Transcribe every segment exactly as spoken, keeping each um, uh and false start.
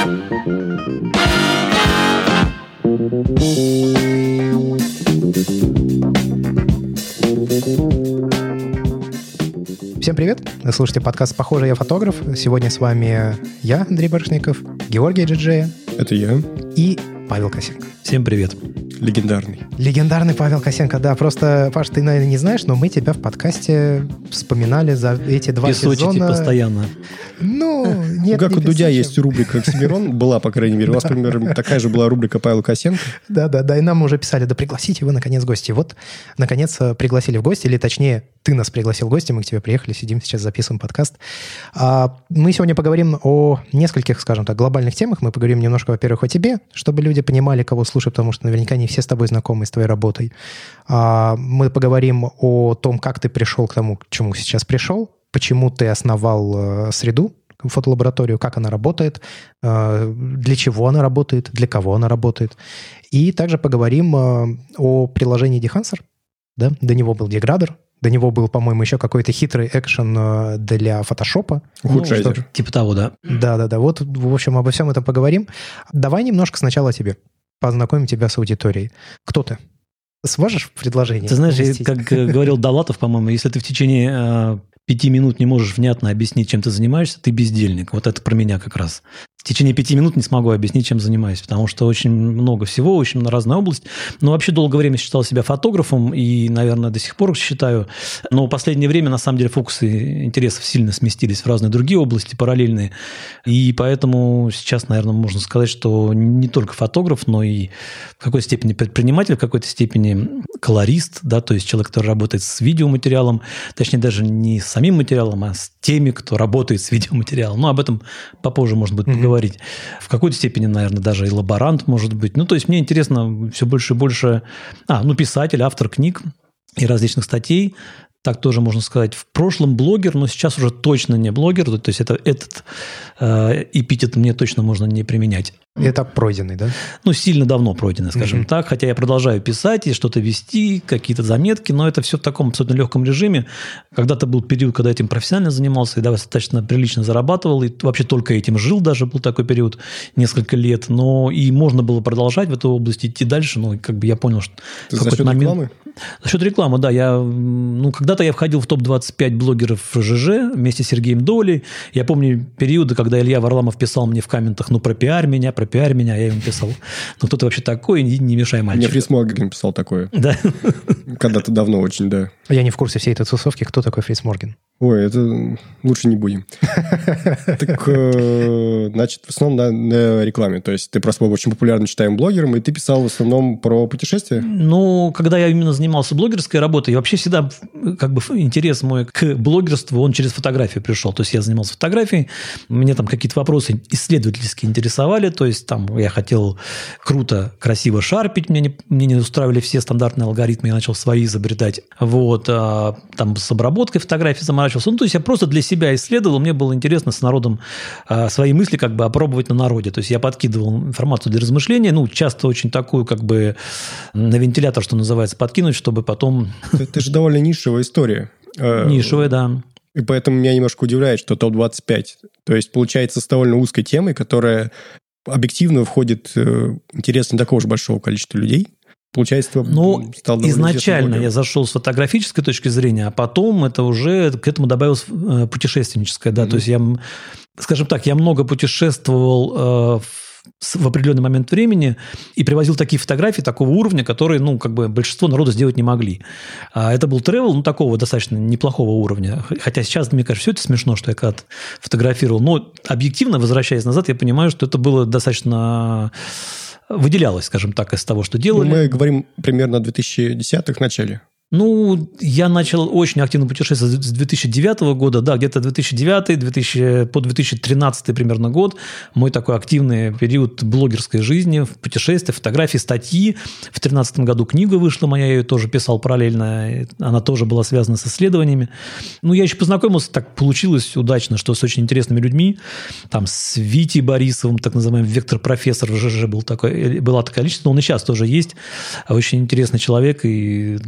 Всем привет! Вы слушаете подкаст «Похоже, я фотограф». Сегодня с вами я, Андрей Барышников, Георгий Джиджея. Это я. И Павел Косенко. Всем привет. Легендарный. Легендарный Павел Косенко, да. Просто, Паш, ты, наверное, не знаешь, но мы тебя в подкасте вспоминали за эти два Песочите сезона. постоянно. Ну, нет, Как не у Дудя песочим. есть рубрика «Оксимирон», была, по крайней мере. У вас, например, такая же была рубрика Павел Косенко. Да-да-да, и нам уже писали, да пригласите его, наконец, в гости. Вот, наконец, пригласили в гости, или точнее, ты нас пригласил в гости, мы к тебе приехали, сидим сейчас, записываем подкаст. А, мы сегодня поговорим о нескольких, скажем так, глобальных темах. Мы поговорим немножко, во-первых, о тебе, чтобы люди понимали, кого слушают, потому что наверняка не все с тобой знакомы, с твоей работой. А, мы поговорим о том, как ты пришел к тому, к чему сейчас пришел, почему ты основал среду, фотолабораторию, как она работает, для чего она работает, для кого она работает. И также поговорим о приложении Dehancer. Да? До него был деградер, до него был, по-моему, еще какой-то хитрый экшен для фотошопа. Ухудшайзер. Ну, типа того, да. Да-да-да. Вот, в общем, обо всем этом поговорим. Давай немножко сначала о тебе. Познакомим тебя с аудиторией. Кто ты? Сможешь предложение? Ты знаешь, уместить? как говорил Довлатов, по-моему, если ты в течение э, пяти минут не можешь внятно объяснить, чем ты занимаешься, ты бездельник. Вот это про меня как раз. В течение пяти минут не смогу объяснить, чем занимаюсь, потому что очень много всего, очень разная область. Но вообще долгое время считал себя фотографом и, наверное, до сих пор считаю. Но в последнее время, на самом деле, фокусы интересов сильно сместились в разные другие области параллельные. И поэтому сейчас, наверное, можно сказать, что не только фотограф, но и в какой-то степени предприниматель, в какой-то степени колорист, да, то есть человек, который работает с видеоматериалом, точнее, даже не с самим материалом, а с теми, кто работает с видеоматериалом. Но об этом попозже, может быть, поговорить. Говорить. В какой-то степени, наверное, даже и лаборант, может быть. Ну, то есть мне интересно все больше и больше... А, ну, писатель, автор книг и различных статей. Так тоже можно сказать. В прошлом блогер, но сейчас уже точно не блогер. То есть это, этот э, эпитет мне точно можно не применять. Этап пройденный, да? Ну, сильно давно пройденный, скажем Mm-hmm. так. Хотя я продолжаю писать и что-то вести, какие-то заметки, но это все в таком абсолютно легком режиме. Когда-то был период, когда этим профессионально занимался и достаточно прилично зарабатывал, и вообще только этим жил даже, был такой период, несколько лет. Но и можно было продолжать в эту область, идти дальше. Ну, как бы я понял, что... За счет момент... рекламы? За счет рекламы, да. Я, ну, когда-то я входил в топ двадцать пять блогеров ЖЖ вместе с Сергеем Долей. Я помню периоды, когда Илья Варламов писал мне в комментах, ну, пропиарь меня, пропиарь меня, я ему писал. Ну, кто ты вообще такой, не, не мешай мальчику. Мне Фриц Морген писал такое. Да. Когда-то давно очень, да. Я не в курсе всей этой тусовки. Кто такой Фриц Морген? Ой, это лучше не будем. Так, значит, в основном на, на рекламе. То есть ты просто был очень популярным читаемым блогером, и ты писал в основном про путешествия? Ну, когда я именно занимался блогерской работой, я вообще всегда, как бы, интерес мой к блогерству, он через фотографию пришел. То есть я занимался фотографией, мне там какие-то вопросы исследовательские интересовали, то есть там я хотел круто, красиво шарпить, мне не, мне не устраивали все стандартные алгоритмы, я начал свои изобретать. Вот, а, там с обработкой фотографий заморачивался. Ну, то есть я просто для себя исследовал, мне было интересно с народом а, свои мысли как бы опробовать на народе. То есть я подкидывал информацию для размышления, ну, часто очень такую как бы на вентилятор, что называется, подкинуть, чтобы потом... Это же довольно нишевая история. Нишевая, да. И поэтому меня немножко удивляет, что топ двадцать пять. То есть получается с довольно узкой темой, которая объективно входит интерес не такого же большого количества людей. Получается, ну, стал изначально я зашел с фотографической точки зрения, а потом это уже к этому добавилось путешественническое. Да? Mm-hmm. То есть я, скажем так, я много путешествовал э, в, в определенный момент времени и привозил такие фотографии такого уровня, которые, ну, как бы большинство народа сделать не могли. А это был тревел, ну, такого достаточно неплохого уровня. Хотя сейчас, мне кажется, все это смешно, что я когда-то фотографировал. Но объективно, возвращаясь назад, я понимаю, что это было достаточно... выделялось, скажем так, из того, что делали. Ну, мы говорим примерно о две тысячи десятых начале. Ну, я начал очень активно путешествовать с две тысячи девятого года, да, где-то две тысячи девятый, две тысячи, по две тысячи тринадцатый примерно год, мой такой активный период блогерской жизни, путешествия, фотографии, статьи. В две тысячи тринадцатом году книга вышла моя, я ее тоже писал параллельно, она тоже была связана с исследованиями. Ну, я еще познакомился, так получилось удачно, что с очень интересными людьми, там, с Витей Борисовым, так называемый вектор-профессор в ЖЖ был такой, была такая личность, но он и сейчас тоже есть, очень интересный человек и интересный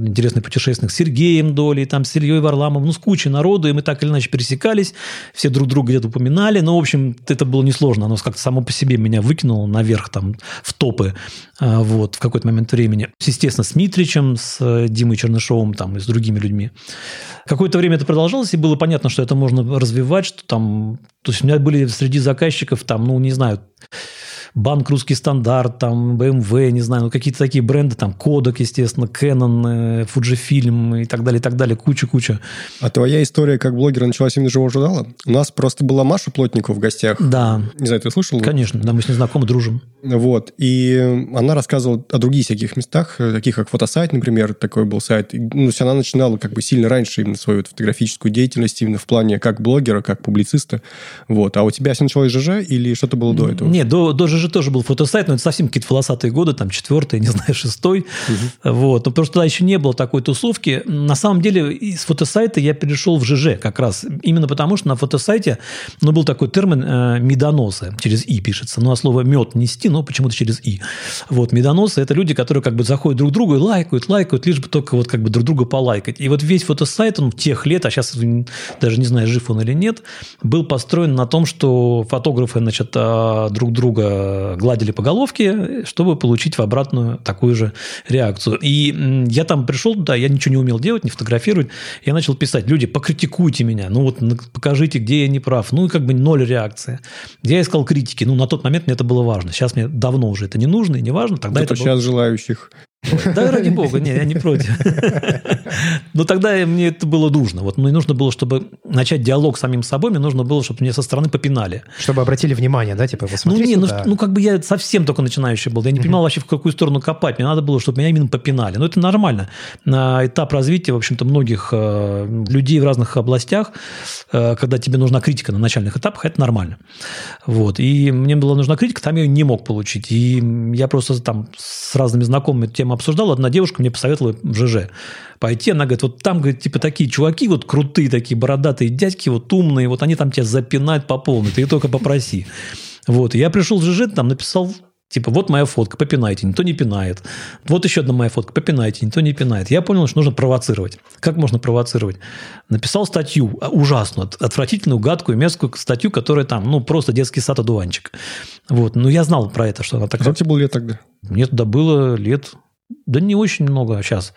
путешественных, с Сергеем Долей, там, с Ильей Варламовым, ну, с кучей народу, и мы так или иначе пересекались, все друг друга где-то упоминали, но, в общем, это было несложно, оно как-то само по себе меня выкинуло наверх, там, в топы, вот, в какой-то момент времени. Естественно, с Митричем, с Димой Чернышовым, там, и с другими людьми. Какое-то время это продолжалось, и было понятно, что это можно развивать, что там... То есть у меня были среди заказчиков, там, ну, не знаю... Банк «Русский стандарт», там, бэ эм вэ, не знаю, ну, какие-то такие бренды, там, Kodak, естественно, Canon, Fujifilm и так далее, и так далее, куча-куча. А твоя история как блогера началась именно с живого журнала? У нас просто была Маша Плотникова в гостях. Да. Не знаю, ты слышал? Конечно, да, мы с ней знакомы, дружим. Вот, и она рассказывала о других всяких местах, таких как фотосайт, например, такой был сайт. Ну, то есть она начинала как бы сильно раньше именно свою фотографическую деятельность, именно в плане как блогера, как публициста. Вот. А у тебя все началось с ЖЖ или что-то было до этого? Нет, до, до ЖЖ тоже был фотосайт, но это совсем какие-то волосатые годы, там, четвертый, не знаю, шестой. Угу. Вот. Но просто тогда еще не было такой тусовки. На самом деле, из фотосайта я перешел в ЖЖ как раз. Именно потому, что на фотосайте, ну, был такой термин э, «медоносы», через «и» пишется. Ну, а слово «мед» нести, но почему-то через «и». Вот, медоносы – это люди, которые как бы заходят друг к другу и лайкают, лайкают, лишь бы только вот как бы друг друга полайкать. И вот весь фотосайт, он тех лет, а сейчас даже не знаю, жив он или нет, был построен на том, что фотографы, значит, друг друга гладили по головке, чтобы получить в обратную такую же реакцию. И я там пришел туда, я ничего не умел делать, не фотографировать. Я начал писать: люди, покритикуйте меня, ну вот покажите, где я не прав. Ну и как бы ноль реакции. Я искал критики. Ну, на тот момент мне это было важно. Сейчас мне давно уже это не нужно и не важно. Тогда это сейчас было... желающих. Да, ради бога, не, я не против. Но тогда мне это было нужно. Вот мне нужно было, чтобы начать диалог с самим собой, мне нужно было, чтобы меня со стороны попинали. Чтобы обратили внимание, да, типа, посмотри ну, не, сюда. Ну, ну, как бы я совсем только начинающий был. Я не понимал вообще, в какую сторону копать. Мне надо было, чтобы меня именно попинали. Но это нормально. На этап развития, в общем-то, многих э, людей в разных областях, э, когда тебе нужна критика на начальных этапах, это нормально. Вот. И мне была нужна критика, там я ее не мог получить. И я просто там с разными знакомыми тему обсуждал. Одна девушка мне посоветовала в ЖЖ пойти. Она говорит, вот там, говорит, типа такие чуваки, вот крутые такие бородатые дядьки, вот умные, вот они там тебя запинают по полной, ты только попроси. Вот. И я пришел в ЖЖ, там написал, типа, вот моя фотка, попинайте, никто не пинает. Вот еще одна моя фотка, попинайте, никто не пинает. Я понял, что нужно провоцировать. Как можно провоцировать? Написал статью ужасную, отвратительную, гадкую, мерзкую статью, которая там, ну, просто детский сад-одуванчик. Вот. Но я знал про это, что она такая. Сколько тебе было лет тогда? Мне туда было лет... Да не очень много, а сейчас.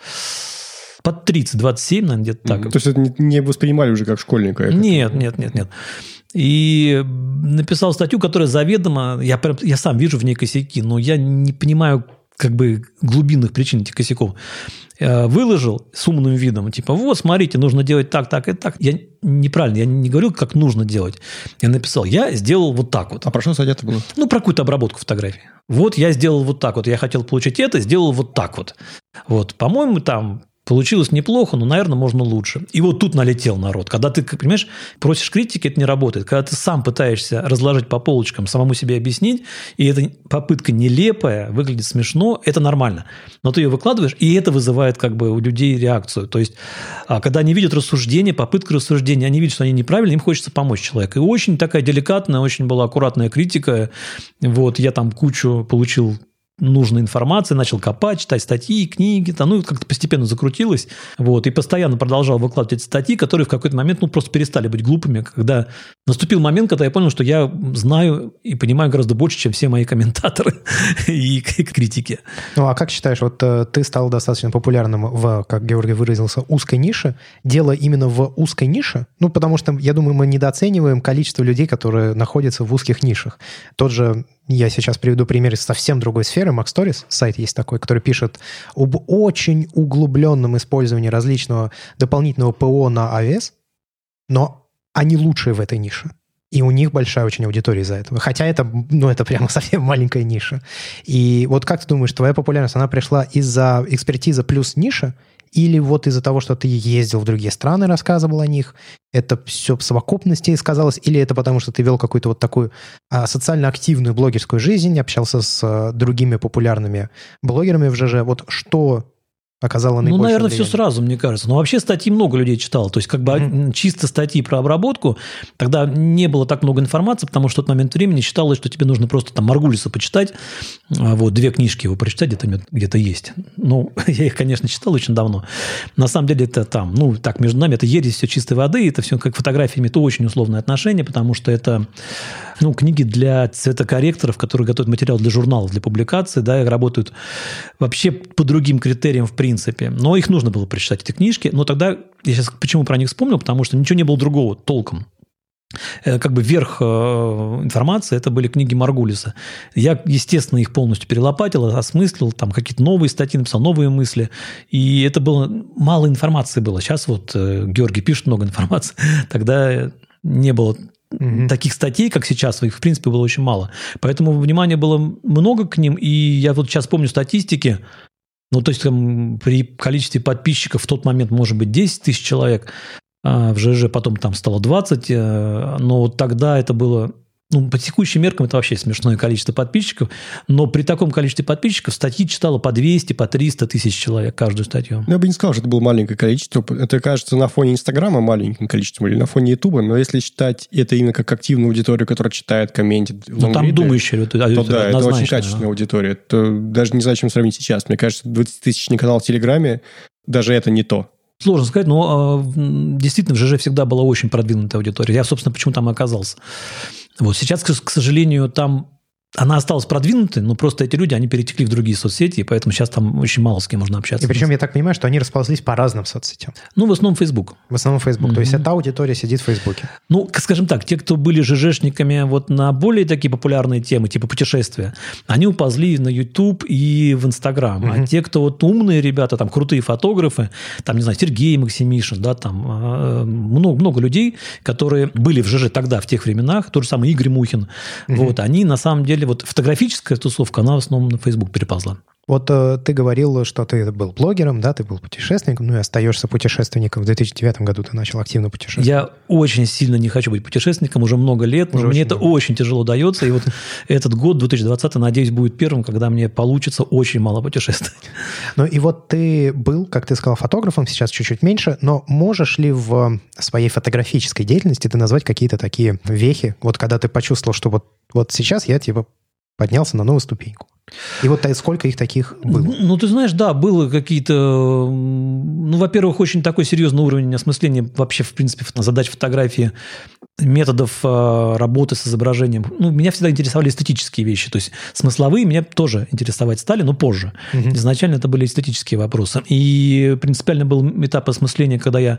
Под тридцать, двадцать семь, наверное, где-то так. Mm-hmm. То есть это не воспринимали уже как школьника? Нет, нет, нет, нет. И написал статью, которая заведомо... Я, прям, я сам вижу в ней косяки, но я не понимаю как бы глубинных причин этих косяков. Выложил с умным видом, типа, вот, смотрите, нужно делать так, так и так. Я неправильно, я не говорил, как нужно делать. Я написал, я сделал вот так вот. А про что статья это было? Ну, про какую-то обработку фотографий. Вот я сделал вот так вот, я хотел получить это, сделал вот так вот. Вот, по-моему, там... Получилось неплохо, но, наверное, можно лучше. И вот тут налетел народ. Когда ты, понимаешь, просишь критики, это не работает. Когда ты сам пытаешься разложить по полочкам, самому себе объяснить, и эта попытка нелепая, выглядит смешно, это нормально. Но ты ее выкладываешь, и это вызывает как бы у людей реакцию. То есть, когда они видят рассуждение, попытку рассуждения, они видят, что они неправильны, им хочется помочь человеку. И очень такая деликатная, очень была аккуратная критика. Вот, я там кучу получил нужной информации, начал копать, читать статьи, книги, там, ну, как-то постепенно закрутилось, вот, и постоянно продолжал выкладывать эти статьи, которые в какой-то момент, ну, просто перестали быть глупыми, когда наступил момент, когда я понял, что я знаю и понимаю гораздо больше, чем все мои комментаторы и критики. Ну, а как считаешь, вот ты стал достаточно популярным в, как Георгий выразился, узкой нише, дело именно в узкой нише? Ну, потому что, я думаю, мы недооцениваем количество людей, которые находятся в узких нишах. Тот же Я сейчас приведу пример из совсем другой сферы. MacStories, сайт есть такой, который пишет об очень углубленном использовании различного дополнительного ПО на эй ви эс, но они лучшие в этой нише. И у них большая очень аудитория из-за этого. Хотя это, ну, это прямо совсем маленькая ниша. И вот как ты думаешь, твоя популярность, она пришла из-за экспертизы плюс ниша, или вот из-за того, что ты ездил в другие страны, рассказывал о них, это все в совокупности сказалось, или это потому, что ты вел какую-то вот такую а, социально активную блогерскую жизнь, общался с а, другими популярными блогерами в ЖЖ? Вот что оказало Ну, наибольшее наверное, влияние? все сразу, мне кажется. Но вообще статьи много людей читало. То есть, как бы mm-hmm. чисто статьи про обработку, тогда не было так много информации, потому что в тот момент времени считалось, что тебе нужно просто там Маргулиса почитать. Вот, две книжки его прочитать где-то, где-то есть. Ну, я их, конечно, читал очень давно. На самом деле это там, ну, так, между нами, это ересь все чистой воды, это все как фотографиями, это очень условное отношение, потому что это, ну, книги для цветокорректоров, которые готовят материал для журналов, для публикации, да, и работают вообще по другим критериям, в принципе. В принципе. Но их нужно было прочитать, эти книжки. Но тогда, я сейчас почему про них вспомнил, потому что ничего не было другого толком. Как бы верх информации – это были книги Маргулиса. Я, естественно, их полностью перелопатил, осмыслил, там какие-то новые статьи написал, новые мысли. И это было… Мало информации было. Сейчас вот Георгий пишет много информации. Тогда не было… Mm-hmm. Таких статей, как сейчас, их, в принципе, было очень мало. Поэтому внимания было много к ним. И я вот сейчас помню статистики. Ну, то есть, там, при количестве подписчиков в тот момент, может быть, десять тысяч человек, а в ЖЖ потом там стало двадцать, но вот тогда это было… Ну, по текущим меркам это вообще смешное количество подписчиков, но при таком количестве подписчиков статьи читало по двести, по триста тысяч человек каждую статью. Я бы не сказал, что это было маленькое количество. Это, кажется, на фоне Инстаграма маленьким количеством или на фоне Ютуба, но если считать это именно как активную аудиторию, которая читает, комментит, ну, там думающая аудитория. То да, это очень качественная аудитория. Это даже не знаю, чем сравнить сейчас. Мне кажется, двадцатитысячный канал в Телеграме, даже это не то. Сложно сказать, но действительно в ЖЖ всегда была очень продвинутая аудитория. Я, собственно, почему там оказался. Вот сейчас, к сожалению, там она осталась продвинутой, но просто эти люди, они перетекли в другие соцсети, и поэтому сейчас там очень мало с кем можно общаться. И причем я так понимаю, что они расползлись по разным соцсетям. Ну, в основном Facebook. В основном Facebook. Mm-hmm. То есть эта аудитория сидит в Фейсбуке. Ну, скажем так, те, кто были ЖЖшниками вот на более такие популярные темы, типа путешествия, они уползли на YouTube и в Instagram. Mm-hmm. А те, кто вот умные ребята, там, крутые фотографы, там, не знаю, Сергей Максимишин, да, там, много, много людей, которые были в ЖЖ тогда, в тех временах, тот же самый Игорь Мухин, mm-hmm. вот, они на самом деле вот фотографическая тусовка, она в основном на Facebook переползла. Вот э, ты говорил, что ты был блогером, да, ты был путешественником, ну и остаешься путешественником. В две тысячи девятом году ты начал активно путешествовать. Я очень сильно не хочу быть путешественником уже много лет, уже но мне это много. Очень тяжело дается. И вот этот год, две тысячи двадцатый, надеюсь, будет первым, когда мне получится очень мало путешествовать. Ну и вот ты был, как ты сказал, фотографом, сейчас чуть-чуть меньше, но можешь ли в своей фотографической деятельности ты назвать какие-то такие вехи, вот когда ты почувствовал, что вот, вот сейчас я типа поднялся на новую ступеньку? И вот сколько их таких было? Ну, ты знаешь, да, было какие-то... Ну, во-первых, очень такой серьезный уровень осмысления вообще, в принципе, задач фотографии, методов работы с изображением. Ну, меня всегда интересовали эстетические вещи. То есть смысловые меня тоже интересовать стали, но позже. Угу. Изначально это были эстетические вопросы. И принципиально был этап осмысления, когда я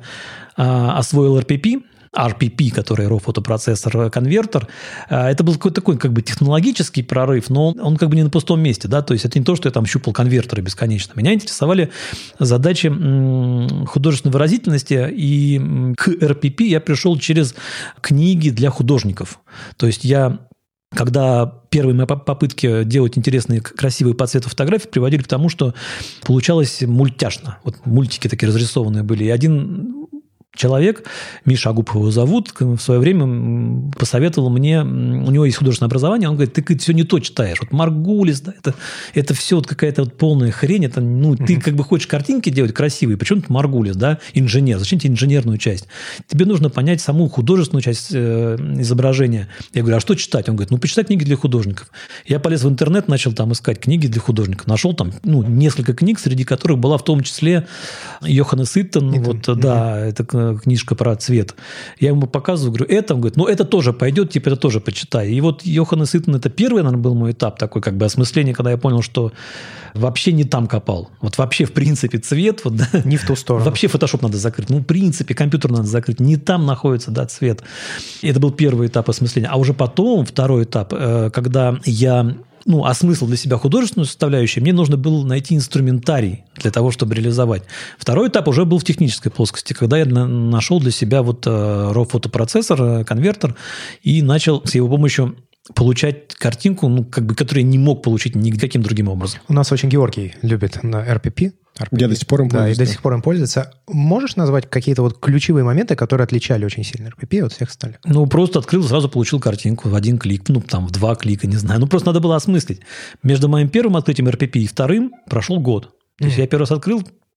освоил эр пи пи, ар пи пи, который raw фотопроцессор, конвертер, это был какой-то такой как бы технологический прорыв, но он как бы не на пустом месте, да, то есть это не то, что я там щупал конвертеры бесконечно. Меня интересовали задачи художественной выразительности, и к эр пи пи я пришел через книги для художников. То есть я... Когда первые мои попытки делать интересные, красивые по цвету фотографии приводили к тому, что получалось мультяшно. Вот мультики такие разрисованные были. И один человек, Миша Агупов его зовут, в свое время посоветовал мне, у него есть художественное образование, он говорит, ты говорит, все не то читаешь. Вот Маргулис, да, это, это все вот какая-то вот полная хрень. Это, ну, mm-hmm. Ты как бы хочешь картинки делать красивые, почему ты Маргулис, да, инженер, зачем тебе инженерную часть? Тебе нужно понять саму художественную часть э, изображения. Я говорю, а что читать? Он говорит, ну, почитай книги для художников. Я полез в интернет, начал там искать книги для художников. Нашел там, ну, несколько книг, среди которых была в том числе Йоханнес Иттен, вот, mm-hmm. да, это книжка про цвет. Я ему показываю, говорю, это, он говорит, ну, это тоже пойдет, типа, это тоже почитай. И вот Йоханнес Иттен, это первый, наверное, был мой этап такой, как бы, осмысления, когда я понял, что вообще не там копал. Вот вообще, в принципе, цвет, вот, да, не в ту сторону. Вообще фотошоп надо закрыть. Ну, в принципе, компьютер надо закрыть. Не там находится, да, цвет. И это был первый этап осмысления. А уже потом, второй этап, когда я... ну, осмыслил для себя художественную составляющую, мне нужно было найти инструментарий для того, чтобы реализовать. Второй этап уже был в технической плоскости, когда я на- нашел для себя вот raw фотопроцессор, конвертер, и начал с его помощью получать картинку, ну, как бы, которую я не мог получить никаким другим образом. У нас очень Георгий любит на эр пи пи. эр пи пи. Я до сих пор им пользуюсь. Да, и до сих пор им пользуется. Можешь назвать какие-то вот ключевые моменты, которые отличали очень сильно эр пи пи от всех остальных? Ну, просто открыл, сразу получил картинку в один клик, ну, там, в два клика, не знаю. Ну, просто надо было осмыслить. Между моим первым открытием эр пи пи и вторым прошел год. То есть, mm. я первый раз открыл,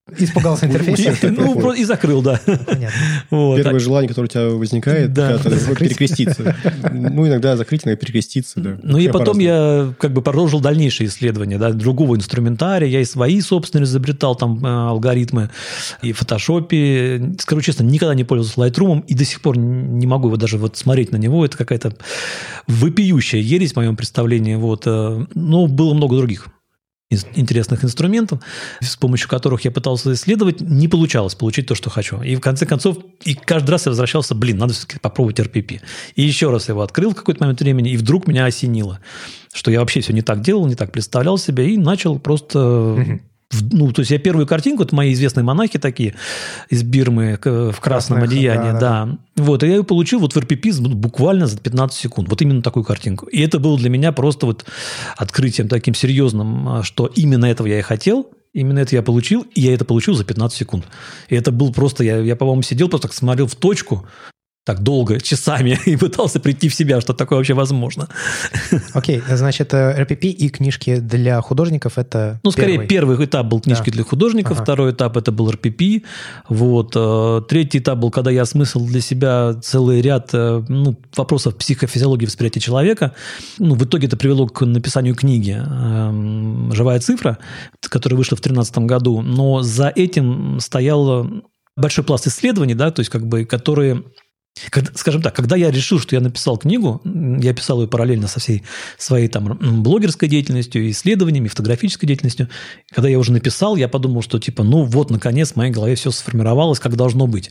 Испугался интерфейса? Ну, и закрыл, да. Понятно. Первое желание, которое у тебя возникает, перекреститься. Ну, иногда закрыть, иногда перекреститься, да. Ну, и потом я как бы продолжил дальнейшие исследования, да, другого инструментария. Я и свои, собственно, изобретал там алгоритмы и в фотошопе. Скажу честно, никогда не пользовался Lightroom и до сих пор не могу вот даже вот смотреть на него. Это какая-то вопиющая ересь в моем представлении. Вот. Но было много других интересных инструментов, с помощью которых я пытался исследовать, не получалось получить то, что хочу. И в конце концов, и каждый раз я возвращался, блин, надо все-таки попробовать эр пи пи. И еще раз его открыл в какой-то момент времени, и вдруг меня осенило, что я вообще все не так делал, не так представлял себя, и начал просто... Mm-hmm. Ну, то есть я первую картинку, это мои известные монахи такие из Бирмы в красном Красных, одеянии, да, да. да. Вот, и я ее получил вот в эр пи пи буквально за пятнадцать секунд. Вот именно такую картинку. И это было для меня просто вот открытием таким серьезным, что именно этого я и хотел. Именно это я получил, и я это получил за пятнадцать секунд. И это был просто... Я, я по-моему, сидел, просто так смотрел в точку, так долго, часами, и пытался прийти в себя, что такое вообще возможно. Окей, okay, значит, эр пи пи и книжки для художников – это Ну, скорее, первый, первый этап был книжки да. для художников, ага. второй этап – это был эр пи пи, вот. Третий этап был, когда я осмыслил для себя целый ряд ну, вопросов психофизиологии восприятия человека. Ну, в итоге это привело к написанию книги «Живая цифра», которая вышла в две тысячи тринадцатом году, но за этим стоял большой пласт исследований, да, то есть как бы, которые... Скажем так, когда я решил, что я написал книгу, я писал ее параллельно со всей своей там блогерской деятельностью, исследованиями, фотографической деятельностью. Когда я уже написал, я подумал, что типа, ну вот, наконец, в моей голове все сформировалось, как должно быть.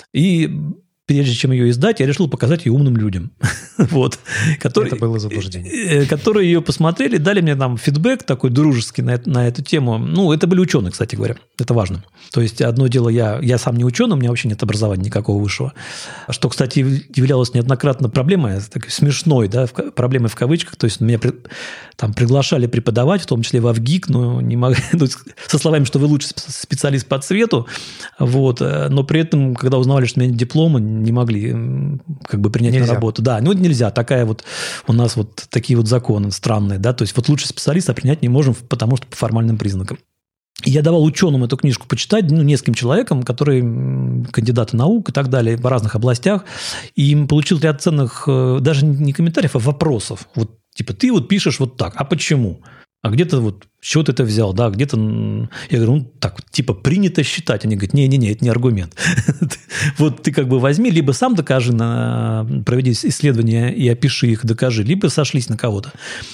И прежде чем ее издать, я решил показать ее умным людям. вот, которые, это было заблуждение. Которые ее посмотрели, дали мне там фидбэк такой дружеский на, на эту тему. Ну, это были ученые, кстати говоря. Это важно. То есть, одно дело, я, я сам не ученый, у меня вообще нет образования никакого высшего. Что, кстати, являлось неоднократно проблемой, такой смешной, да, проблемой в кавычках. То есть, меня при, там приглашали преподавать, в том числе в АВГИК, но не могли, ну, со словами, что вы лучший специалист по цвету. Вот, но при этом, когда узнавали, что у меня нет диплома, не могли как бы принять нельзя. на работу. Да, ну нельзя. Такая вот у нас вот такие вот законы странные, да, то есть вот лучший специалист, а принять не можем, потому что по формальным признакам. И я давал ученым эту книжку почитать, ну, нескольким человекам, которые кандидаты наук и так далее, в разных областях, и им получил ряд ценных, даже не комментариев, а вопросов. Вот типа ты вот пишешь вот так, а почему? А где-то вот, с чего ты это взял, да, где-то, я говорю, ну, так, типа, принято считать. Они говорят, не-не-не, это не аргумент. Вот ты как бы возьми, либо сам докажи, проведи исследования и опиши их, докажи, либо сошлись на кого-то.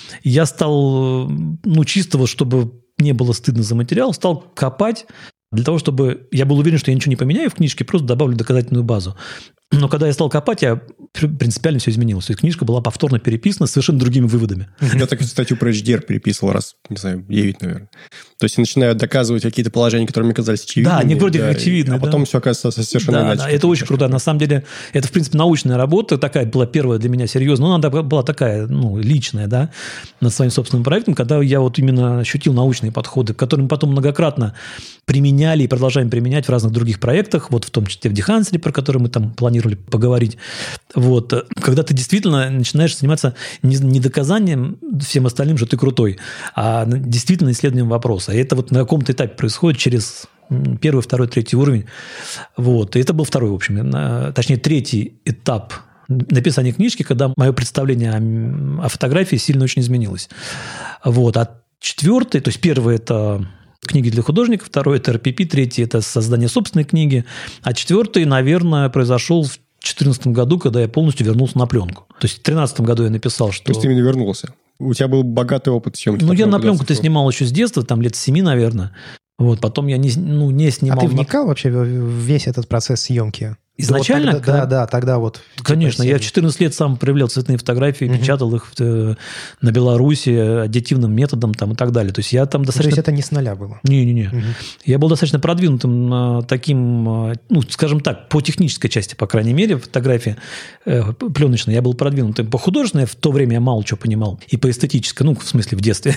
Я стал, ну, чисто вот, чтобы не было стыдно за материал, стал копать для того, чтобы... Я был уверен, что я ничего не поменяю в книжке, просто добавлю доказательную базу. Но когда я стал копать, я принципиально все изменилось. То есть книжка была повторно переписана с совершенно другими выводами. Я так статью про эйч ди ар переписывал раз, не знаю, девять, наверное. То есть я начинаю доказывать какие-то положения, которые мне казались очевидными. Да, они вроде как да, очевидны. А потом да. все оказывается совершенно да, иначе. Да, это очень круто. На самом деле, это, в принципе, научная работа. Такая была первая для меня серьезная. Но она была такая, ну, личная, да, над своим собственным проектом, когда я вот именно ощутил научные подходы, которые мы потом многократно применяли и продолжаем применять в разных других проектах, вот в том числе в Деханселе, про который мы там планировали поговорить. Вот. Когда ты действительно начинаешь заниматься не доказанием всем остальным, что ты крутой, а действительно исследованием вопроса. И это вот на каком-то этапе происходит через первый, второй, третий уровень. Вот. И это был второй, в общем, точнее, третий этап написания книжки, когда мое представление о, о фотографии сильно очень изменилось. Вот. А четвертый, то есть первый – это книги для художников, второй – это эр пи пи, третий – это создание собственной книги, а четвертый, наверное, произошел в две тысячи четырнадцатом году, когда я полностью вернулся на пленку. То есть в две тысячи тринадцатом году я написал, что... То есть ты именно вернулся? У тебя был богатый опыт съемки? Ну, я на пленку-то снимал еще с детства, там лет с семи, наверное. Вот, потом я не, ну, не снимал... А ты вникал на... вообще в весь этот процесс съемки? Изначально? Вот тогда, да, да, тогда вот... Конечно, типа, я в четырнадцать лет сам проявлял цветные фотографии, угу. печатал их в, на Беларуси аддитивным методом там, и так далее. То есть я там достаточно... То есть это не с нуля было? Не-не-не. Угу. Я был достаточно продвинутым таким, ну, скажем так, по технической части, по крайней мере, фотографии э, пленочной я был продвинутым. По художественной в то время я мало чего понимал. И по эстетической, ну, в смысле, в детстве.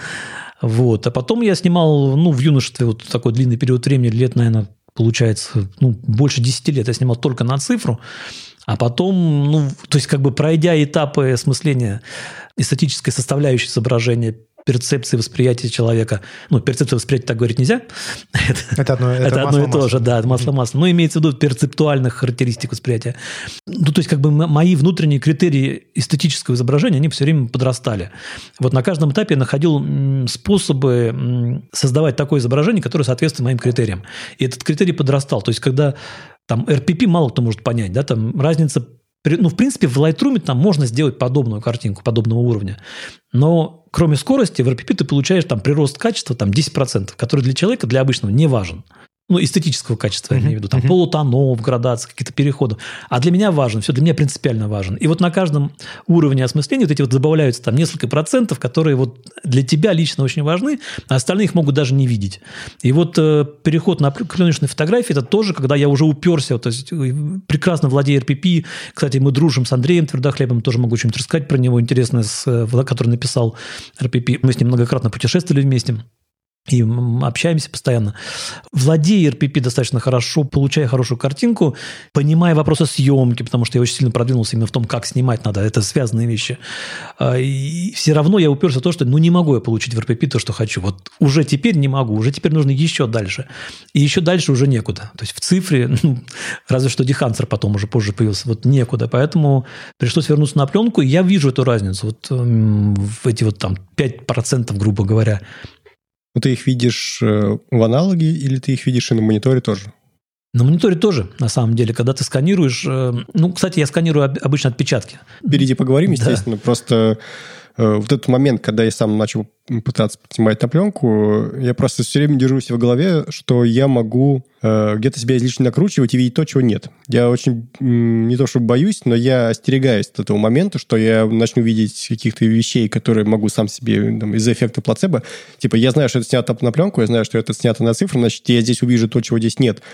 Вот. А потом я снимал, ну, в юношестве вот такой длинный период времени, лет, наверное, получается, ну, больше десяти лет я снимал только на цифру, а потом, ну, то есть как бы пройдя этапы осмысления эстетической составляющей изображения, перцепции восприятия человека. Ну, перцепция восприятия так говорить нельзя. Это, это одно, это это одно и то же, да, масло-масло. Mm-hmm. Но имеется в виду перцептуальных характеристик восприятия. Ну, то есть, как бы мои внутренние критерии эстетического изображения, они все время подрастали. Вот на каждом этапе я находил способы создавать такое изображение, которое соответствует моим критериям. И этот критерий подрастал. То есть, когда там эр пи пи мало кто может понять, да, там разница. Ну, в принципе, в Lightroom там можно сделать подобную картинку, подобного уровня. Но кроме скорости, в эр пи пи ты получаешь там прирост качества там, десять процентов, который для человека, для обычного, не важен. Ну, эстетического качества, я имею в виду, там, uh-huh. полутонов, градаций, каких-то переходов. А для меня важен, все для меня принципиально важен. И вот на каждом уровне осмысления вот эти вот добавляются там несколько процентов, которые вот для тебя лично очень важны, а остальные их могут даже не видеть. И вот э, переход на пленочные фотографии, это тоже, когда я уже уперся, вот, то есть прекрасно владею эр пи пи. Кстати, мы дружим с Андреем Твердохлебом, тоже могу что-нибудь рассказать про него интересное, с, который написал эр пи пи. Мы с ним многократно путешествовали вместе. И общаемся постоянно. Владея эр пи пи достаточно хорошо, получая хорошую картинку, понимая вопросы съемки, потому что я очень сильно продвинулся именно в том, как снимать надо. Это связанные вещи. И все равно я уперся в то, что ну, не могу я получить в эр пи пи то, что хочу. Вот уже теперь не могу, уже теперь нужно еще дальше. И еще дальше уже некуда. То есть в цифре, ну, разве что Дехансер потом уже позже появился, вот некуда. Поэтому пришлось вернуться на пленку, и я вижу эту разницу. Вот в эти вот там пять процентов, грубо говоря. Ну, ты их видишь в аналоге или ты их видишь и на мониторе тоже? На мониторе тоже, на самом деле. Когда ты сканируешь... Ну, кстати, я сканирую обычно отпечатки. Впереди поговорим, естественно. Да. Просто вот этот момент, когда я сам начал пытаться снимать на пленку, я просто все время держу себе в голове, что я могу э, где-то себя излишне накручивать и видеть то, чего нет. Я очень, не то чтобы боюсь, но я остерегаюсь от этого момента, что я начну видеть каких-то вещей, которые могу сам себе там, из-за эффекта плацебо. Типа, я знаю, что это снято на пленку, я знаю, что это снято на цифру, значит, я здесь увижу то, чего здесь нет.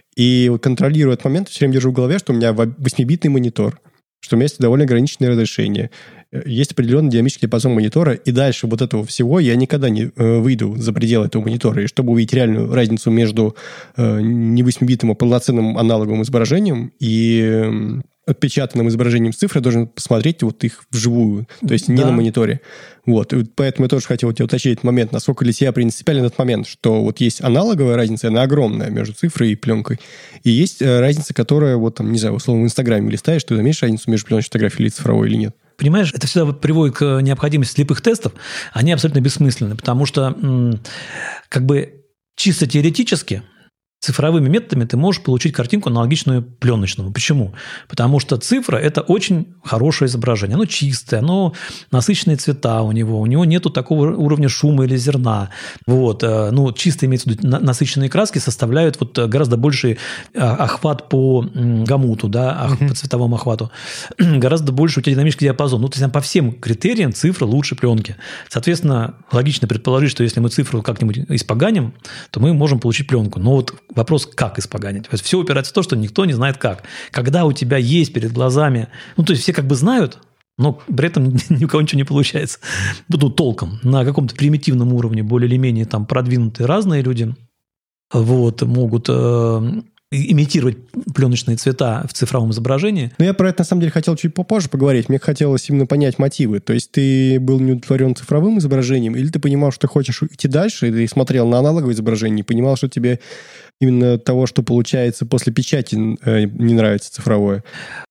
И вот контролируя этот момент, все время держу в голове, что у меня восьмибитный монитор, что у меня есть довольно ограниченное разрешение. Есть определенный динамический диапазон монитора, и дальше вот этого всего я никогда не э, выйду за пределы этого монитора. И чтобы увидеть реальную разницу между э, не восьмибитным, а полноценным аналоговым изображением и э, отпечатанным изображением с цифры, я должен посмотреть вот их вживую, то есть не да. на мониторе. Вот. И поэтому я тоже хотел тебя уточнить этот момент, насколько для тебя принципиален этот момент, что вот есть аналоговая разница, она огромная между цифрой и пленкой, и есть э, разница, которая, вот там, не знаю, условно, в Инстаграме листаешь, ты заметишь разницу между пленочной фотографией или цифровой или нет? Понимаешь, это всегда приводит к необходимости слепых тестов. Они абсолютно бессмысленны, потому что как бы чисто теоретически цифровыми методами ты можешь получить картинку аналогичную пленочному. Почему? Потому что цифра – это очень хорошее изображение. Оно чистое, оно насыщенные цвета у него, у него нету такого уровня шума или зерна. Вот. Ну, чисто имеется в виду, насыщенные краски составляют вот гораздо больший охват по гамуту, да, mm-hmm. по цветовому охвату. Гораздо больше у тебя динамический диапазон. Ну, то есть, по всем критериям цифра лучше пленки. Соответственно, логично предположить, что если мы цифру как-нибудь испоганим, то мы можем получить пленку. Но вот вопрос, как испоганить. Все упирается в то, что никто не знает как. Когда у тебя есть перед глазами... Ну, то есть, все как бы знают, но при этом ни у кого ничего не получается. Ну, толком. На каком-то примитивном уровне, более или менее там продвинутые разные люди вот, могут... Э- имитировать пленочные цвета в цифровом изображении. Ну, я про это, на самом деле, хотел чуть попозже поговорить. Мне хотелось именно понять мотивы. То есть ты был не удовлетворен цифровым изображением, или ты понимал, что ты хочешь идти дальше, и ты смотрел на аналоговое изображение, и понимал, что тебе именно того, что получается после печати, не нравится цифровое?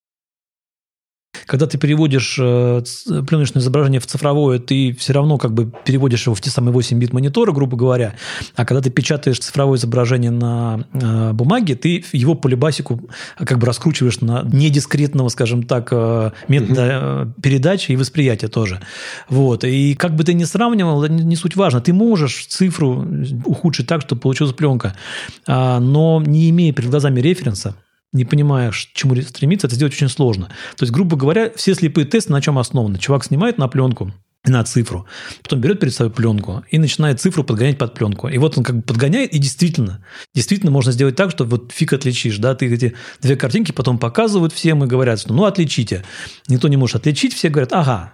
Когда ты переводишь пленочное изображение в цифровое, ты все равно как бы переводишь его в те самые восемь бит монитора, грубо говоря. А когда ты печатаешь цифровое изображение на бумаге, ты его по либасику как бы раскручиваешь на недискретного, скажем так, метода mm-hmm. передачи и восприятия тоже. Вот. И как бы ты ни сравнивал, не суть важно. Ты можешь цифру ухудшить так, чтобы получилась пленка, но не имея перед глазами референса, не понимая, к чему стремиться, это сделать очень сложно. То есть, грубо говоря, все слепые тесты на чем основаны? Чувак снимает на пленку, на цифру, потом берет перед собой пленку и начинает цифру подгонять под пленку. И вот он как бы подгоняет, и действительно, действительно можно сделать так, что вот фиг отличишь. Да? Ты эти две картинки потом показывают всем и говорят, что ну, отличите. Никто не может отличить, все говорят, ага,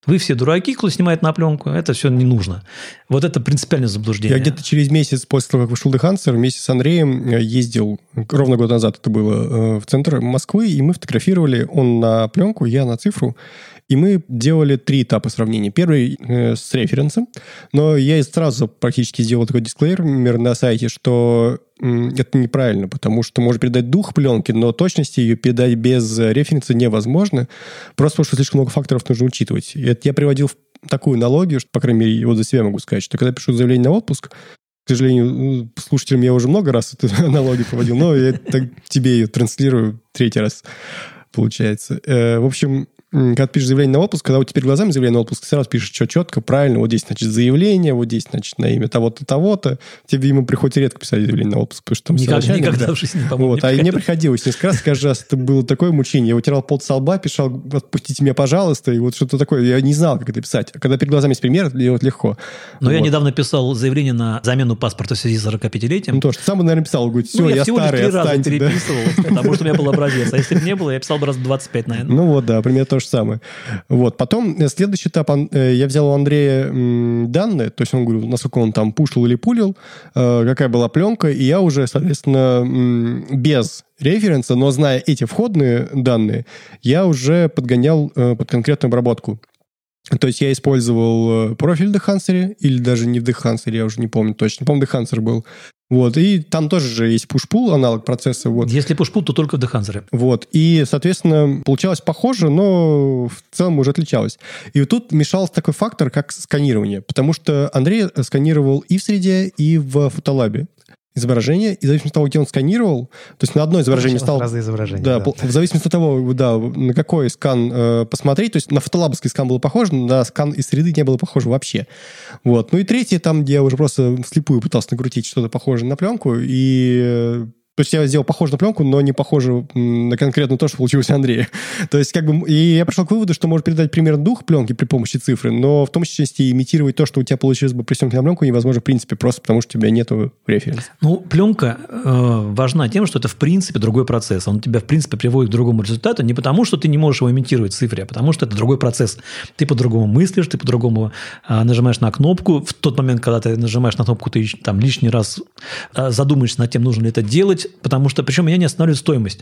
Вы все дураки, кто снимает на пленку, это все не нужно. Вот это принципиальное заблуждение. Я где-то через месяц после того, как вышел Дехансер, вместе с Андреем ездил, ровно год назад это было, в центр Москвы, и мы фотографировали, он на пленку, я на цифру. И мы делали три этапа сравнения. Первый э, с референсом, но я сразу практически сделал такой дисклеймер на сайте, что э, это неправильно, потому что можно передать дух пленки, но точности ее передать без референса невозможно, просто потому что слишком много факторов нужно учитывать. И это я приводил в такую аналогию, что, по крайней мере, вот за себя могу сказать, что когда пишу заявление на отпуск, к сожалению, слушателям я уже много раз эту аналогию проводил, но я тебе ее транслирую третий раз, получается. Э, в общем... Когда пишешь заявление на отпуск, когда у тебя перед глазами заявление на отпуск, ты сразу пишешь, что четко, правильно, вот здесь, значит, заявление, вот здесь, значит, на имя того-то, того-то. Тебе, ему приходится редко писать заявление на отпуск, потому что там... Никогда, никогда в жизни, по-моему, вот, не а мне приходилось несколько раз, каждый раз это было такое мучение. Я вытирал пот со лба, писал, отпустите меня, пожалуйста, и вот что-то такое. Я не знал, как это писать. А когда перед глазами есть пример, это делать легко. Но вот. Я недавно писал заявление на замену паспорта в связи с сорокапятилетием. Ну, то, что сам, наверное, писал, говорит, все, ну, я, я всего старый, лишь три отстаньте. раза переписывал, да? Потому что у меня был образец. А если бы не было, я писал бы раз двадцать пять, наверное. Ну вот, да, примерно то же самое. Вот. Потом следующий этап, я взял у Андрея данные, то есть он говорил, насколько он там пушил или пулил, какая была пленка, и я уже, соответственно, без референса, но зная эти входные данные, я уже подгонял под конкретную обработку. То есть я использовал профиль в Dehance, или даже не в Dehance, я уже не помню точно, по-моему, Dehance был. Вот, и там тоже же есть push-pull, аналог процесса. Вот. Если push-pull, то только в Dehance. Вот, и, соответственно, получалось похоже, но в целом уже отличалось. И вот тут мешался такой фактор, как сканирование, потому что Андрей сканировал и в среде, и в фотолабе изображение, и в зависимости от того, где он сканировал, то есть на одно изображение стал... Разные изображения, да, да. В зависимости от того, да, на какой скан э, посмотреть, то есть на фотолабовский скан было похоже, на скан из среды не было похоже вообще. Вот. Ну и третье, там, где я уже просто вслепую пытался накрутить что-то похожее на пленку, и... То есть я сделал похоже на пленку, но не похоже на конкретно то, что получилось у Андрея. То есть как бы... И я пришел к выводу, что можно передать примерно дух пленки при помощи цифры, но в том числе имитировать то, что у тебя получилось бы при съемке на пленку, невозможно в принципе, просто потому что у тебя нету референса. Ну, пленка э, важна тем, что это в принципе другой процесс. Он тебя в принципе приводит к другому результату не потому, что ты не можешь его имитировать в цифре, а потому что это другой процесс. Ты по-другому мыслишь, ты по-другому э, нажимаешь на кнопку. В тот момент, когда ты нажимаешь на кнопку, ты там лишний раз э, задумаешься над тем, нужно ли это делать. Потому что, причем меня не останавливает стоимость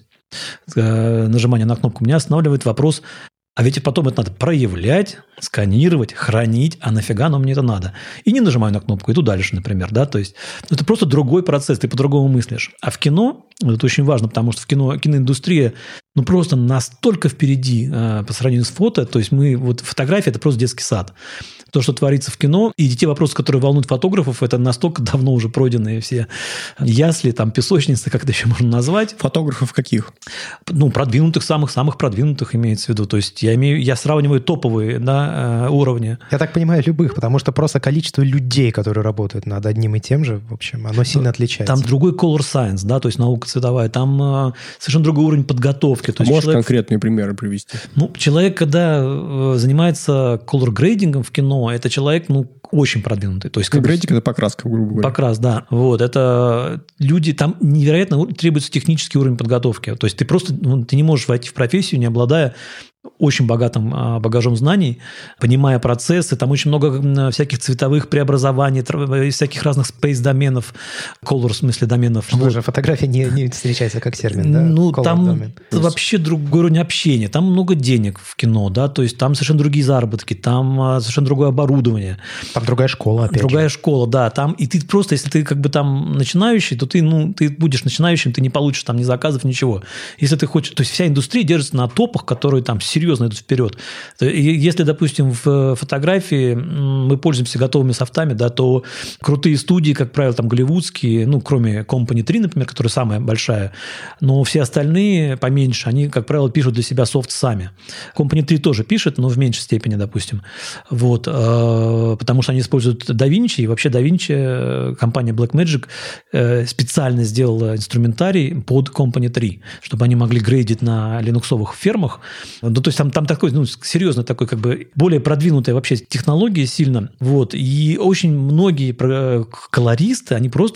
э, нажимания на кнопку, меня останавливает вопрос, а ведь потом это надо проявлять, сканировать, хранить, а нафига нам мне это надо? И не нажимаю на кнопку, иду дальше, например, да, то есть это просто другой процесс, ты по-другому мыслишь. А в кино, это очень важно, потому что в кино, киноиндустрия, ну, просто настолько впереди э, по сравнению с фото, то есть мы, вот фотография – это просто детский сад. То, что творится в кино, и те вопросы, которые волнуют фотографов, это настолько давно уже пройденные все ясли, там, песочницы, как это еще можно назвать. Фотографов каких? Ну, продвинутых, самых-самых продвинутых имеется в виду. То есть я, имею, я сравниваю топовые, да, уровни. Я так понимаю, любых, потому что просто количество людей, которые работают над одним и тем же, в общем, оно сильно отличается. Там другой color science, да, то есть наука цветовая, там э, совершенно другой уровень подготовки. То есть можешь человек, конкретные примеры привести? Ну, человек, когда э, занимается color грейдингом в кино, это человек, ну, очень продвинутый. То есть, как грейдинг – это покраска, грубо говоря. Покрас, да. Вот, это люди, там невероятно требуется технический уровень подготовки. То есть ты просто, ну, ты не можешь войти в профессию, не обладая очень богатым багажом знаний, понимая процессы, там очень много всяких цветовых преобразований, всяких разных space-доменов, color, в смысле доменов. Что же, фотография не, не встречается как термин, да? Ну, Color там домен. вообще другой уровень общения, там много денег в кино, да, то есть там совершенно другие заработки, там совершенно другое оборудование. Там другая школа, опять Другая же. школа, да, там, и ты просто, если ты как бы там начинающий, то ты, ну, ты будешь начинающим, ты не получишь там ни заказов, ничего. Если ты хочешь, то есть вся индустрия держится на топах, которые там серьезно идут вперед. Если, допустим, в фотографии мы пользуемся готовыми софтами, да, то крутые студии, как правило, там голливудские, ну, кроме Company три, например, которая самая большая, но все остальные поменьше, они, как правило, пишут для себя софт сами. Company три тоже пишет, но в меньшей степени, допустим. Вот, потому что они используют DaVinci, и вообще DaVinci, компания Blackmagic специально сделала инструментарий под Company три, чтобы они могли грейдить на линуксовых фермах. Ну, то есть там, там такой, ну, серьезно такой, как бы, более продвинутая вообще технология сильно. Вот. И очень многие колористы, они просто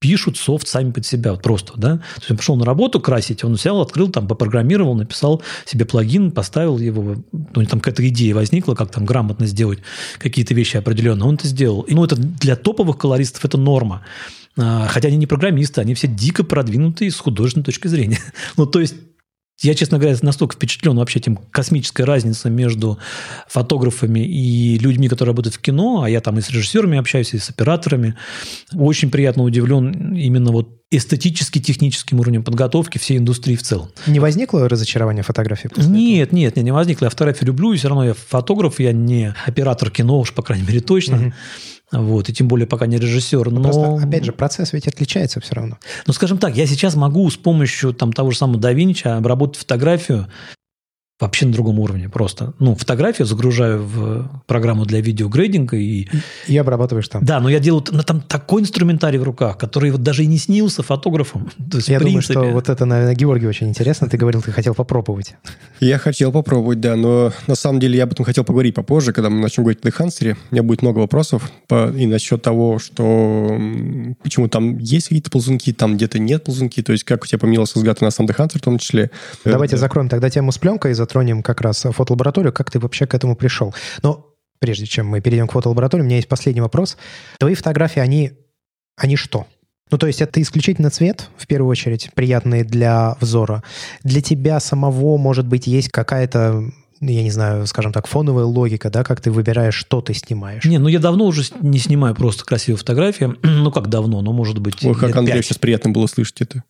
пишут софт сами под себя, вот просто, да. То есть он пошел на работу красить, он взял, открыл, там, попрограммировал, написал себе плагин, поставил его, ну, там какая-то идея возникла, как там грамотно сделать какие-то вещи определенные, он это сделал. И, ну, это для топовых колористов это норма. Хотя они не программисты, они все дико продвинутые с художественной точки зрения. Ну, то есть, я, честно говоря, настолько впечатлен вообще этим космической разницей между фотографами и людьми, которые работают в кино, а я там и с режиссерами общаюсь, и с операторами. Очень приятно удивлен именно вот эстетически-техническим уровнем подготовки всей индустрии в целом. Не возникло разочарование фотографии? Нет, этого? нет, нет, не возникло. Я фотографию люблю, и все равно я фотограф, я не оператор кино, уж, по крайней мере, точно. Угу. Вот, и тем более пока не режиссер. Но... Просто, опять же, процесс ведь отличается все равно. Ну, скажем так, я сейчас могу с помощью там, того же самого DaVinci обработать фотографию вообще на другом уровне просто. Ну, фотографию загружаю в программу для видеогрейдинга и... И обрабатываешь там. Да, но я делаю там такой инструментарий в руках, который вот даже и не снился фотографам. То есть, я в думаю, принципе... что вот это, наверное, Георгию очень интересно. Ты говорил, ты хотел попробовать. Я хотел попробовать, да, но на самом деле я об этом хотел поговорить попозже, когда мы начнем говорить о Behance. У меня будет много вопросов по... и насчет того, что почему там есть какие-то ползунки, там где-то нет ползунки, то есть как у тебя поменялся взгляд на сам Behance в том числе. Давайте это... закроем тогда тему с пленкой и затронем как раз фотолабораторию. Как ты вообще к этому пришел? Но прежде чем мы перейдем к фотолаборатории, у меня есть последний вопрос. Твои фотографии, они, они что? Ну, то есть это исключительно цвет, в первую очередь, приятный для взора. Для тебя самого, может быть, есть какая-то, я не знаю, скажем так, фоновая логика, да, как ты выбираешь, что ты снимаешь? Не, ну я давно уже не снимаю просто красивые фотографии. Ну, как давно, ну, может быть, Ой, как Андрею сейчас приятно было слышать это.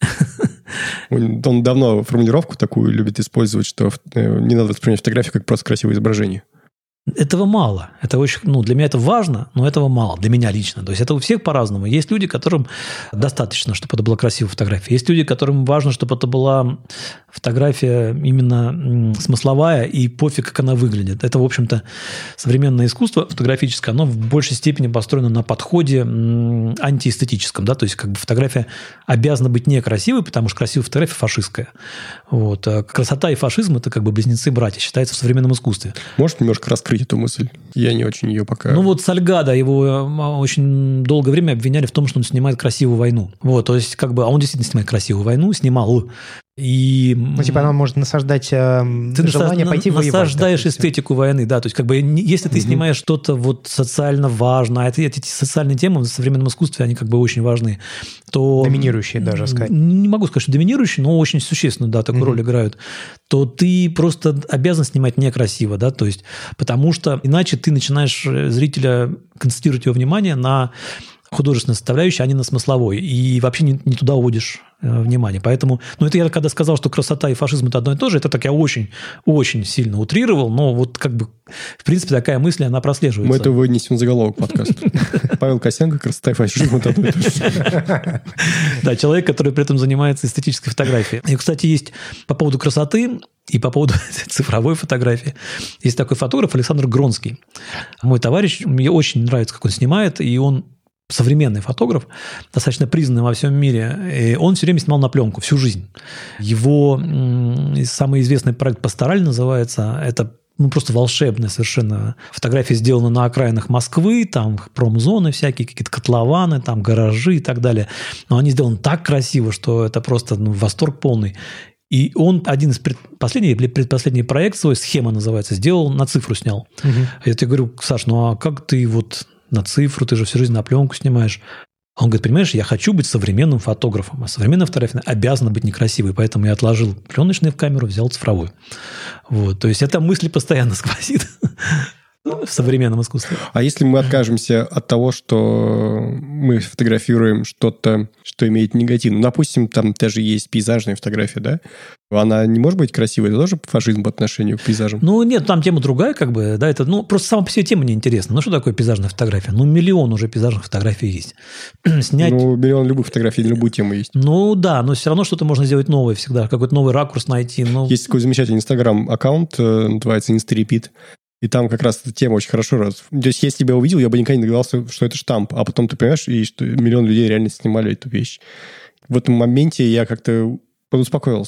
Он давно формулировку такую любит использовать, что не надо воспринимать фотографию как просто красивое изображение. Этого мало. Это очень, ну, для меня это важно, но этого мало. Для меня лично. То есть это у всех по-разному. Есть люди, которым достаточно, чтобы это была красивая фотография. Есть люди, которым важно, чтобы это была фотография именно смысловая, и пофиг, как она выглядит. Это, в общем-то, современное искусство фотографическое, оно в большей степени построено на подходе антиэстетическом. Да? То есть как бы фотография обязана быть некрасивой, потому что красивая фотография фашистская. Вот. А красота и фашизм – это как бы близнецы-братья, считается в современном искусстве. Может немножко раскрыть эту мысль? Я не очень ее пока... Ну вот Сальгадо, его очень долгое время обвиняли в том, что он снимает красивую войну. Вот, то есть как бы, а он действительно снимает красивую войну, снимал. И... Ну, типа она может насаждать э, ты желание насаж... пойти воевать. Насаждаешь эстетику войны, да. То есть как бы если ты mm-hmm. снимаешь что-то вот социально важное, а эти, эти социальные темы в современном искусстве, они как бы очень важны, то... Доминирующие даже, сказать. Не могу сказать, что доминирующие, но очень существенно, да, такую mm-hmm. роль играют. То ты просто обязан снимать некрасиво, да, то есть потому что иначе ты начинаешь зрителя концентрировать его внимание на художественной составляющей, а не на смысловой. И вообще не, не туда уводишь э, внимание. Поэтому, ну, это я когда сказал, что красота и фашизм – это одно и то же, это так я очень, очень сильно утрировал, но вот как бы, в принципе, такая мысль, она прослеживается. Мы это вынесем в заголовок подкаста. Павел Косенко, красота и фашизм – это одно и то же. Да, человек, который при этом занимается эстетической фотографией. И, кстати, есть по поводу красоты и по поводу цифровой фотографии. Есть такой фотограф Александр Гронский. Мой товарищ, мне очень нравится, как он снимает, и он современный фотограф, достаточно признанный во всем мире, и он все время снимал на пленку, всю жизнь. Его самый известный проект «Пастораль» называется, это ну, просто волшебная совершенно фотография, сделана на окраинах Москвы, там промзоны всякие, какие-то котлованы, там гаражи и так далее. Но они сделаны так красиво, что это просто ну, восторг полный. И он один из пред... последний или предпоследний проект свой, «Схема» называется, сделал, на цифру снял. Угу. Я тебе говорю, Саш, ну а как ты вот на цифру, ты же всю жизнь на пленку снимаешь. Он говорит, понимаешь, я хочу быть современным фотографом, а современная фотография обязана быть некрасивой, поэтому я отложил пленочный в камеру, взял цифровой. Вот, то есть эта мысль постоянно сквозит в современном искусстве. А если мы откажемся от того, что мы фотографируем что-то, что имеет негатив, ну, допустим, там даже есть пейзажная фотография, да? Она не может быть красивой, это тоже фашизм по отношению к пейзажам? Ну, нет, там тема другая, как бы, да, это, ну, просто сама по себе тема неинтересна. Ну, что такое пейзажная фотография? Ну, миллион уже пейзажных фотографий есть. Снять... Ну, миллион любых фотографий, на любую тему есть. Ну, да, но все равно что-то можно сделать новое всегда, какой-то новый ракурс найти. Ну... Есть такой замечательный инстаграм-аккаунт, называется InstaRepeat, и там как раз эта тема очень хорошо раз. То есть, если бы я увидел, я бы никогда не догадался, что это штамп. А потом ты понимаешь, и что миллион людей реально снимали эту вещь. В этом моменте я как-то подуспокоился.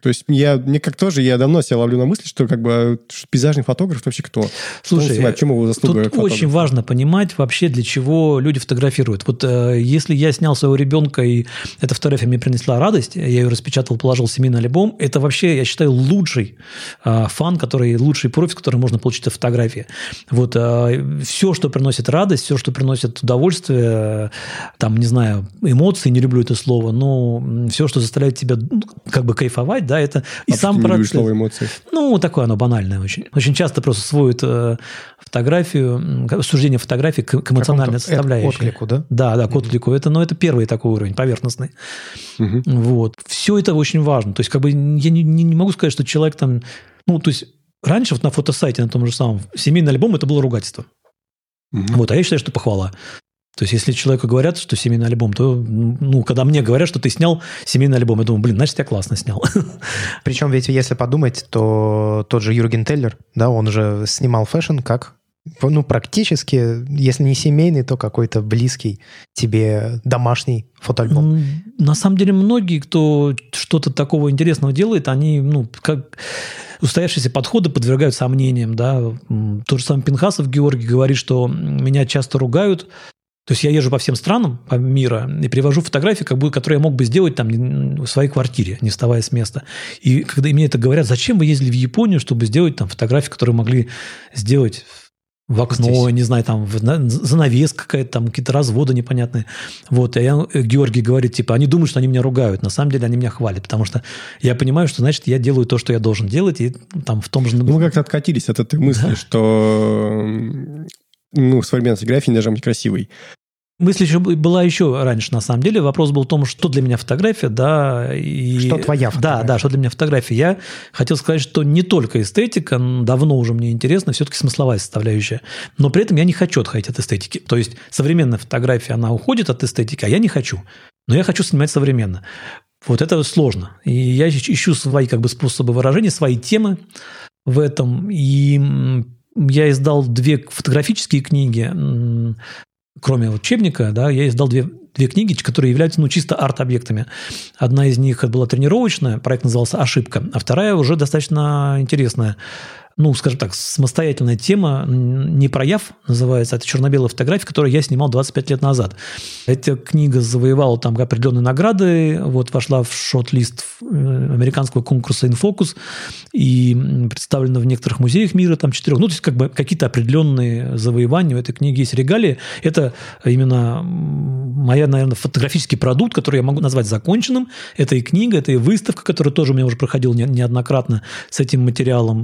То есть я, мне как тоже, я давно себя ловлю на мысли, что как бы что пейзажный фотограф вообще кто? Слушай, снимает, в чем его заслуга? Тут очень важно понимать вообще, для чего люди фотографируют. Вот э, если я снял своего ребенка, и эта фотография мне принесла радость, я ее распечатал, положил в семейный альбом, это вообще, я считаю, лучший э, фан, который, лучший профит, который можно получить от фотографии. Вот э, все, что приносит радость, все, что приносит удовольствие, э, там, не знаю, эмоции, не люблю это слово, но все, что заставляет тебя ну, как бы кайфовать, да, это и а сам ты не процесс. слово эмоции? Ну, такое оно банальное очень. Очень часто просто сводят э, фотографию, суждение фотографии к, к эмоциональной составляющей. К отклику, да? Да, да, к отклику. Mm-hmm. Это, но это первый такой уровень, поверхностный. Mm-hmm. Вот. Все это очень важно. То есть, как бы я не, не, не могу сказать, что человек там... Ну, то есть, раньше вот на фотосайте, на том же самом, семейный альбом, это было ругательство. Mm-hmm. Вот, а я считаю, что похвала. То есть, если человеку говорят, что семейный альбом, то, ну, когда мне говорят, что ты снял семейный альбом, я думаю, блин, значит, я классно снял. Причем, ведь, если подумать, то тот же Юрген Теллер, да, он же снимал фэшн как, ну, практически, если не семейный, то какой-то близкий тебе домашний фотоальбом. На самом деле, многие, кто что-то такого интересного делает, они, ну, как... устоявшиеся подходы подвергают сомнениям, да. Тот же самый Пинхасов Георгий говорит, что меня часто ругают. То есть я езжу по всем странам по мира и привожу фотографии, как бы, которые я мог бы сделать там в своей квартире, не вставая с места. И когда мне это говорят, зачем вы ездили в Японию, чтобы сделать там фотографии, которые могли сделать в окно, здесь, не знаю, там занавеска какая-то, там какие-то разводы непонятные. Вот, и я, Георгий говорит, типа, они думают, что они меня ругают, на самом деле они меня хвалят, потому что я понимаю, что, значит, я делаю то, что я должен делать, и там в том же... Ну, мы как-то откатились от этой мысли, да? Что ну, современная фотография не должна быть красивой. Мысль еще была еще раньше, на самом деле. Вопрос был в том, что для меня фотография, да. И... Что твоя фотография. Да, да, что для меня фотография. Я хотел сказать, что не только эстетика, давно уже мне интересна, все-таки смысловая составляющая. Но при этом я не хочу отходить от эстетики. То есть современная фотография, она уходит от эстетики, а я не хочу. Но я хочу снимать современно. Вот это сложно. И я ищу свои как бы способы выражения, свои темы в этом. И я издал две фотографические книги. Кроме учебника, да, я издал две, две книги, которые являются ну, чисто арт-объектами. Одна из них была тренировочная, проект назывался «Ошибка», а вторая уже достаточно интересная, ну, скажем так, самостоятельная тема, не про Яв называется, это черно-белая фотография, которую я снимал двадцать пять лет назад. Эта книга завоевала там определенные награды, вот вошла в шорт-лист американского конкурса «Инфокус» и представлена в некоторых музеях мира, там четырех. Ну, то есть как бы какие-то определенные завоевания у этой книги есть регалии. Это именно моя, наверное, фотографический продукт, который я могу назвать законченным. Это и книга, это и выставка, которая тоже у меня уже проходила неоднократно с этим материалом.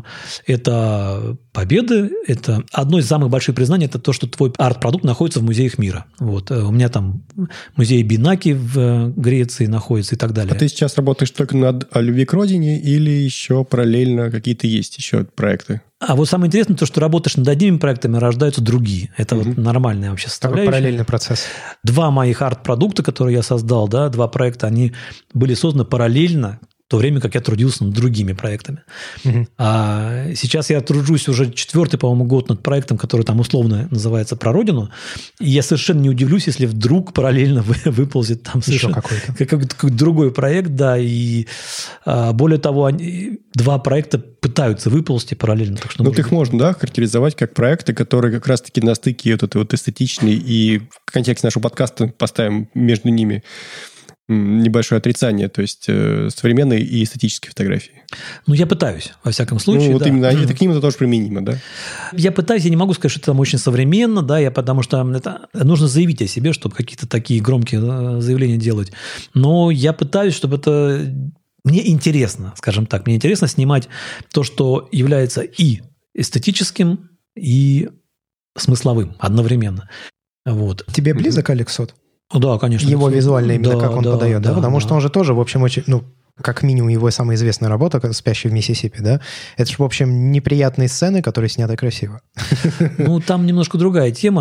Это победы, это одно из самых больших признаний, это то, что твой арт-продукт находится в музеях мира. Вот. У меня там музей Бинаки в Греции находится и так далее. А ты сейчас работаешь только над «О любви к родине» или еще параллельно какие-то есть еще проекты? А вот самое интересное, то, что работаешь над одними проектами, рождаются другие. Это угу. вот нормальная вообще составляющая. Такой параллельный процесс. Два моих арт-продукта, которые я создал, да, два проекта, они были созданы параллельно, в то время как я трудился над другими проектами. Uh-huh. А сейчас я тружусь уже четвертый, по-моему, год над проектом, который там условно называется «Про Родину». И я совершенно не удивлюсь, если вдруг параллельно выползет там совершенно какой-то. Какой-то, какой-то другой проект. Да, и а, более того, они, два проекта пытаются выползти параллельно. Так что ну, их можно, да, характеризовать как проекты, которые как раз-таки на стыке вот этой вот эстетичной и в контексте нашего подкаста поставим между ними небольшое отрицание, то есть э, современной и эстетической фотографии. Ну, я пытаюсь, во всяком случае. Ну, вот да. именно, это к ним это тоже применимо, да? Я пытаюсь, я не могу сказать, что это там очень современно, да, я, потому что это, нужно заявить о себе, чтобы какие-то такие громкие заявления делать. Но я пытаюсь, чтобы это... Мне интересно, скажем так, мне интересно снимать то, что является и эстетическим, и смысловым одновременно. Вот. Тебе близок Алекс Сот? Да, конечно. Его визуально именно да, как он да, подает, да? да Потому да. что он же тоже, в общем, очень, ну, как минимум его самая известная работа «Спящий в Миссисипи», да? Это же, в общем, неприятные сцены, которые сняты красиво. Ну, там немножко другая тема.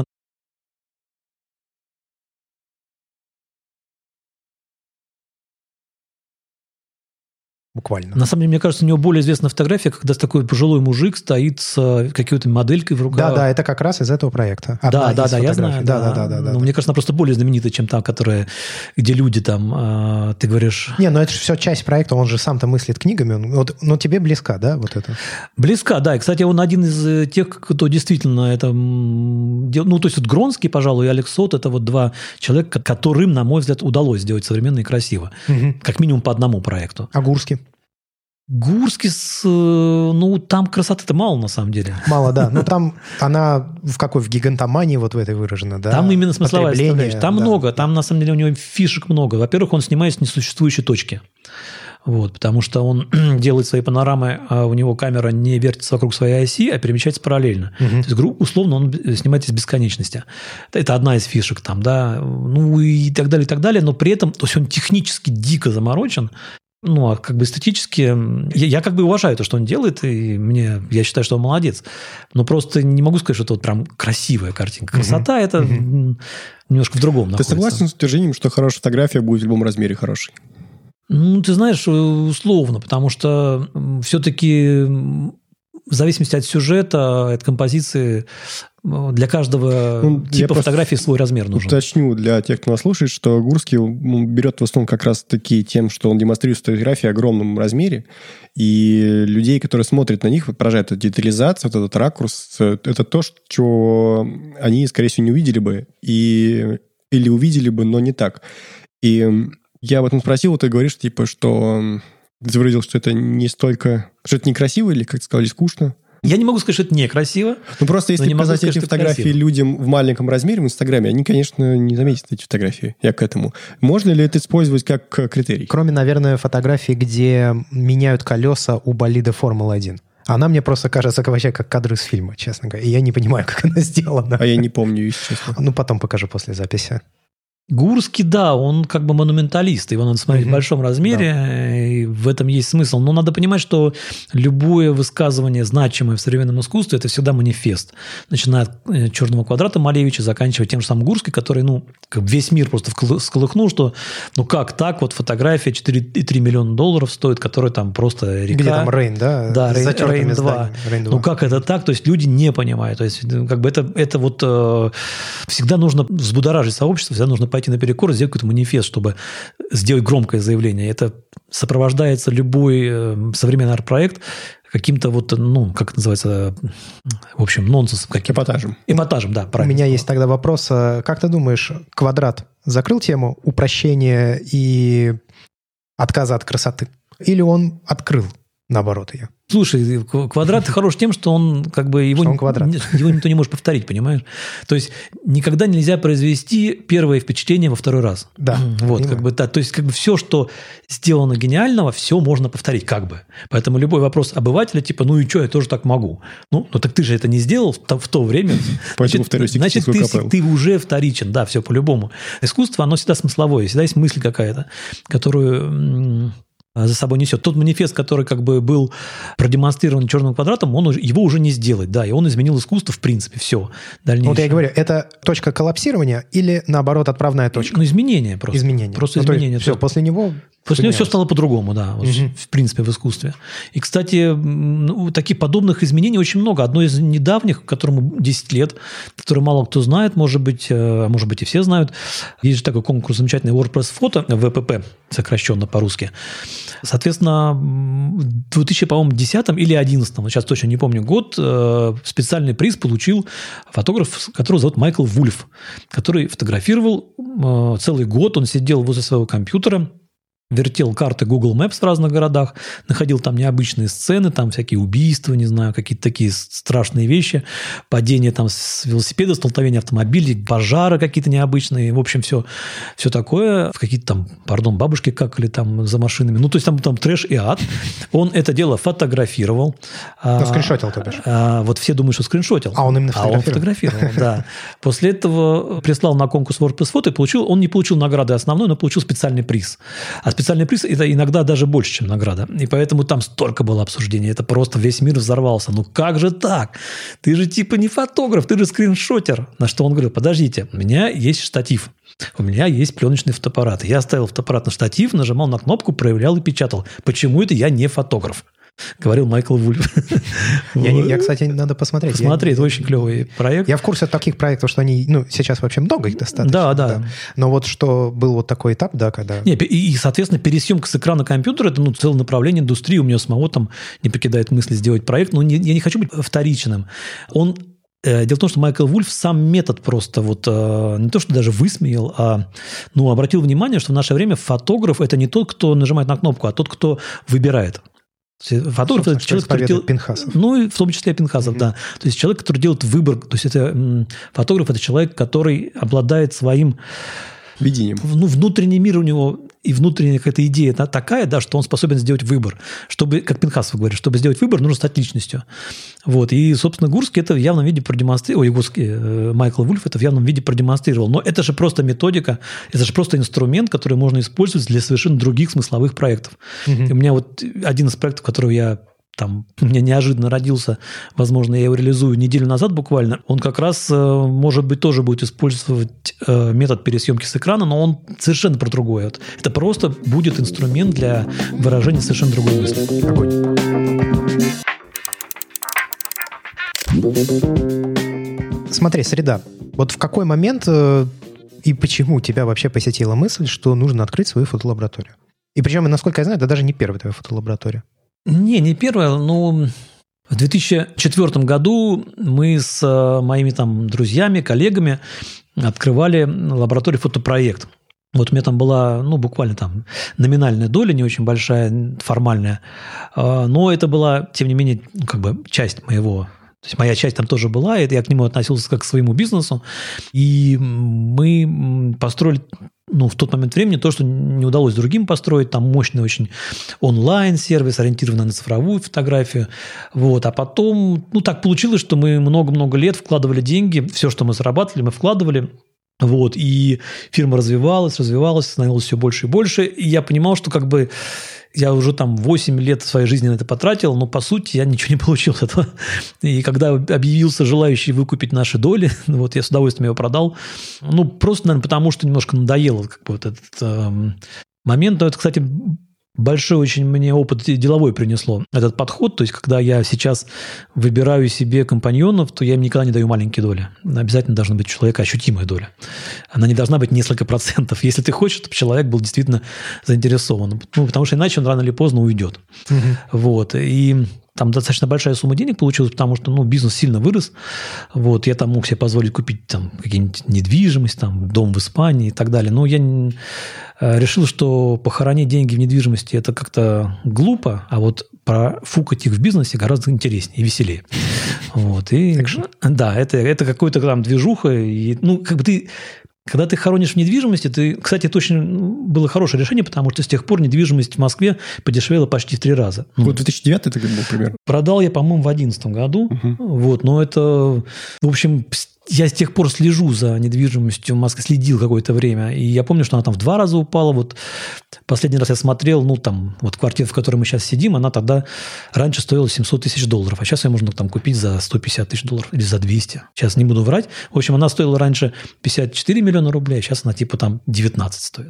буквально. На самом деле, мне кажется, у него более известная фотография, когда такой пожилой мужик стоит с какой-то моделькой в руках. Да, да, это как раз из этого проекта. Одна да, да, да, я знаю. Да, да, да, да, да. Но да. мне кажется, она просто более знаменитая, чем та, которая, где люди там, ты говоришь... Не, ну это же все часть проекта, он же сам-то мыслит книгами. Он, вот, но тебе близка, да, вот это? Близка, да. И, кстати, он один из тех, кто действительно это... Ну, то есть вот Гронский, пожалуй, и Алекс Сот – это вот два человека, которым, на мой взгляд, удалось сделать современно и красиво. Угу. Как минимум по одному проекту. А Гурский? Гурский, ну, там красоты-то мало, на самом деле. Мало, да. Но там она в какой? В гигантомании вот в этой выражена, да? Там именно смысловая составляющая. Там да. много. Там, на самом деле, у него фишек много. Во-первых, он снимает с несуществующей точки. Вот, потому что он делает свои панорамы, а у него камера не вертится вокруг своей оси, а перемещается параллельно. Угу. То есть, условно, он снимает из бесконечности. Это одна из фишек там, да. Ну, и так далее, и так далее. Но при этом, то есть, он технически дико заморочен. Ну, а как бы эстетически... Я, я как бы уважаю то, что он делает, и мне, я считаю, что он молодец. Но просто не могу сказать, что это вот прям красивая картинка. Красота – это mm-hmm. немножко в другом находится. Ты согласен с утверждением, что хорошая фотография будет в любом размере хорошей? Ну, ты знаешь, условно, потому что все-таки в зависимости от сюжета, от композиции, для каждого ну, типа фотографии свой размер нужен. Уточню для тех, кто нас слушает, что Гурский берет в основном как раз-таки тем, что он демонстрирует фотографии в огромном размере, и людей, которые смотрят на них, поражает эта детализация, вот этот ракурс, это то, что они, скорее всего, не увидели бы, и, или увидели бы, но не так. И я об этом спросил, ты говоришь, типа, что ты выразил, что это не столько... Что это некрасиво или, как ты сказал, скучно? Я не могу сказать, что это некрасиво. Ну, просто если показать сказать, эти фотографии людям в маленьком размере в Инстаграме, они, конечно, не заметят эти фотографии. Я к этому. Можно ли это использовать как критерий? Кроме, наверное, фотографий, где меняют колеса у болида Формулы один. Она мне просто кажется вообще как кадр из фильма, честно говоря. И я не понимаю, как она сделана. А я не помню, если честно. Ну, потом покажу после записи. Гурский, да, он как бы монументалист, его надо смотреть mm-hmm. в большом размере, да. И в этом есть смысл. Но надо понимать, что любое высказывание, значимое в современном искусстве, это всегда манифест. Начиная от «Черного квадрата» Малевича, заканчивая тем же самым Гурской, который, ну, весь мир просто всколыхнул, что, ну, как так, вот фотография четыре и три миллиона долларов стоит, которая там просто река. Где там Рейн, да? Да, Рейн два. Ну, как это так? То есть, люди не понимают. То есть, как бы это, это вот э, всегда нужно взбудоражить сообщество, всегда нужно пойти наперекор, сделать какой-то манифест, чтобы сделать громкое заявление. Это сопровождается любой э, современный арт-проект каким-то вот, ну, как это называется, в общем, нонсенсом. Эпатажем. Эпатажем, да, правильно. У меня есть тогда вопрос. Как ты думаешь, «Квадрат» закрыл тему упрощения и отказа от красоты? Или он открыл, наоборот, ее? Слушай, «Квадрат» хорош тем, что он как бы его, он квадрат. его никто не может повторить, понимаешь? То есть никогда нельзя произвести первое впечатление во второй раз. Да. Вот, понимаю. Как бы, да, то есть как бы все, что сделано гениального, все можно повторить как бы. Поэтому любой вопрос обывателя типа, ну и что, я тоже так могу. Ну, ну так ты же это не сделал в, в то время. Значит, значит ты, ты уже вторичен. Да, все по-любому. Искусство, оно всегда смысловое, всегда есть мысль какая-то, которую... за собой несет. Тот манифест, который как бы был продемонстрирован «Черным квадратом», он, его уже не сделать, да, и он изменил искусство в принципе, все. Дальнейшее. Вот я и говорю, это точка коллапсирования или, наоборот, отправная точка? Ну, изменение просто. Изменение. Просто ну, изменение. Все, после него... После него все стало по-другому, да, вот, угу. в принципе, в искусстве. И, кстати, ну, таких подобных изменений очень много. Одно из недавних, которому десять лет, которое мало кто знает, может быть, а может быть и все знают. Есть же такой конкурс замечательный WordPress фото, вэ пэ пэ, сокращенно по-русски. Соответственно, в две тысячи десятом или две тысячи одиннадцатом, сейчас точно не помню год, специальный приз получил фотограф, которого зовут Майкл Вульф, который фотографировал целый год, он сидел возле своего компьютера, вертел карты Google Maps в разных городах, находил там необычные сцены, там всякие убийства, не знаю, какие-то такие страшные вещи, падение там с велосипеда, столкновение автомобилей, пожары какие-то необычные, в общем, все, все такое. Какие-то там, пардон, бабушки какали там за машинами. Ну, то есть там, там трэш и ад. Он это дело фотографировал. Ну, скриншотил, то бишь. А, вот все думают, что скриншотил. А он именно фотографировал? А он фотографировал, да. После этого прислал на конкурс WordPress фото и получил, он не получил награды основной, но получил специальный приз. А специальный приз – это иногда даже больше, чем награда. И поэтому там столько было обсуждений. Это просто весь мир взорвался. Ну как же так? Ты же типа не фотограф, ты же скриншотер. На что он говорил: подождите, у меня есть штатив. У меня есть пленочный фотоаппарат. Я ставил фотоаппарат на штатив, нажимал на кнопку, проверял и печатал. Почему это я не фотограф? Говорил Майкл Вульф. Я, не, я, кстати, надо посмотреть. Посмотри, я, это очень клевый проект. Я в курсе таких проектов, что они, ну, сейчас вообще много их достаточно. Да, да. да. Но вот что был вот такой этап, да, когда... Не, и, и, соответственно, пересъемка с экрана компьютера – это ну, целое направление индустрии. У меня самого там не покидает мысли сделать проект. Но не, я не хочу быть вторичным. Он... Дело в том, что Майкл Вульф сам метод просто вот не то, что даже высмеял, а ну, обратил внимание, что в наше время фотограф – это не тот, кто нажимает на кнопку, а тот, кто выбирает. Фотограф – это человек, который делает... Пинхасов. Ну, и в том числе Пинхасов, mm-hmm. да. То есть человек, который делает выбор. То есть это фотограф – это человек, который обладает своим... видением. Ну, внутренний мир у него и внутренняя какая-то идея такая, да, что он способен сделать выбор. Чтобы, как Пинхасов говорит, чтобы сделать выбор, нужно стать личностью. Вот. И, собственно, Гурский это в явном виде продемонстрировал. Ой, Гурский, Майкл Вульф это в явном виде продемонстрировал. Но это же просто методика, это же просто инструмент, который можно использовать для совершенно других смысловых проектов. Угу. И у меня вот один из проектов, который я там у меня неожиданно родился, возможно, я его реализую неделю назад буквально, он как раз, может быть, тоже будет использовать метод пересъемки с экрана, но он совершенно про другое. Это просто будет инструмент для выражения совершенно другой мысли. Огонь. Смотри, среда. Вот в какой момент и почему тебя вообще посетила мысль, что нужно открыть свою фотолабораторию? И причем, насколько я знаю, это даже не первая твоя фотолаборатория. Не, не первая, но в две тысячи четвёртом году мы с моими там друзьями, коллегами открывали лабораторию «Фотопроект». Вот у меня там была, ну, буквально там номинальная доля, не очень большая, формальная, но это была, тем не менее, как бы часть моего... То есть моя часть там тоже была, и я к нему относился как к своему бизнесу. И мы построили, ну, в тот момент времени то, что не удалось другим построить. Там мощный очень онлайн-сервис, ориентированный на цифровую фотографию. Вот. А потом, ну, так получилось, что мы много-много лет вкладывали деньги. Все, что мы зарабатывали, мы вкладывали. Вот. И фирма развивалась, развивалась, становилась все больше и больше. И я понимал, что как бы... Я уже там восемь лет своей жизни на это потратил, но, по сути, я ничего не получил от этого. И когда объявился желающий выкупить наши доли, вот я с удовольствием его продал. Ну, просто, наверное, потому что немножко надоело как бы вот этот э, момент. Но это, кстати, большой очень мне опыт деловой принесло. Этот подход, то есть, когда я сейчас выбираю себе компаньонов, то я им никогда не даю маленькие доли. Обязательно должна быть у человека ощутимая доля. Она не должна быть несколько процентов. Если ты хочешь, чтобы человек был действительно заинтересован. Ну, потому что иначе он рано или поздно уйдет. Угу. Вот. И там достаточно большая сумма денег получилась, потому что ну, бизнес сильно вырос. Вот. Я там мог себе позволить купить там, какие-нибудь недвижимость, там, дом в Испании и так далее. Но я решил, что похоронить деньги в недвижимости – это как-то глупо, а вот профукать их в бизнесе гораздо интереснее и веселее. Вот. И, да, это, это какой-то там движуха. И, ну, как бы ты... Когда ты хоронишь в недвижимости, ты, кстати, это очень было хорошее решение, потому что с тех пор недвижимость в Москве подешевела почти в три раза. Вот две тысячи девятый это был пример. Продал я, по-моему, в две тысячи одиннадцатом году. Угу. Вот, но это, в общем, я с тех пор слежу за недвижимостью в Москве, следил какое-то время. И я помню, что она там в два раза упала. Вот последний раз я смотрел, ну, там, вот квартира, в которой мы сейчас сидим, она тогда раньше стоила семьсот тысяч долларов, а сейчас ее можно там купить за сто пятьдесят тысяч долларов или за двести. Сейчас не буду врать. В общем, она стоила раньше пятьдесят четыре миллиона рублей, а сейчас она типа там девятнадцать стоит.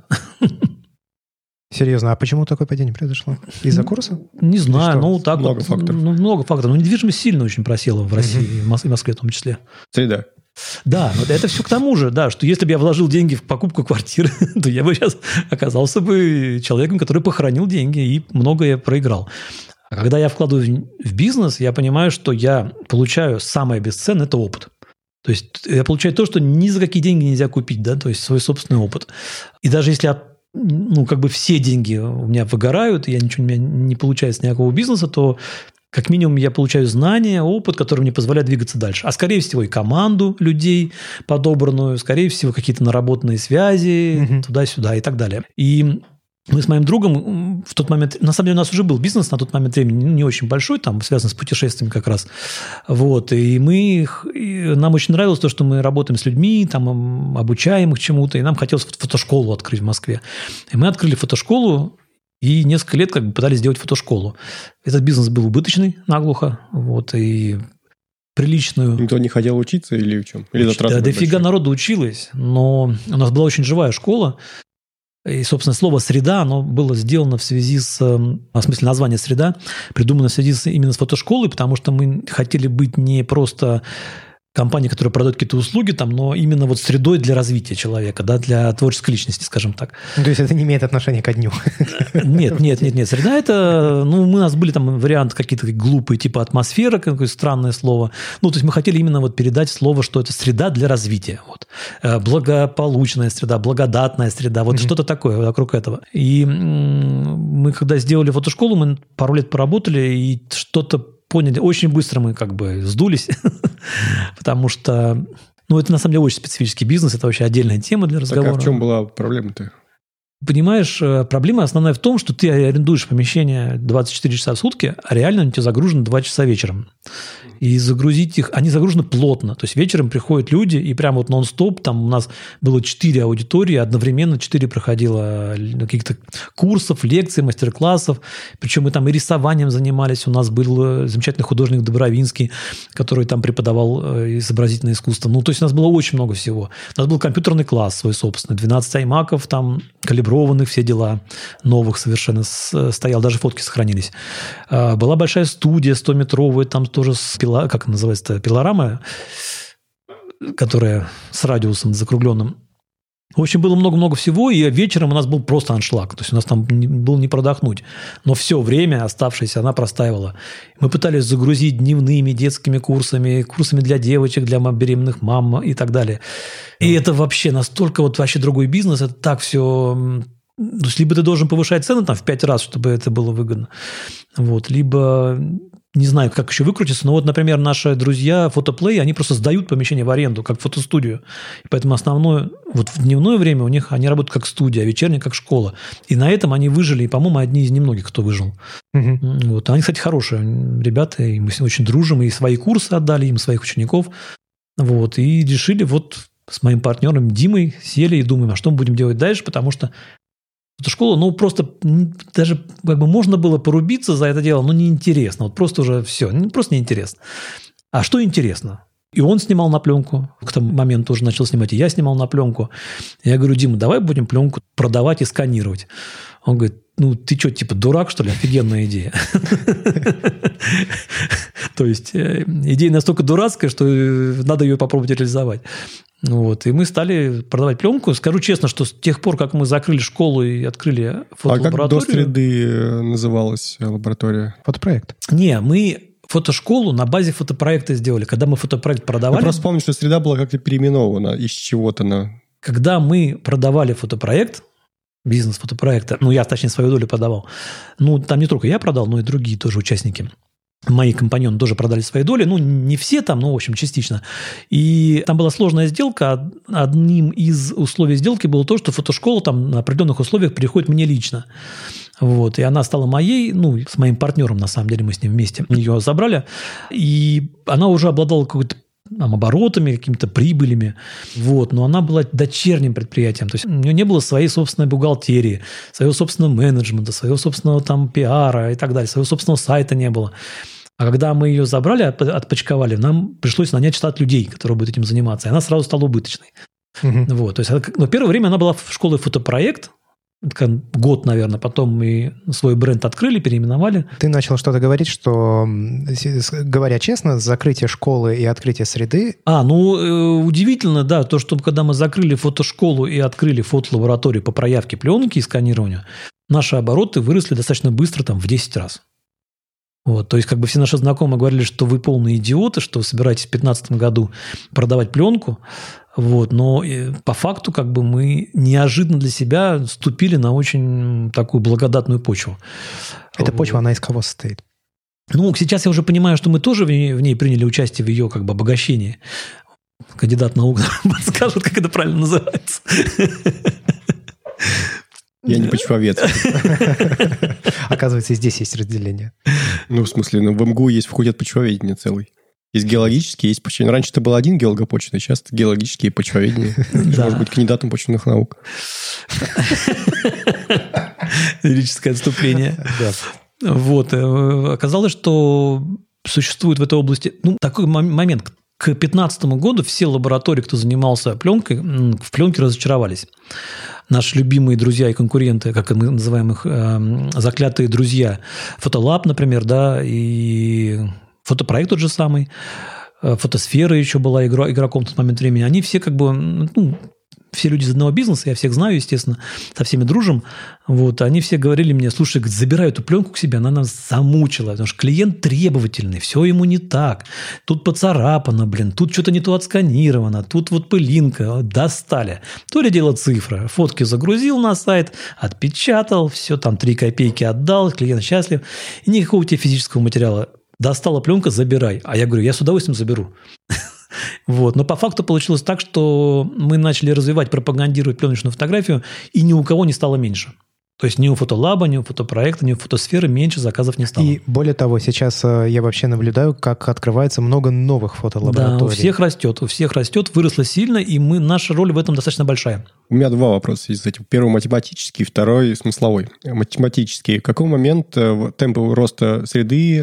Серьезно, а почему такое падение произошло? Из-за курса? Не знаю, ну так много вот, факторов. Ну, много факторов. Но недвижимость сильно очень просела в России, mm-hmm. в Москве, в Москве в том числе. Среда. Да, это все к тому же, да, что если бы я вложил деньги в покупку квартиры, то я бы сейчас оказался бы человеком, который похоронил деньги и многое проиграл. А когда я вкладываю в бизнес, я понимаю, что я получаю самое бесценное – это опыт. То есть я получаю то, что ни за какие деньги нельзя купить, да, то есть свой собственный опыт. И даже если я ну, как бы все деньги у меня выгорают, и я ничего у меня не получается никакого бизнеса, то как минимум я получаю знания, опыт, который мне позволяет двигаться дальше. А скорее всего и команду людей подобранную, скорее всего какие-то наработанные связи, угу. туда-сюда и так далее. И Мы с моим другом в тот момент... На самом деле у нас уже был бизнес на тот момент времени не очень большой, там, связанный с путешествиями как раз. Вот. И мы... И нам очень нравилось то, что мы работаем с людьми, там, обучаем их чему-то, и нам хотелось фотошколу открыть в Москве. И мы открыли фотошколу, и несколько лет как бы пытались сделать фотошколу. Этот бизнес был убыточный наглухо, вот, и приличную... Никто не хотел учиться или в чем? Или Уч... Да, дофига народу училось, но у нас была очень живая школа. И, собственно, слово «среда», оно было сделано в связи с... В смысле, название «среда» придумано в связи с, именно с фотошколой, потому что мы хотели быть не просто компанией, которая продает какие-то услуги, там, но именно вот средой для развития человека, да, для творческой личности, скажем так. Ну, то есть это не имеет отношения ко дню? Нет, нет, нет, нет. Среда – это... Ну, у нас были там варианты какие-то глупые, типа атмосфера, какое-то странное слово. Ну, то есть мы хотели именно вот передать слово, что это среда для развития. Вот. Благополучная среда, благодатная среда, вот mm-hmm. что-то такое вокруг этого. И мы, когда сделали фотошколу, мы пару лет поработали, и что-то поняли. Очень быстро мы как бы сдулись, потому что, ну, это на самом деле очень специфический бизнес, это вообще отдельная тема для разговора. Так а в чем была проблема-то? Понимаешь, проблема основная в том, что ты арендуешь помещение двадцать четыре часа в сутки, а реально они у тебя загружены два часа вечером. И загрузить их... Они загружены плотно. То есть вечером приходят люди, и прям вот нон-стоп, там у нас было четыре аудитории, одновременно четыре проходило каких-то курсов, лекций, мастер-классов. Причем мы там и рисованием занимались. У нас был замечательный художник Добровинский, который там преподавал изобразительное искусство. Ну, то есть у нас было очень много всего. У нас был компьютерный класс свой собственный, двенадцать аймаков, там калиброванных, все дела, новых совершенно стоял, даже фотки сохранились. Была большая студия стометровая, там тоже с пила, как называется, пилорама, которая с радиусом закругленным. В общем, было много-много всего, и вечером у нас был просто аншлаг. То есть у нас там было не продохнуть. Но все время оставшееся она простаивала. Мы пытались загрузить дневными детскими курсами, курсами для девочек, для беременных мам и так далее. И это вообще настолько вот вообще другой бизнес, это так все... То есть либо ты должен повышать цены там в пять раз, чтобы это было выгодно, вот, либо... Не знаю, как еще выкрутиться, но вот, например, наши друзья фотоплей, они просто сдают помещение в аренду, как фотостудию. И поэтому основное, вот в дневное время у них они работают как студия, а вечернее как школа. И на этом они выжили, и, по-моему, одни из немногих, кто выжил. Угу. Вот. Они, кстати, хорошие ребята, и мы с ними очень дружим, и свои курсы отдали им, своих учеников. Вот. И решили вот с моим партнером Димой сели и думаем, а что мы будем делать дальше, потому что эту школу, ну, просто даже как бы можно было порубиться за это дело, но неинтересно. Вот просто уже все, просто неинтересно. А что интересно? И он снимал на пленку. К тому моменту уже начал снимать, и я снимал на пленку. Я говорю, Дима, давай будем пленку продавать и сканировать. Он говорит, ну, ты что, типа дурак, что ли? Офигенная идея. То есть идея настолько дурацкая, что надо ее попробовать реализовать. Вот. И мы стали продавать пленку. Скажу честно, что с тех пор, как мы закрыли школу и открыли фотолабораторию... А как до среды называлась лаборатория? Фотопроект. Не, мы фотошколу на базе фотопроекта сделали. Когда мы фотопроект продавали... Я просто помню, что среда была как-то переименована из чего-то на... Когда мы продавали фотопроект, бизнес фотопроекта, ну, я, точнее, свою долю продавал, ну, там не только я продал, но и другие тоже участники. Мои компаньоны тоже продали свои доли, ну, не все там, но, в общем, частично. И там была сложная сделка. Одним из условий сделки было то, что фотошкола там на определенных условиях переходит мне лично. Вот. И она стала моей, ну, с моим партнером, на самом деле, мы с ним вместе ее забрали. И она уже обладала какой-то там, оборотами, какими-то прибылями. Вот. Но она была дочерним предприятием. То есть у нее не было своей собственной бухгалтерии, своего собственного менеджмента, своего собственного там пиара и так далее, своего собственного сайта не было. А когда мы ее забрали, отпочковали, нам пришлось нанять штат людей, которые будут этим заниматься. И она сразу стала убыточной. Угу. Вот. То есть, но первое время она была в школе фотопроект. Год, наверное, потом мы свой бренд открыли, переименовали. Ты начал что-то говорить, что, говоря честно, закрытие школы и открытие среды... А, ну, удивительно, да, то, что когда мы закрыли фотошколу и открыли фотолабораторию по проявке пленки и сканированию, наши обороты выросли достаточно быстро, там, в десять раз. Вот, то есть, как бы все наши знакомые говорили, что вы полные идиоты, что вы собираетесь в две тысячи пятнадцатом году продавать пленку. Вот, но по факту как бы мы неожиданно для себя ступили на очень такую благодатную почву. Эта почва, она из кого состоит? Ну, сейчас я уже понимаю, что мы тоже в ней, в ней приняли участие в ее как бы обогащении. Кандидат наук подскажет, как это правильно называется. Я не почвовед. Оказывается, и здесь есть разделение. Ну, в смысле, ну, в МГУ есть факультет почвоведения целый. Есть геологический, есть почвоведение. Раньше это был один геологопочвенный, сейчас это геологические и почвоведение. Может быть, кандидатом почвенных наук. Лирическое отступление. Вот. Оказалось, что существует в этой области... Ну, такой момент. К две тысячи пятнадцатому году все лаборатории, кто занимался пленкой, в пленке разочаровались. Наши любимые друзья и конкуренты, как мы называем их, заклятые друзья. Фотолаб, например, да, и фотопроект тот же самый. Фотосфера еще была игроком в тот момент времени. Они все как бы... Ну, все люди из одного бизнеса, я всех знаю, естественно, со всеми дружим. Вот, они все говорили мне: слушай, забирай эту пленку к себе, она нас замучила, потому что клиент требовательный, все ему не так. Тут поцарапано, блин, тут что-то не то отсканировано, тут вот пылинка, достали. То ли дело цифра. Фотки загрузил на сайт, отпечатал, все, там три копейки отдал, клиент счастлив. И никакого у тебя физического материала. Достала пленка, забирай. А я говорю, я с удовольствием заберу. Вот. Но по факту получилось так, что мы начали развивать, пропагандировать пленочную фотографию, и ни у кого не стало меньше. То есть ни у фотолаба, ни у фотопроекта, ни у фотосферы меньше заказов не стало. И более того, сейчас я вообще наблюдаю, как открывается много новых фотолабораторий. Да, у всех растет, у всех растет, выросло сильно, и мы, наша роль в этом достаточно большая. У меня два вопроса из этих. Первый математический, второй смысловой. Математический. В какой момент темпы роста среды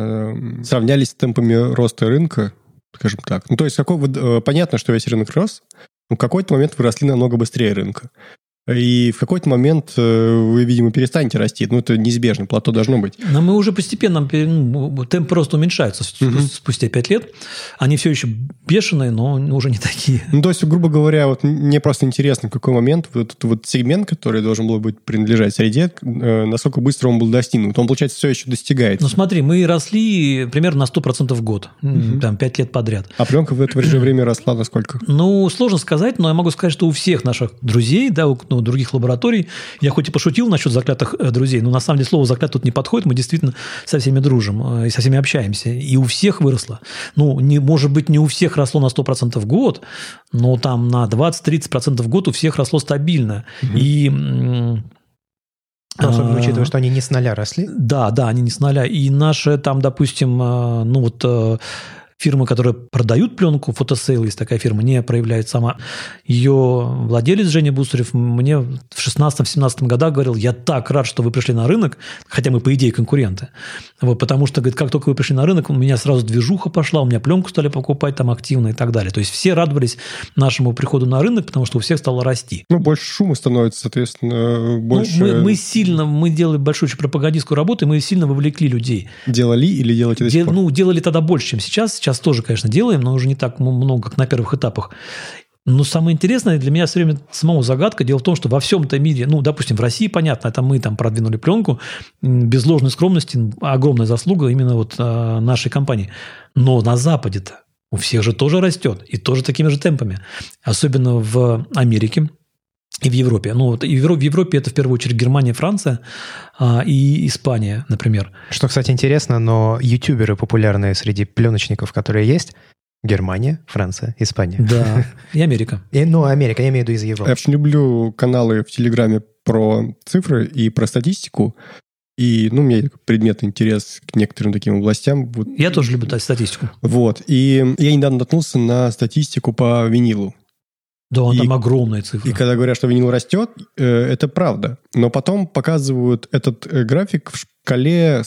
э, сравнялись с темпами роста рынка, скажем так? Ну, то есть, какой, понятно, что весь рынок рос, но в какой-то момент вы росли намного быстрее рынка. И в какой-то момент вы, видимо, перестанете расти. Ну, это неизбежно, плато должно быть. Но мы уже постепенно, ну, темп просто уменьшается угу. спустя пять лет. Они все еще бешеные, но уже не такие. Ну, то есть, грубо говоря, вот мне просто интересно, в какой момент вот этот вот сегмент, который должен был быть принадлежать среде, насколько быстро он был достигнут. Он, получается, все еще достигается. Ну, смотри, мы росли примерно на сто процентов в год. Угу. Там, пять лет подряд. А пленка в это же время росла на сколько? Ну, сложно сказать, но я могу сказать, что у всех наших друзей, да, у других лабораторий. Я хоть и пошутил насчет заклятых друзей, но на самом деле слово «заклят» тут не подходит. Мы действительно со всеми дружим и со всеми общаемся. И у всех выросло. Ну, не, может быть, не у всех росло на сто процентов в год, но там на двадцать-тридцать процентов в год у всех росло стабильно. Угу. И... Ну, особенно учитывая, что они не с нуля росли. Да, да, они не с нуля. И наши там, допустим, ну вот... Фирмы, которые продают пленку, фотосейл, есть такая фирма, не проявляет сама. Ее владелец Женя Бусарев мне в шестнадцатом-семнадцатом годах говорил: я так рад, что вы пришли на рынок, хотя мы, по идее, конкуренты. Вот, потому что, говорит, как только вы пришли на рынок, у меня сразу движуха пошла, у меня пленку стали покупать там активно и так далее. То есть все радовались нашему приходу на рынок, потому что у всех стало расти. Ну, больше шума становится, соответственно, больше... Ну, мы, мы сильно, мы делали большую пропагандистскую работу, и мы сильно вовлекли людей. Делали или делаете до сих пор? Ну, делали тогда больше, чем сейчас. Сейчас тоже, конечно, делаем, но уже не так много, как на первых этапах. Но самое интересное для меня все время самого загадка. Дело в том, что во всем этом мире, ну, допустим, в России, понятно, это мы там продвинули пленку, без ложной скромности, огромная заслуга именно вот а, нашей компании. Но на Западе-то у всех же тоже растет, и тоже такими же темпами. Особенно в Америке и в Европе. Ну, вот в Европе это в первую очередь Германия, Франция а, и Испания, например. Что, кстати, интересно, но ютуберы популярные среди пленочников, которые есть, Германия, Франция, Испания. Да, и Америка. И, ну, Америка, я имею в виду из Европы. Я очень люблю каналы в Телеграме про цифры и про статистику. И, ну, у меня предметный интерес к некоторым таким областям. Вот. Я тоже люблю статистику. Вот. И я недавно наткнулся на статистику по винилу. Да, и, там огромные цифры. И когда говорят, что винил растет, э, это правда. Но потом показывают этот э, график в шкале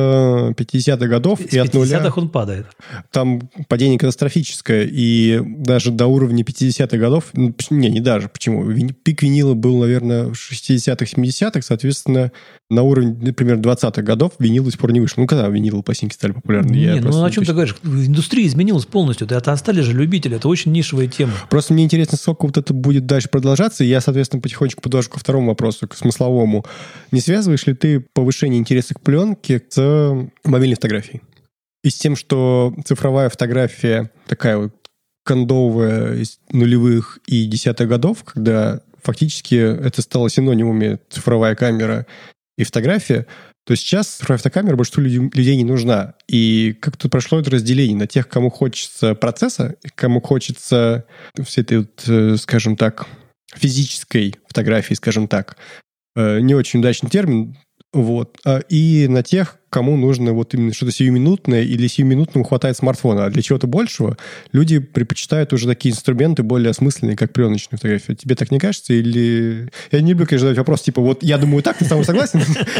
с пятидесятых годов. С и от нуля пятидесятых он падает. Там падение катастрофическое. И даже до уровня пятидесятых годов... Ну, не, не даже. Почему? Пик винила был, наверное, в шестидесятых, семидесятых. Соответственно, на уровне, например, двадцатых годов винил до сих пор не вышел. Ну, когда виниловые пластинки стали популярны? Не, ну о чем ты говоришь? Индустрия изменилась полностью. Это остались же любители. Это очень нишевая тема. Просто мне интересно, сколько вот это будет дальше продолжаться. И я, соответственно, потихонечку подвожу ко второму вопросу, к смысловому. Не связываешь ли ты повышение интереса к пленке с мобильной фотографией? И с тем, что цифровая фотография такая вот кондовая из нулевых и десятых годов, когда фактически это стало синонимами цифровая камера и фотография, то сейчас цифровая фотокамера большинству людей не нужна. И как-то прошло это разделение на тех, кому хочется процесса, кому хочется всей этой, вот, скажем так, физической фотографии, скажем так. не очень удачный термин, вот, и на тех, кому нужно вот именно что-то сиюминутное или сиюминутному хватает смартфона, а для чего-то большего люди предпочитают уже такие инструменты более осмысленные, как пленочная фотография. Тебе так не кажется? Или... Я не люблю, конечно, задать вопрос, типа, вот я думаю так, ты с тобой согласен,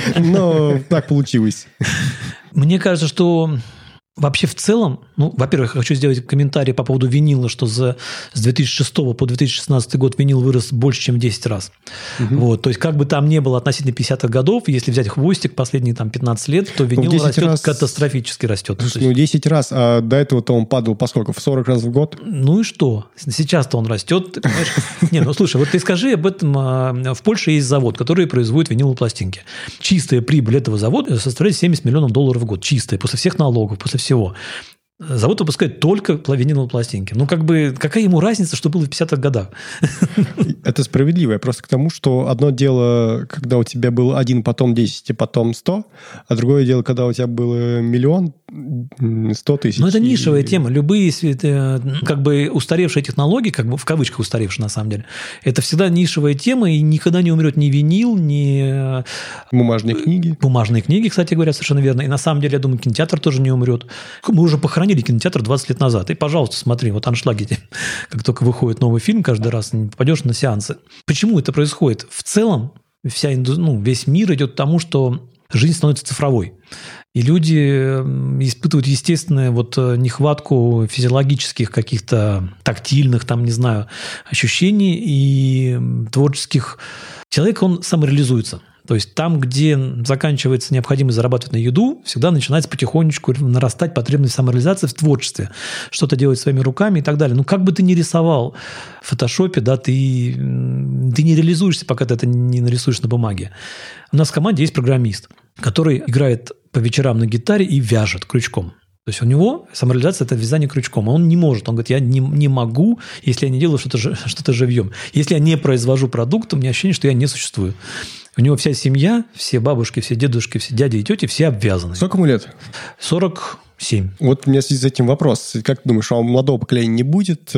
но так получилось. Мне кажется, что... Вообще в целом, ну, во-первых, я хочу сделать комментарий по поводу винила, что за, с две тысячи шестого по две тысячи шестнадцатый год винил вырос больше, чем в десять раз. Угу. Вот, то есть, как бы там ни было относительно пятидесятых годов, если взять хвостик последние там, пятнадцать лет, то винил растет, раз... катастрофически растет. Слушай, ну, десять раз, а до этого-то он падал по сколько? В сорок раз в год? Ну и что? Сейчас-то он растет, ты понимаешь? Не, ну слушай, вот ты скажи об этом. В Польше есть завод, который производит виниловые пластинки. Чистая прибыль этого завода составляет семьдесят миллионов долларов в год. Чистая, после всех налогов, после всего. Завод выпускает только виниловые пластинки. Ну, как бы, какая ему разница, что было в пятидесятых годах? Это справедливо. Я просто к тому, что одно дело, когда у тебя был один, потом десять, и потом сто, а другое дело, когда у тебя было миллион, сто тысяч. Ну, это нишевая и... тема. Любые как бы устаревшие технологии, как бы в кавычках устаревшие на самом деле, это всегда нишевая тема, и никогда не умрет ни винил, ни... Бумажные книги. Бумажные книги, кстати говоря, совершенно верно. И на самом деле, я думаю, кинотеатр тоже не умрет. Мы уже похоронили кинотеатр двадцать лет назад. И, пожалуйста, смотри, вот аншлаги. Как только выходит новый фильм, каждый раз попадешь на сеансы. Почему это происходит? В целом, вся, ну, весь мир идет к тому, что жизнь становится цифровой. И люди испытывают естественную вот нехватку физиологических каких-то тактильных, там, не знаю, ощущений и творческих. Человек, он самореализуется. То есть там, где заканчивается необходимость зарабатывать на еду, всегда начинается потихонечку нарастать потребность самореализации в творчестве. Что-то делать своими руками и так далее. Ну, как бы ты ни рисовал в фотошопе, да, ты, ты не реализуешься, пока ты это не нарисуешь на бумаге. У нас в команде есть программист, который играет по вечерам на гитаре и вяжет крючком. То есть у него самореализация – это вязание крючком. А он не может. Он говорит, я не, не могу, если я не делаю что-то, что-то живьем. Если я не произвожу продукт, у меня ощущение, что я не существую. У него вся семья, все бабушки, все дедушки, все дяди и тети, все обвязаны. Сколько ему лет? сорок семь. Вот у меня в связи с этим вопрос. Как ты думаешь, а у молодого поколения не будет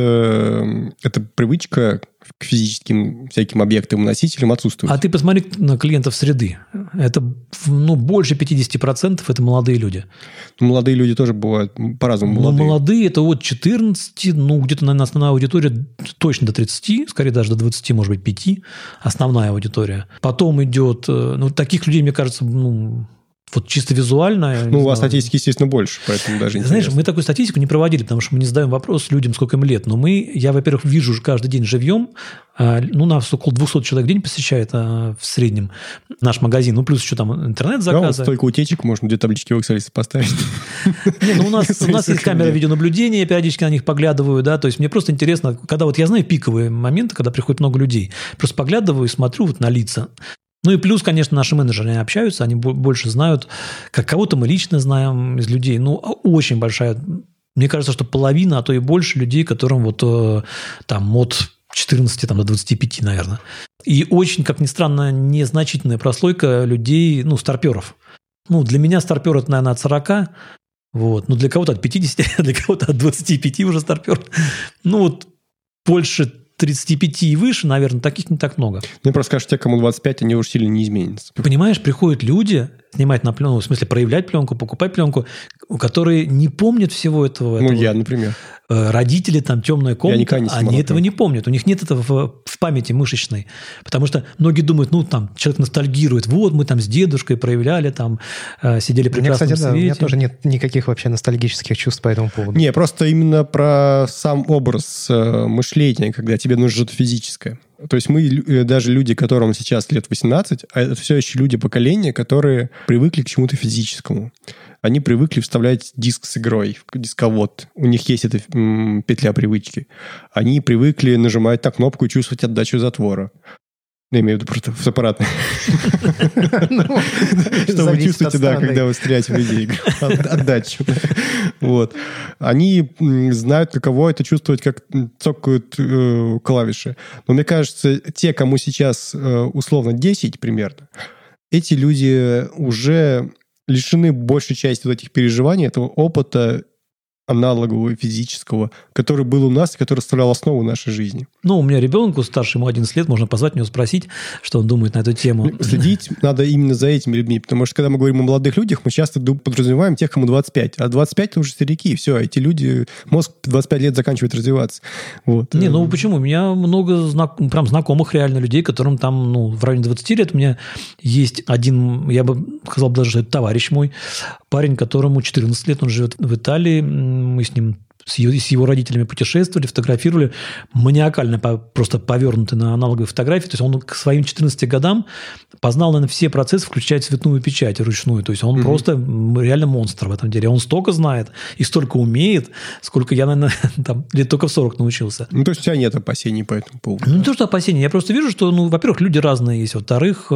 э, эта привычка к физическим всяким объектам и носителям отсутствует? А ты посмотри на клиентов среды. Это ну, больше пятьдесят процентов это молодые люди. Молодые люди тоже бывают по-разному молодые. молодые. Но молодые – это от четырнадцати, ну, где-то, наверное, основная аудитория точно до тридцати, скорее даже до двадцати, может быть, пяти. Основная аудитория. Потом идет… Ну, таких людей, мне кажется, ну… Вот чисто визуально. Ну, у вас статистики, естественно, больше, поэтому даже интересно. Знаешь, мы такую статистику не проводили, потому что мы не задаем вопрос людям, сколько им лет. Но мы, я, во-первых, вижу уже каждый день живьем, ну, нас около двухсот человек в день посещает в среднем наш магазин. Ну, плюс еще там интернет-заказы. Да, вот столько утечек, можно две таблички в Excel поставить. Не, ну, у нас, у нас есть камера видеонаблюдения, я периодически на них поглядываю, да, то есть мне просто интересно, когда вот я знаю пиковые моменты, когда приходит много людей, просто поглядываю и смотрю вот на лица. Ну и плюс, конечно, наши менеджеры они общаются, они больше знают, как кого-то мы лично знаем из людей. Ну, очень большая, мне кажется, что половина, а то и больше людей, которым вот там от четырнадцати там, до двадцати пяти, наверное. И очень, как ни странно, незначительная прослойка людей, ну, старперов. Ну, для меня старпер – это, наверное, от сорока, вот. Но для кого-то от пятидесяти, для кого-то от двадцати пяти уже старпер. Ну, вот больше тридцати пяти и выше, наверное, таких не так много. Мне просто кажется, те, кому двадцать пять, они уже сильно не изменятся. Понимаешь, приходят люди снимать на пленку, в смысле проявлять пленку, покупать пленку, которые не помнят всего этого. Ну, этого. я, например. Родители, там, темная комната, не они этого не помнят. У них нет этого в, в памяти мышечной. Потому что многие думают, ну, там, человек ностальгирует. Вот, мы там с дедушкой проявляли, там, сидели в прекрасном у меня, кстати, свете. Да, у меня тоже нет никаких вообще ностальгических чувств по этому поводу. Не, просто именно про сам образ мышления, когда тебе нужно что-то физическое. То есть мы, даже люди, которым сейчас лет восемнадцать, а это все еще люди поколения, которые привыкли к чему-то физическому. Они привыкли вставлять диск с игрой, дисковод. У них есть эта м, петля привычки. Они привыкли нажимать на кнопку и чувствовать отдачу затвора. Я имею в виду просто с аппаратом. Что вы чувствуете, да, когда вы стреляете в людей. Отдачу. Вот. Они знают, каково это чувствовать, как цокают клавиши. Но мне кажется, те, кому сейчас условно десять примерно, эти люди уже лишены большей части вот этих переживаний, этого опыта аналогового, физического, который был у нас и который составлял основу нашей жизни. Ну, у меня ребенку старше, ему одиннадцать лет, можно позвать него, спросить, что он думает на эту тему. Следить надо именно за этими людьми, потому что, когда мы говорим о молодых людях, мы часто подразумеваем тех, кому двадцать пять, а двадцать пять это уже старики, все, эти люди, мозг двадцать пять лет заканчивает развиваться. Вот. Не, ну почему? У меня много знак... прям знакомых реально людей, которым там, ну, в районе двадцати лет. У меня есть один, я бы сказал даже, что это товарищ мой, парень, которому четырнадцать лет, он живет в Италии, мы с ним, с его, с его родителями путешествовали, фотографировали, маниакально по, просто повернуты на аналоговые фотографии. То есть он к своим четырнадцати годам познал, наверное, все процессы, включая цветную печать ручную. То есть он mm-hmm. просто реально монстр в этом деле. Он столько знает и столько умеет, сколько я, наверное, там, лет только в сорок научился. Ну, то есть у тебя нет опасений по этому поводу? Ну, не то, что опасений. Я просто вижу, что, ну, во-первых, люди разные есть. Во-вторых,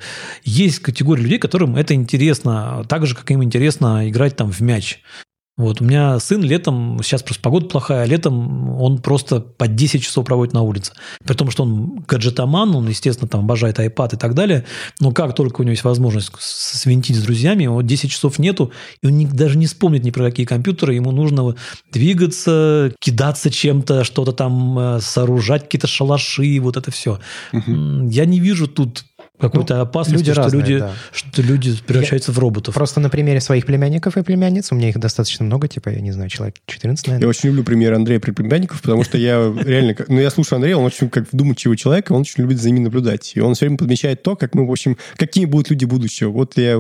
есть категория людей, которым это интересно, так же, как им интересно играть там в мяч. Вот, у меня сын летом, сейчас просто погода плохая, летом он просто по десять часов проводит на улице. При том, что он гаджетоман, он, естественно, там обожает iPad и так далее, но как только у него есть возможность свинтить с друзьями, его десять часов нету, и он даже не вспомнит ни про какие компьютеры, ему нужно двигаться, кидаться чем-то, что-то там сооружать, какие-то шалаши, вот это все. Угу. Я не вижу тут какой-то ну, опасности, люди что, разные, люди, да. что люди превращаются я в роботов. Просто на примере своих племянников и племянниц, у меня их достаточно много, типа, я не знаю, человек четырнадцать, наверное. Я очень люблю пример Андрея при племянников, потому что я реально... Ну, я слушаю Андрея, он очень как вдумчивый человек, он очень любит за ними наблюдать. И он все время подмечает то, как мы, в общем, какие будут люди будущего. Вот я...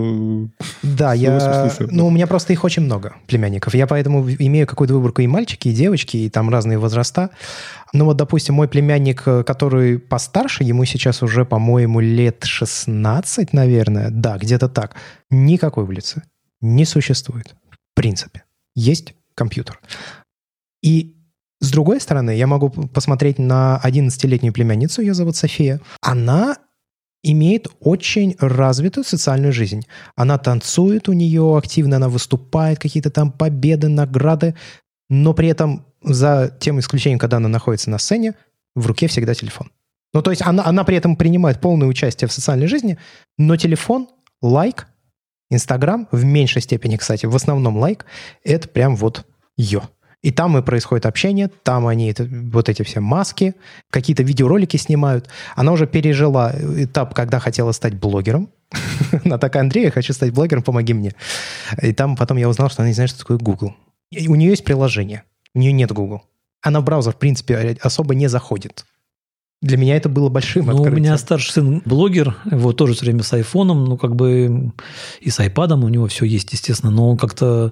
Да, я... Ну, у меня просто их очень много, племянников. Я поэтому имею какую-то выборку и мальчики, и девочки, и там разные возраста. Ну, вот, допустим, мой племянник, который постарше, ему сейчас уже, по-моему, лет шестнадцать, наверное. Да, где-то так. Никакой улицы не существует. В принципе. Есть компьютер. И с другой стороны, я могу посмотреть на одиннадцатилетнюю племянницу, ее зовут София. Она имеет очень развитую социальную жизнь. Она танцует у нее активно, она выступает, какие-то там победы, награды, но при этом за тем исключением, когда она находится на сцене, в руке всегда телефон. Ну, то есть она, она при этом принимает полное участие в социальной жизни, но телефон, лайк, Инстаграм, в меньшей степени, кстати, в основном лайк, это прям вот ее. И там и происходит общение, там они, это, вот эти все маски, какие-то видеоролики снимают. Она уже пережила этап, когда хотела стать блогером. Она такая: Андрей, я хочу стать блогером, помоги мне. И там потом я узнал, что она не знает, что такое Google. И у нее есть приложение, у нее нет Google. Она в браузер, в принципе, особо не заходит. Для меня это было большим ну, открытием. У меня старший сын блогер, его тоже все время с айфоном, ну, как бы и с айпадом у него все есть, естественно, но как-то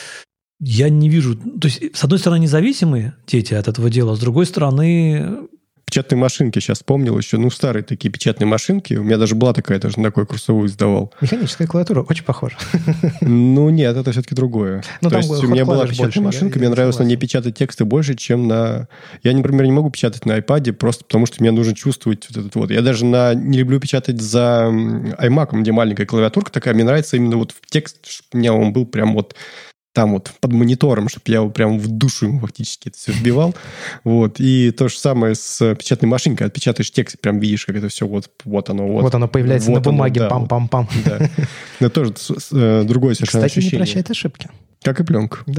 я не вижу... То есть, с одной стороны, независимые дети от этого дела, а с другой стороны... Печатные машинки, сейчас вспомнил еще, ну, старые такие печатные машинки. У меня даже была такая, даже на такой курсовую сдавал. Механическая клавиатура, очень похожа. Ну, нет, это все-таки другое. Ну, То есть у меня была печатная больше, машинка, я, мне я нравилось согласен. На ней печатать тексты больше, чем на... Я, например, не могу печатать на iPad, просто потому что мне нужно чувствовать вот этот вот. Я даже на... не люблю печатать за iMac, где маленькая клавиатурка такая. Мне нравится именно вот текст, чтобы у меня он был прям вот... там вот под монитором, чтобы я прям в душу ему фактически это все вбивал. Вот. И то же самое с печатной машинкой. Отпечатаешь текст, прям видишь, как это все вот, вот оно. Вот, вот оно появляется вот на бумаге, оно, да, пам-пам-пам. Да. Это тоже другое совершенно ощущение. Кстати, не прощает ошибки. Как и пленка. Да.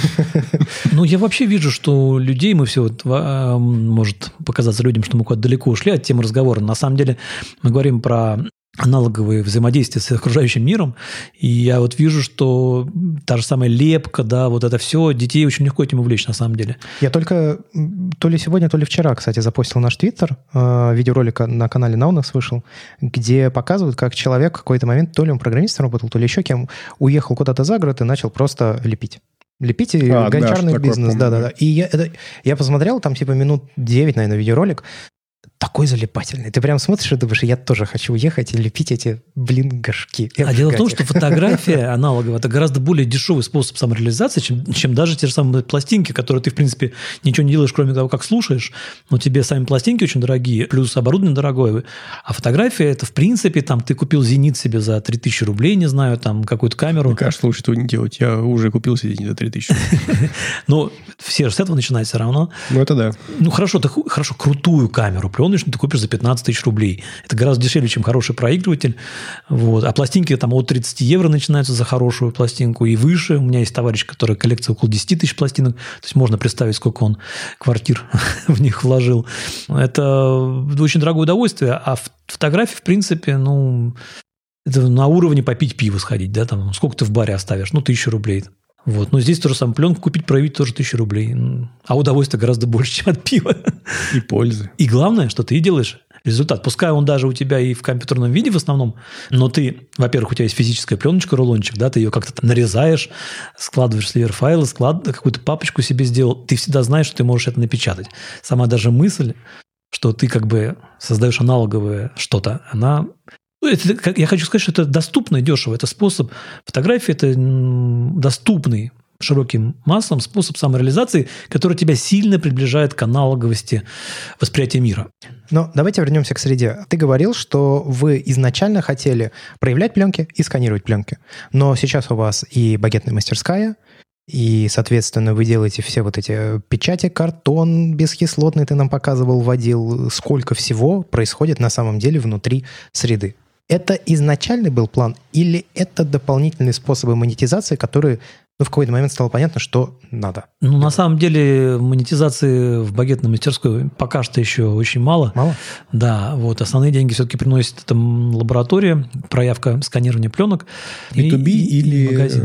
Ну, я вообще вижу, что людей мы все... Вот, может показаться людям, что мы куда-то далеко ушли от темы разговора. На самом деле мы говорим про... аналоговые взаимодействия с окружающим миром, и я вот вижу, что та же самая лепка, да, вот это все, детей очень легко этим увлечь на самом деле. Я только то ли сегодня, то ли вчера, кстати, запостил наш твиттер, видеоролик на канале Наунас вышел, где показывают, как человек в какой-то момент, то ли он программистом работал, то ли еще кем, уехал куда-то за город и начал просто лепить. Лепить и а, гончарный да, бизнес, да-да-да. И я, это, я посмотрел, там типа минут девять, наверное, видеоролик, такой залипательный. Ты прям смотришь и думаешь, я тоже хочу уехать и лепить эти, блин, горшки. А дело в том, что фотография аналоговая – это гораздо более дешевый способ самореализации, чем, чем даже те же самые пластинки, которые ты, в принципе, ничего не делаешь, кроме того, как слушаешь. Но тебе сами пластинки очень дорогие, плюс оборудование дорогое. А фотография – это, в принципе, там, ты купил «Зенит» себе за три тысячи рублей, не знаю, там, какую-то камеру. Мне кажется, лучше этого не делать. Я уже купил себе «Зенит» за три тысячи. Ну, все же с этого начинают все равно. Ну, это да. Ну, хорошо, ты хорошо крутую камеру, пленочную, пленочный ты купишь за пятнадцать тысяч рублей. Это гораздо дешевле, чем хороший проигрыватель. Вот. А пластинки там от тридцать евро начинаются за хорошую пластинку и выше. У меня есть товарищ, который коллекция около десять тысяч пластинок. То есть можно представить, сколько он квартир в них вложил. Это очень дорогое удовольствие. А фотографии, в принципе, ну, это на уровне попить пиво сходить. Да? Там, сколько ты в баре оставишь? Ну, тысячу рублей. Вот. Но здесь то же самое. Пленку купить, проявить тоже тысячу рублей. А удовольствие гораздо больше, чем от пива. И пользы. И главное, что ты делаешь результат. Пускай он даже у тебя и в компьютерном виде в основном, но ты, во-первых, у тебя есть физическая пленочка, рулончик, да, ты ее как-то нарезаешь, складываешь сливер файлы, склад... какую-то папочку себе сделал. Ты всегда знаешь, что ты можешь это напечатать. Сама даже мысль, что ты как бы создаешь аналоговое что-то, она... Это, я хочу сказать, что это доступно и дешево. Это способ фотографии, это доступный широким массам способ самореализации, который тебя сильно приближает к аналоговости восприятия мира. Но давайте вернемся к среде. Ты говорил, что вы изначально хотели проявлять пленки и сканировать пленки. Но сейчас у вас и багетная мастерская, и, соответственно, вы делаете все вот эти печати, картон бескислотный, ты нам показывал, вводил. Сколько всего происходит на самом деле внутри среды. Это изначальный был план или это дополнительные способы монетизации, которые, ну, в какой-то момент стало понятно, что надо? Ну, на самом деле, монетизации в багетной мастерской пока что еще очень мало. Мало? Да, вот. Основные деньги все-таки приносит это лаборатория, проявка сканирования пленок. би ту би и, или и магазин.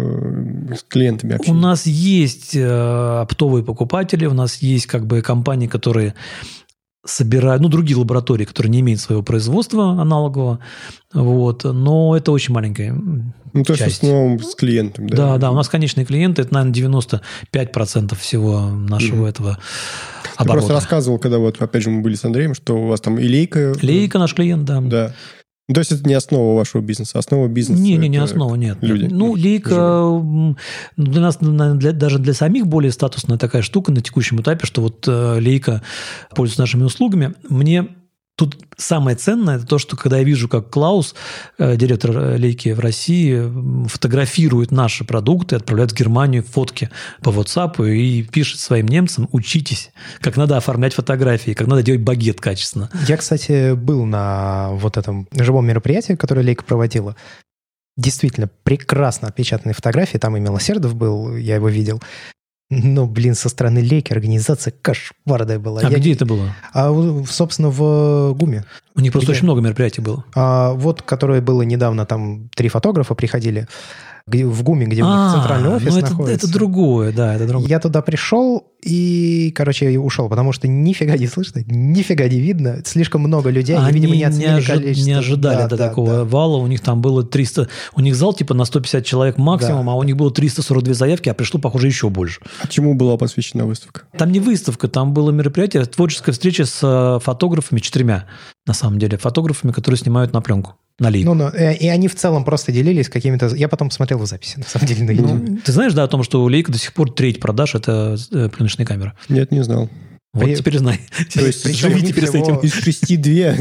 Э, с клиентами общаться? У нас есть э, оптовые покупатели, у нас есть как бы компании, которые собирают, ну, другие лаборатории, которые не имеют своего производства аналогового, вот, но это очень маленькая ну, то часть. есть в основном с клиентом, да? Да, да, у нас конечные клиенты, это, наверное, девяносто пять процентов всего нашего mm-hmm. этого Ты оборота. просто рассказывал, когда вот, опять же, мы были с Андреем, что у вас там и лейка... Лейка наш клиент, да. Да. Ну, то есть это не основа вашего бизнеса, основа бизнеса... Не, не, не основа, нет. Люди. Ну, лейка для нас, для, даже для самих более статусная такая штука на текущем этапе, что вот э, лейка пользуется нашими услугами. Мне тут самое ценное, это то, что когда я вижу, как Клаус, э, директор лейки в России, фотографирует наши продукты, отправляет в Германию фотки по WhatsApp и пишет своим немцам: учитесь, как надо оформлять фотографии, как надо делать багет качественно. Я, кстати, был на вот этом живом мероприятии, которое лейка проводила. Действительно, прекрасно отпечатанные фотографии. Там и Милосердов был, я его видел. Но, блин, со стороны лейки организация кошмарная была. А я... где это было? А, собственно, в ГУМе. У них просто где? очень много мероприятий было. А, вот, которое было недавно, там три фотографа приходили. Где, в ГУМе, где у них а, центральный офис ну это, находится. Это другое, да, это другое. Я туда пришел и, короче, ушел, потому что нифига не слышно, нифига не видно. Слишком много людей, они, они видимо, не оценили не, ожи- количество. не ожидали да, до да, такого да. вала. У них там было триста... У них зал типа на сто пятьдесят человек максимум, Да. а у них было триста сорок две заявки, а пришло, похоже, еще больше. А чему была посвящена выставка? Там не выставка, там было мероприятие, творческая встреча с фотографами, четырьмя, на самом деле, фотографами, которые снимают на пленку, на лейку. Ну, ну, и они в целом просто делились какими-то... Я потом посмотрел в записи, на самом деле, на YouTube. Ну, ты знаешь, да, о том, что у лейка до сих пор треть продаж – это пленочные камеры? Нет, не знал. Вот При... теперь знай. То есть живи теперь с этим. Из шести две.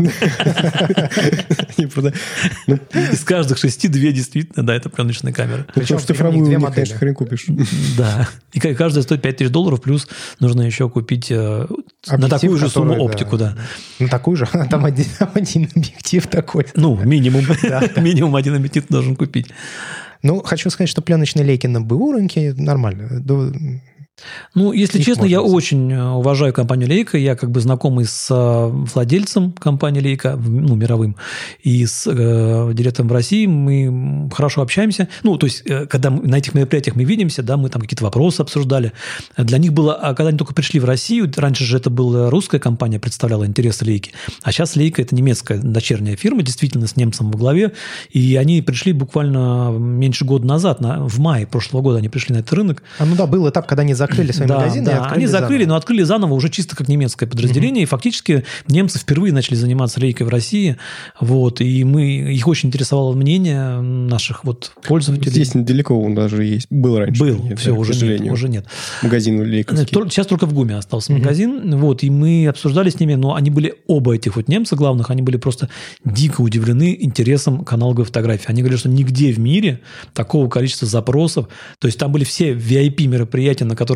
Из каждых шести две действительно, да, это пленочные камеры. Причем цифровую у них, конечно, хрен купишь. Да. И каждая стоит пять тысяч долларов, плюс нужно еще купить на такую же сумму оптику, да. На такую же? Там один объектив такой. Ну, минимум. Минимум один объектив должен купить. Ну, хочу сказать, что пленочные лейки на БУ рынке нормально. Ну, если Их честно, я взять. очень уважаю компанию «Лейка». Я как бы знакомый с владельцем компании «Лейка», ну, мировым, и с э, директором в России. Мы хорошо общаемся. Ну, то есть, э, когда мы, на этих мероприятиях мы видимся, да, мы там какие-то вопросы обсуждали. Для них было... А когда они только пришли в Россию, раньше же это была русская компания, представляла интересы «Лейки», а сейчас «Лейка» – это немецкая дочерняя фирма, действительно, с немцем во главе. И они пришли буквально меньше года назад, на, в мае прошлого года они пришли на этот рынок. А, ну да, был этап, когда они закрыли свои да, магазины. Да, и открыли они закрыли, заново. но открыли заново уже чисто как немецкое подразделение. Mm-hmm. И фактически немцы впервые начали заниматься лейкой в России. Вот, и мы, их очень интересовало мнение наших вот пользователей. Здесь недалеко он даже есть. Был раньше. Был, нет, все, да, уже, нет, уже нет. Магазин лейковский. Только, сейчас только в ГУМе остался Mm-hmm. магазин. Вот, и мы обсуждали с ними, но они были, оба этих вот немца главных, они были просто дико удивлены интересом к аналоговой фотографии. Они говорили, что нигде в мире такого количества запросов. То есть там были все ви ай пи мероприятия, на которые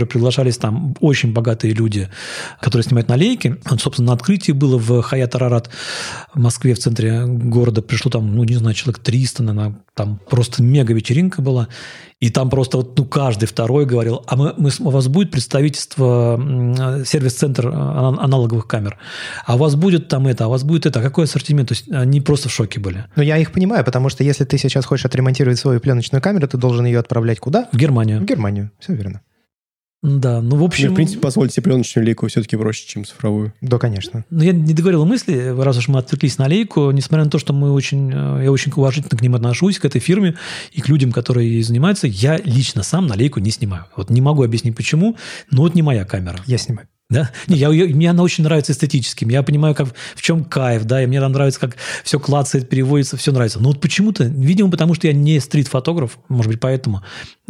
которые приглашались там очень богатые люди, которые снимают на лейке. Вот, собственно, на открытии было в Хаят Арарат в Москве, в центре города. Пришло там, ну, не знаю, человек триста, наверное, там просто мега-вечеринка была. И там просто вот, ну, каждый второй говорил, а мы, мы, у вас будет представительство, сервис-центр аналоговых камер, а у вас будет там это, а у вас будет это, а какой ассортимент? То есть они просто в шоке были. Ну, я их понимаю, потому что если ты сейчас хочешь отремонтировать свою пленочную камеру, ты должен ее отправлять куда? В Германию. В Германию, все верно. Да, ну, в общем... Ну, в принципе, позволить себе пленочную лейку все-таки проще, чем цифровую. Да, конечно. Ну, я не договорил мысли, раз уж мы отвлеклись на лейку, несмотря на то, что мы очень, я очень уважительно к ним отношусь, к этой фирме и к людям, которые ей занимаются, я лично сам на лейку не снимаю. Вот не могу объяснить, почему, но вот не моя камера. Я снимаю. Да? Не, я, я, мне она очень нравится эстетическим. Я понимаю, как, в чем кайф, да, и мне там нравится, как все клацает, переводится, все нравится. Но вот почему-то, видимо, потому что я не стрит-фотограф, может быть, поэтому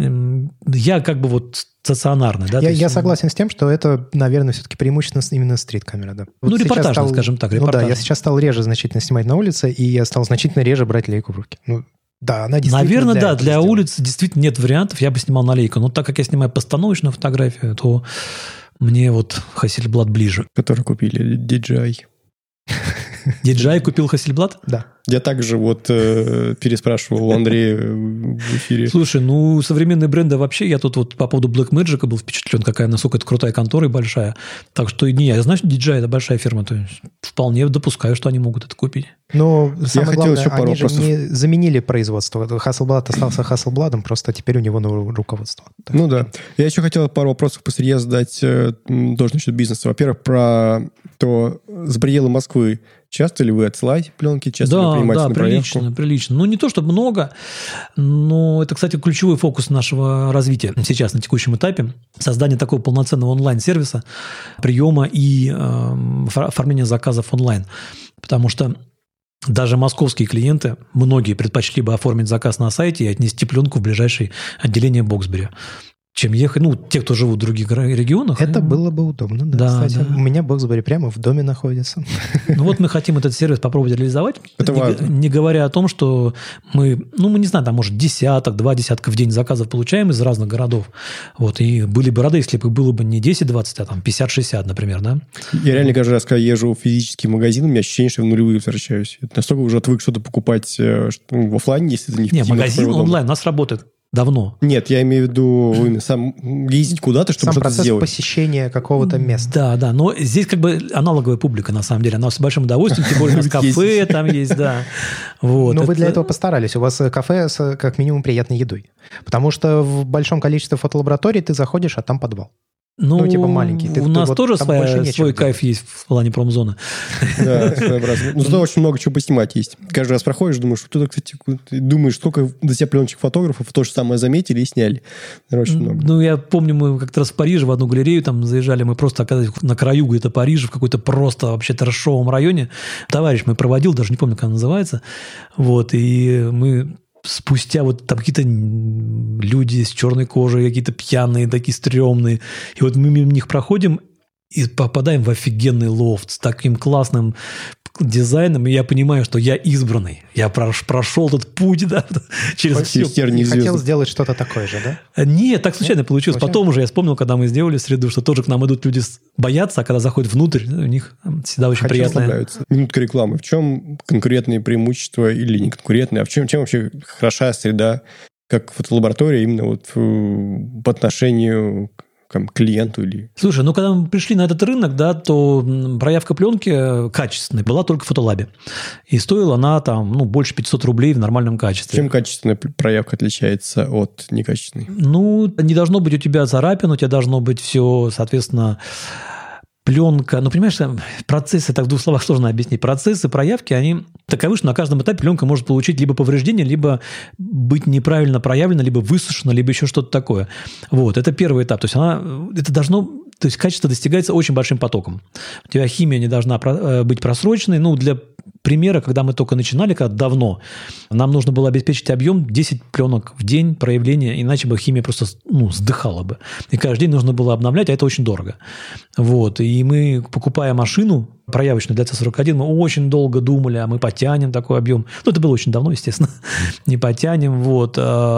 я как бы вот стационарный. Да? Я, есть, я согласен с тем, что это, наверное, все-таки преимущественно именно стрит-камера. Да. Вот ну, репортажный, стал, скажем так. Ну да, я сейчас стал реже значительно снимать на улице, и я стал значительно реже брать лейку в руки. Ну, да, она действительно Наверное, для да, для сделана. улиц действительно нет вариантов, я бы снимал на лейку. Но так как я снимаю постановочную фотографию, то мне вот Hasselblad ближе. Который купили ди джей ай. ди джей ай купил Hasselblad? Да. Я также вот э, переспрашивал у Андрея в эфире. Слушай, ну, современные бренды вообще, я тут вот по поводу Blackmagic был впечатлен, какая, насколько это крутая контора и большая. Так что и не я. Я знаю, что ди джей ай – это большая фирма, то есть вполне допускаю, что они могут это купить. Но самое хотел главное, еще пару они же вопросов. не заменили производство. Hasselblad остался Hasselblad'ом, просто теперь у него новое руководство. Так. Ну да. Я еще хотел пару вопросов посреди задать э, тоже насчет бизнеса. Во-первых, про то, за пределы Москвы часто ли вы отсылаете пленки, часто ли Да, вы принимаете да, на прилично, проверку? прилично. Ну, не то, чтобы много, но это, кстати, ключевой фокус нашего развития сейчас на текущем этапе. Создание такого полноценного онлайн-сервиса, приема и э, оформления заказов онлайн. Потому что даже московские клиенты, многие предпочли бы оформить заказ на сайте и отнести пленку в ближайшее отделение Боксбери, чем ехать, ну, те, кто живут в других регионах. Это ну, было бы удобно, да, да, кстати. да. У меня Боксбери прямо в доме находится. Ну, вот мы хотим этот сервис попробовать реализовать, Это не, важно. не говоря о том, что мы, ну, мы не знаем, там, может, десяток, два десятка в день заказов получаем из разных городов. Вот, и были бы рады, если бы их было бы не десять-двадцать, а там пятьдесят-шестьдесят, например, да? Я реально каждый раз, когда езжу в физический магазин, у меня ощущение, что я в нулевые возвращаюсь. Я настолько уже отвык что-то покупать э, что, ну, в офлайне, если это не в Не, пяти минутах магазин моего дома. онлайн у нас работает давно. Нет, я имею в виду именно сам ездить куда-то, чтобы Сам что-то процесс сделать. посещения какого-то места. Да, да, но здесь как бы аналоговая публика, на самом деле. Она с большим удовольствием, тем более у нас кафе там есть, да. Вот, Но вы для этого постарались. У вас кафе с, как минимум, приятной едой. Потому что в большом количестве фотолабораторий ты заходишь, а там подвал. Ну, ну, типа маленький. Ты- у ты нас вот тоже там своя- больше нечего свой делать. кайф есть в плане промзоны. Да, своеобразно. Но зато очень много чего поснимать есть. Каждый раз проходишь, думаешь, тут, кстати, ты думаешь, сколько до тебя пленочных фотографов то же самое заметили и сняли. Наверное, очень много. Ну, я помню, мы как-то раз в Париже в одну галерею там заезжали, мы просто оказались на краю где-то Парижа, в какой-то просто вообще трэшовом районе. Товарищ мой проводил, даже не помню, как он называется. Вот, и мы спустя вот там какие-то люди с черной кожей, какие-то пьяные, такие стрёмные. И вот мы мимо них проходим и попадаем в офигенный лофт с таким классным дизайном, и я понимаю, что я избранный. Я прош- прошел этот путь, да, через Вообще, всю... хер не И хотел звезды. сделать что-то такое же, да? Нет, так случайно получилось. Случайно? Потом уже я вспомнил, когда мы сделали среду, что тоже к нам идут люди с- боятся, а когда заходят внутрь, у них всегда очень Хочу приятно. расслабляются. Минутка рекламы. В чем конкурентные преимущества или не конкурентные, а в чем, чем вообще хороша среда, как фотолаборатория, именно вот в- по отношению к там, клиенту или... Слушай, ну когда мы пришли на этот рынок, да, то м, проявка пленки качественной была только в фотолабе. И стоила она там, ну, больше пятьсот рублей в нормальном качестве. Чем качественная проявка отличается от некачественной? Ну, не должно быть у тебя царапин, у тебя должно быть все, соответственно, пленка. Ну, понимаешь, процессы, так в двух словах сложно объяснить. Процессы проявки, они таковы, что на каждом этапе пленка может получить либо повреждение, либо быть неправильно проявлена, либо высушена, либо еще что-то такое. Вот, это первый этап. То есть она, это должно, то есть качество достигается очень большим потоком. У тебя химия не должна про- быть просроченной. Ну, для примера, когда мы только начинали, когда давно, нам нужно было обеспечить объем десять пленок в день проявления, иначе бы химия просто, ну, сдыхала бы. И каждый день нужно было обновлять, а это очень дорого. Вот. И мы, покупая машину, проявочную для Си сорок один, мы очень долго думали, а мы потянем такой объем. Ну, это было очень давно, естественно. Не потянем. Вот.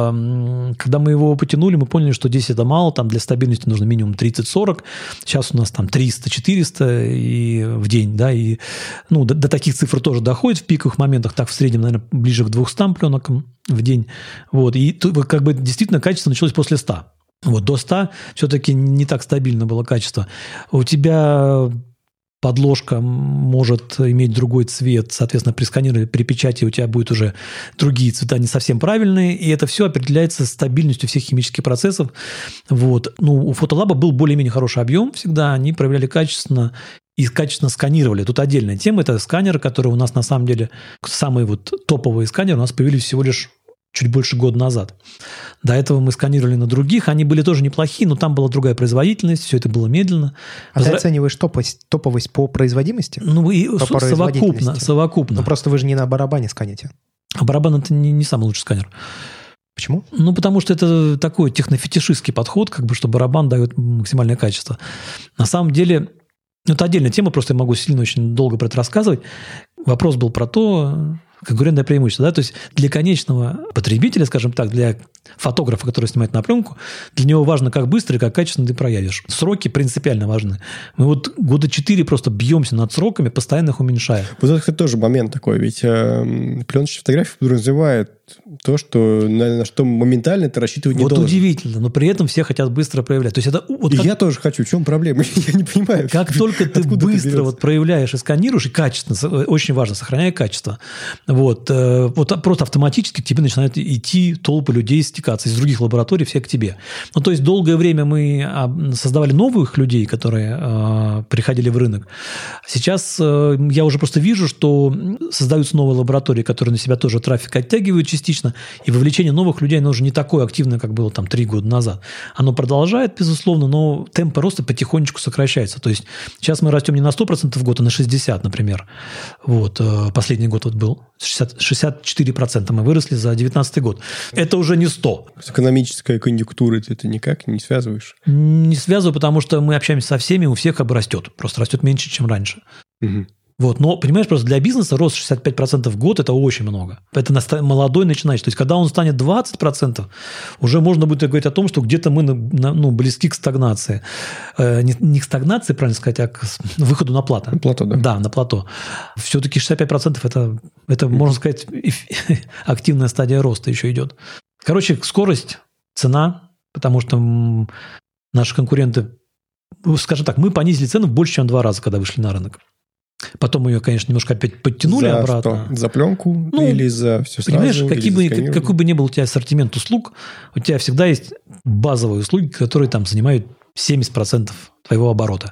Когда мы его потянули, мы поняли, что десять это мало, там для стабильности нужно минимум тридцать-сорок. Сейчас у нас там триста-четыреста и в день, да, и ну, до, до таких цифр тоже доходит в пиковых моментах, так в среднем, наверное, ближе к двухстам пленок в день. Вот. И тут как бы действительно качество началось после ста. Вот, до ста все-таки не так стабильно было качество. У тебя подложка может иметь другой цвет, соответственно, при сканировании, при печати у тебя будут уже другие цвета, не совсем правильные, и это все определяется стабильностью всех химических процессов. Вот. Ну, у Фотолаба был более-менее хороший объем всегда, они проявляли качественно и качественно сканировали. Тут отдельная тема, это сканеры, которые у нас на самом деле, самые вот топовые сканеры у нас появились всего лишь чуть больше года назад. До этого мы сканировали на других, они были тоже неплохие, но там была другая производительность, все это было медленно. А Возра... ты оцениваешь топовость, топовость по производимости? Ну, и по совокупно, совокупно. Ну, просто вы же не на барабане сканите. А барабан – это не, не самый лучший сканер. Почему? Ну, потому что это такой технофетишистский подход, как бы, что барабан дает максимальное качество. На самом деле, это отдельная тема, просто я могу сильно очень долго про это рассказывать. Вопрос был про то, конкурентное преимущество. Да? То есть для конечного потребителя, скажем так, для фотографа, который снимает на пленку, для него важно, как быстро и как качественно ты проявишь. Сроки принципиально важны. Мы вот года четыре просто бьемся над сроками, постоянно их уменьшая. Вот это, кстати, тоже момент такой. Ведь э, пленочная фотография подразумевает то, что, на, на что моментально ты рассчитывать не вот должен. Вот удивительно, но при этом все хотят быстро проявлять. То есть это, вот и как, я тоже хочу. В чем проблема? Я не понимаю. Как только ты быстро вот проявляешь и сканируешь, и качественно, очень важно, сохраняя качество, вот, э, вот просто автоматически к тебе начинают идти толпы людей, стекаться из других лабораторий, все к тебе. Ну, то есть долгое время мы создавали новых людей, которые э, приходили в рынок. Сейчас э, я уже просто вижу, что создаются новые лаборатории, которые на себя тоже трафик оттягивают частично, и вовлечение новых людей, оно уже не такое активное, как было там три года назад. Оно продолжает, безусловно, но темп роста потихонечку сокращается. То есть сейчас мы растем не на сто процентов в год, а на шестьдесят процентов, например. Вот, последний год вот был. шестьдесят, шестьдесят четыре процента мы выросли за две тысячи девятнадцатый год. Это уже не сто. С экономической конъюнктурой ты это никак не связываешь? Не связываю, потому что мы общаемся со всеми, у всех как бы растет. Просто растет меньше, чем раньше. Угу. Вот, но, понимаешь, просто для бизнеса рост шестьдесят пять процентов в год – это очень много. Это молодой начинающий. То есть, когда он станет двадцать процентов, уже можно будет говорить о том, что где-то мы ну, близки к стагнации. Э, не, не к стагнации, правильно сказать, а к выходу на плато. На плато, да. Да, на плато. Все-таки шестьдесят пять процентов – это, это, можно сказать, активная стадия роста еще идет. Короче, скорость, цена, потому что наши конкуренты, скажем так, мы понизили цену в больше, чем в два раза, когда вышли на рынок. Потом мы ее, конечно, немножко опять подтянули за обратно. Что? За пленку ну, или за все сразу? Понимаешь, какие бы, как, какой бы ни был у тебя ассортимент услуг, у тебя всегда есть базовые услуги, которые там занимают семьдесят процентов твоего оборота.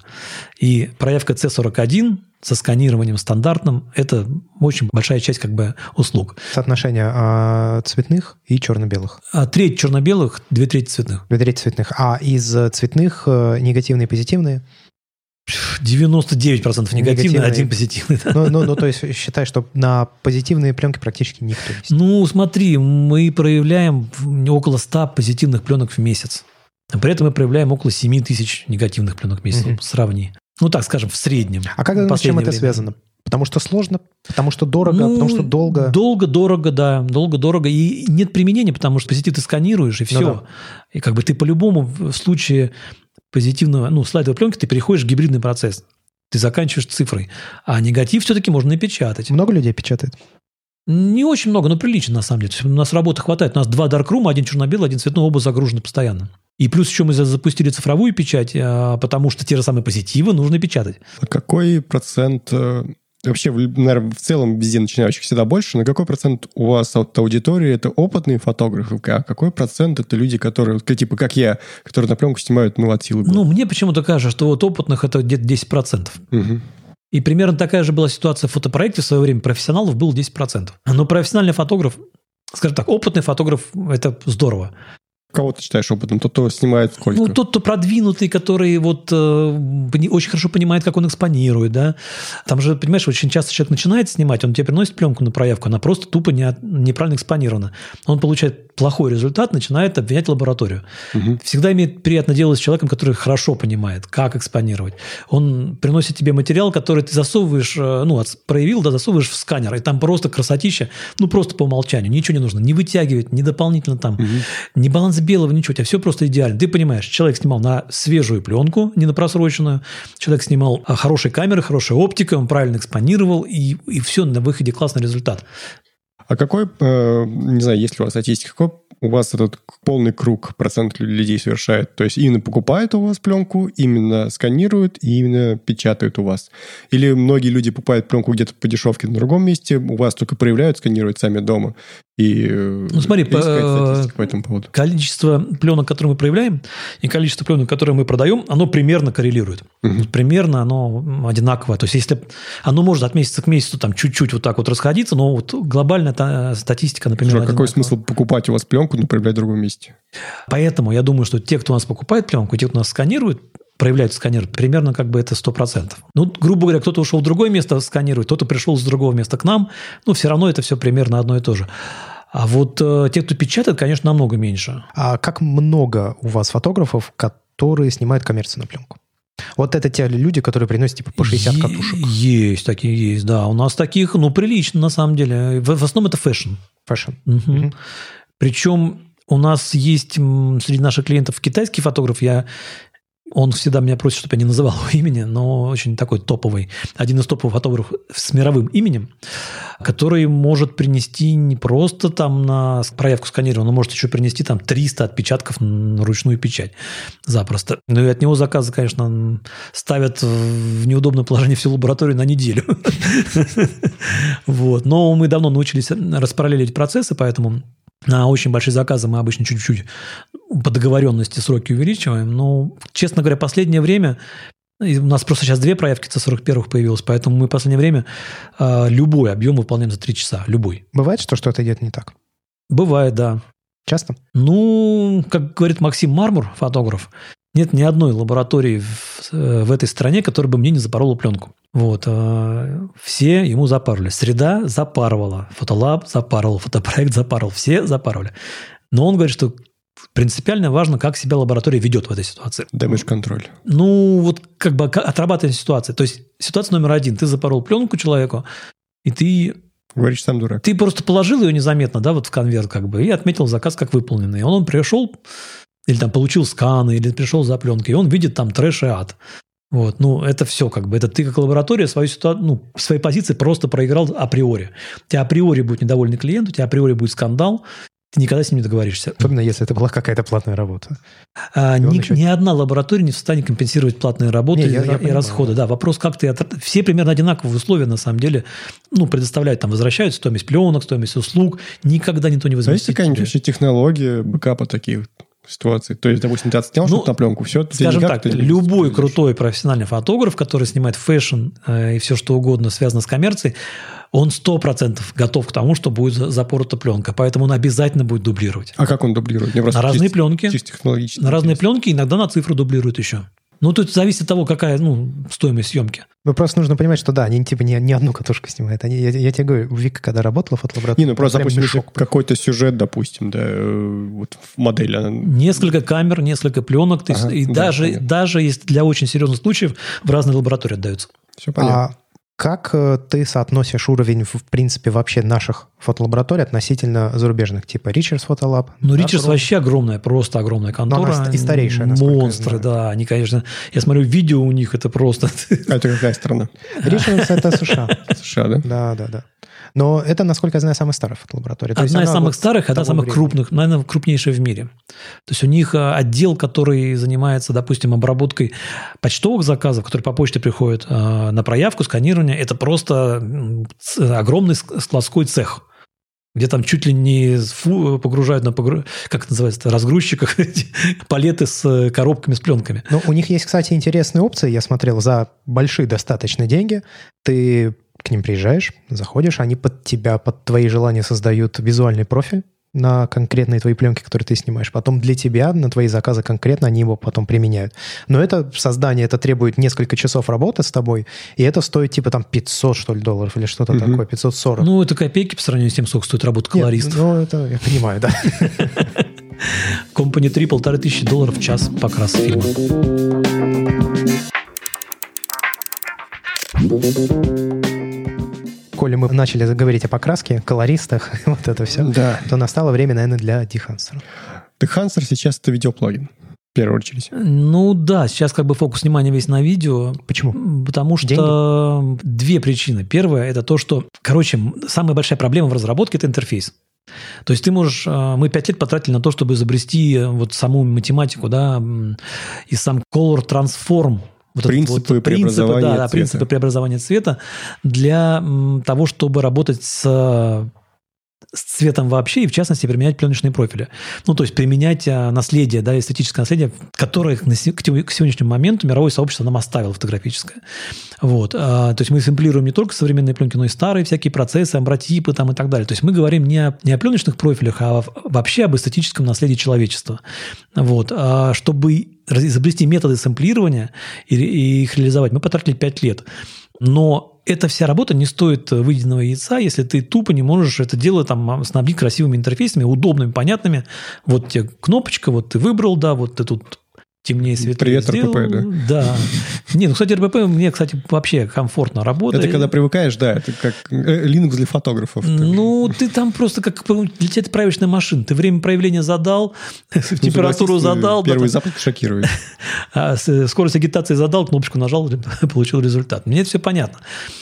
И проявка Си сорок один со сканированием стандартным – это очень большая часть как бы услуг. Соотношение а, цветных и черно-белых? А треть черно-белых, две трети цветных. Две трети цветных. А из цветных негативные и позитивные? девяносто девять процентов негативный, один позитивный. Да. Ну, ну, ну, то есть считай, что на позитивные пленки практически никто не сидит. Ну, смотри, мы проявляем около ста позитивных пленок в месяц. При этом мы проявляем около семь тысяч негативных пленок в месяц. Угу. Сравни. Ну, так скажем, в среднем. А как, с чем это время. связано? Потому что сложно, потому что дорого, ну, потому что долго. Долго, дорого, да. Долго, дорого. И нет применения, потому что позитив ты сканируешь, и все. Ну, да. И как бы ты по-любому в случае позитивного, ну, слайдовой пленки ты переходишь в гибридный процесс. Ты заканчиваешь цифрой. А негатив все-таки можно напечатать. Много людей печатает? Не очень много, но прилично, на самом деле. У нас работы хватает. У нас два даркрума, один черно-белый, один цветной, оба загружены постоянно. И плюс еще мы запустили цифровую печать, потому что те же самые позитивы нужно печатать. Какой процент... Вообще, наверное, в целом везде начинающих всегда больше. На какой процент у вас от аудитории это опытные фотографы? А какой процент это люди, которые, типа, как я, которые на пленку снимают, ну, от силы? Ну, мне почему-то кажется, что вот опытных это где-то десять процентов. Угу. И примерно такая же была ситуация в фотопроекте в свое время. Профессионалов было десять процентов. Но профессиональный фотограф, скажем так, опытный фотограф – это здорово. Кого ты считаешь опытным? Тот, кто снимает сколько? Ну, тот, кто продвинутый, который вот э, очень хорошо понимает, как он экспонирует, да. Там же, понимаешь, очень часто человек начинает снимать, он тебе приносит пленку на проявку, она просто тупо не, неправильно экспонирована. Он получает плохой результат, начинает обвинять лабораторию. Угу. Всегда имеет приятное дело с человеком, который хорошо понимает, как экспонировать. Он приносит тебе материал, который ты засовываешь, ну, проявил, да, засовываешь в сканер, и там просто красотища, ну, просто по умолчанию. Ничего не нужно, не вытягивать, не дополнительно там, угу. ни баланс белого, ничего, у тебя все просто идеально. Ты понимаешь, человек снимал на свежую пленку, не на просроченную, человек снимал хорошей камерой, хорошей оптикой, он правильно экспонировал, и, и все, на выходе классный результат. А какой, не знаю, есть ли у вас статистика, какой у вас этот полный круг процент людей совершает? То есть именно покупают у вас пленку, именно сканируют и именно печатают у вас? Или многие люди покупают пленку где-то по дешевке на другом месте, у вас только проявляют, сканируют сами дома? И ну, смотри, по, по этому поводу? Количество пленок, которые мы проявляем, и количество пленок, которые мы продаем, оно примерно коррелирует. Угу. Примерно оно одинаковое. То есть, если оно может от месяца к месяцу там чуть-чуть вот так вот расходиться, но вот глобальная статистика, например, Хорошо, какой смысл покупать у вас пленку, но проявлять в другом месте? Поэтому я думаю, что те, кто у нас покупает пленку, те, кто нас сканирует, проявляют сканер, примерно как бы это сто процентов. Ну, грубо говоря, кто-то ушел в другое место сканирует, кто-то пришел с другого места к нам, ну, все равно это все примерно одно и то же. А вот э, те, кто печатает, конечно, намного меньше. А как много у вас фотографов, которые снимают коммерцию на пленку? Вот это те люди, которые приносят типа по шестьдесят катушек. Есть такие, есть, да. У нас таких, ну, прилично, на самом деле. В, в основном это фэшн. Фэшн. Угу. Угу. Причем у нас есть среди наших клиентов китайский фотограф. Я... Он всегда меня просит, чтобы я не называл его имени, но очень такой топовый. Один из топовых фотографов с мировым именем, который может принести не просто там на проявку сканирования, он может еще принести там триста отпечатков на ручную печать запросто. Ну и от него заказы, конечно, ставят в неудобное положение всю лабораторию на неделю. Вот. Но мы давно научились распараллелить процессы, поэтому... На очень большие заказы мы обычно чуть-чуть по договоренности сроки увеличиваем. Но, честно говоря, последнее время... У нас просто сейчас две проявки Си сорок один появилось, поэтому мы в последнее время э, любой объем выполняем за три часа. Любой. Бывает, что что-то идет не так? Бывает, да. Часто? Ну, как говорит Максим Мармур, фотограф, нет ни одной лаборатории в, в этой стране, которая бы мне не запорола пленку. Вот. Все ему запарывали. Среда запарывала. Фотолаб запарывал. Фотопроект запарывал. Все запарывали. Но он говорит, что принципиально важно, как себя лаборатория ведет в этой ситуации. Дэмэдж-контроль. Ну, вот как бы отрабатывание ситуации. То есть ситуация номер один. Ты запорол пленку человеку, и ты... Говоришь, сам дурак. Ты просто положил ее незаметно, да, вот в конверт как бы, и отметил заказ как выполненный. И он, он пришел, или там получил сканы, или пришел за пленкой, и он видит там трэш и ад. Вот, ну, это все как бы. Это ты как лаборатория свою ситуацию, ну, в своей позиции просто проиграл априори. У тебя априори будет недовольный клиент, у тебя априори будет скандал, ты никогда с ним не договоришься. Особенно, если это была какая-то платная работа. А, ни, еще... ни одна лаборатория не в состоянии компенсировать платные работы не, и, я, я и понимаю, расходы. Да. Да, вопрос, как ты... Все примерно одинаковые условия, на самом деле, ну, предоставляют, там, возвращают стоимость пленок, стоимость услуг. Никогда никто не возьмет. А есть какая-нибудь вообще технология бэкапа таких ситуаций? То есть, допустим, ты отснял ну, что-то на пленку, все. Скажем так, любой крутой профессиональный фотограф, который снимает фэшн э, и все, что угодно связано с коммерцией, он сто процентов готов к тому, что будет запорота пленка. Поэтому он обязательно будет дублировать. А как он дублирует? На разные чисто, пленки. Чисто технологически. На разные пленки, иногда на цифру дублирует еще. Ну, тут зависит от того, какая ну, стоимость съемки. Ну, просто нужно понимать, что да, они типа не, не одну катушку снимают. Они, я, я тебе говорю, Вика, когда работала в фотолаборатории... Не, ну просто, допустим, если какой-то сюжет, допустим, да, вот модель... Она... Несколько камер, несколько пленок. Ага, и да, даже, даже если для очень серьезных случаев в разные лаборатории отдаются. Все понятно. А как ты соотносишь уровень, в принципе, вообще наших фотолабораторий относительно зарубежных, типа Richards Photolab? Ну, да, Richards вообще огромная, просто огромная контора. Но она и старейшая, монстры, да. Они, конечно... Я смотрю, видео у них, это просто... А это какая страна? Richards – это США. США, да? Да, да, да. Но это, насколько я знаю, самая старая фотолаборатория. Одна из самых вот старых, одна из самых времени. крупных, наверное, крупнейшая в мире. То есть у них отдел, который занимается, допустим, обработкой почтовых заказов, которые по почте приходят на проявку, сканирование. Это просто огромный складской цех, где там чуть ли не фу, погружают на, погру... как это называется, разгрузчиках палеты с коробками, с пленками. Ну, у них есть, кстати, интересные опции. Я смотрел, за большие достаточно деньги ты к ним приезжаешь, заходишь, они под тебя, под твои желания создают визуальный профиль, на конкретные твои пленки, которые ты снимаешь. Потом для тебя, на твои заказы конкретно, они его потом применяют. Но это создание, это требует несколько часов работы с тобой, и это стоит типа там пятьсот, что ли, долларов или что-то mm-hmm. такое, пятьсот сорок. Ну, это копейки по сравнению с тем, сколько стоит работа колористов. Нет, ну, это я понимаю, да. Company три, полторы тысячи долларов в час покрас фильма. Коли мы начали говорить о покраске, колористах, вот это все, да. то настало время, наверное, для Dehancer. Dehancer сейчас это видеоплагин, в первую очередь. Ну да, сейчас как бы фокус внимания весь на видео. Почему? Потому что Деньги? Две причины. Первая – это то, что, короче, самая большая проблема в разработке – это интерфейс. То есть ты можешь... Мы пять лет потратили на то, чтобы изобрести вот саму математику, да, и сам Color Transform. Вот принципы вот, преобразования принципы, да, цвета. принципы преобразования цвета для м, того, чтобы работать с, с цветом вообще и, в частности, применять пленочные профили. Ну, то есть применять а, наследие, да, эстетическое наследие, которое к, к сегодняшнему моменту мировое сообщество нам оставило фотографическое. Вот. А, то есть мы сэмплируем не только современные пленки, но и старые всякие процессы, амбротипы там, и так далее. То есть мы говорим не о, не о пленочных профилях, а вообще об эстетическом наследии человечества. Вот. А, чтобы изобрести методы сэмплирования и, и их реализовать, мы потратили пять лет. Но эта вся работа не стоит выеденного яйца, если ты тупо не можешь это дело там снабдить красивыми интерфейсами, удобными, понятными. Вот тебе кнопочка, вот ты выбрал, да, вот ты тут темнее, светлее Привет, сделал. эр пи пи, да? Да. Не, ну, кстати, эр пи пи мне, кстати, вообще комфортно работает. Это когда привыкаешь, да, это как Linux для фотографов. Ну, ты там просто как для тебя это проверочная машина. Ты время проявления задал, температуру задал. Первый запуск шокирует. Скорость агитации задал, кнопочку нажал, получил результат. Мне это все понятно.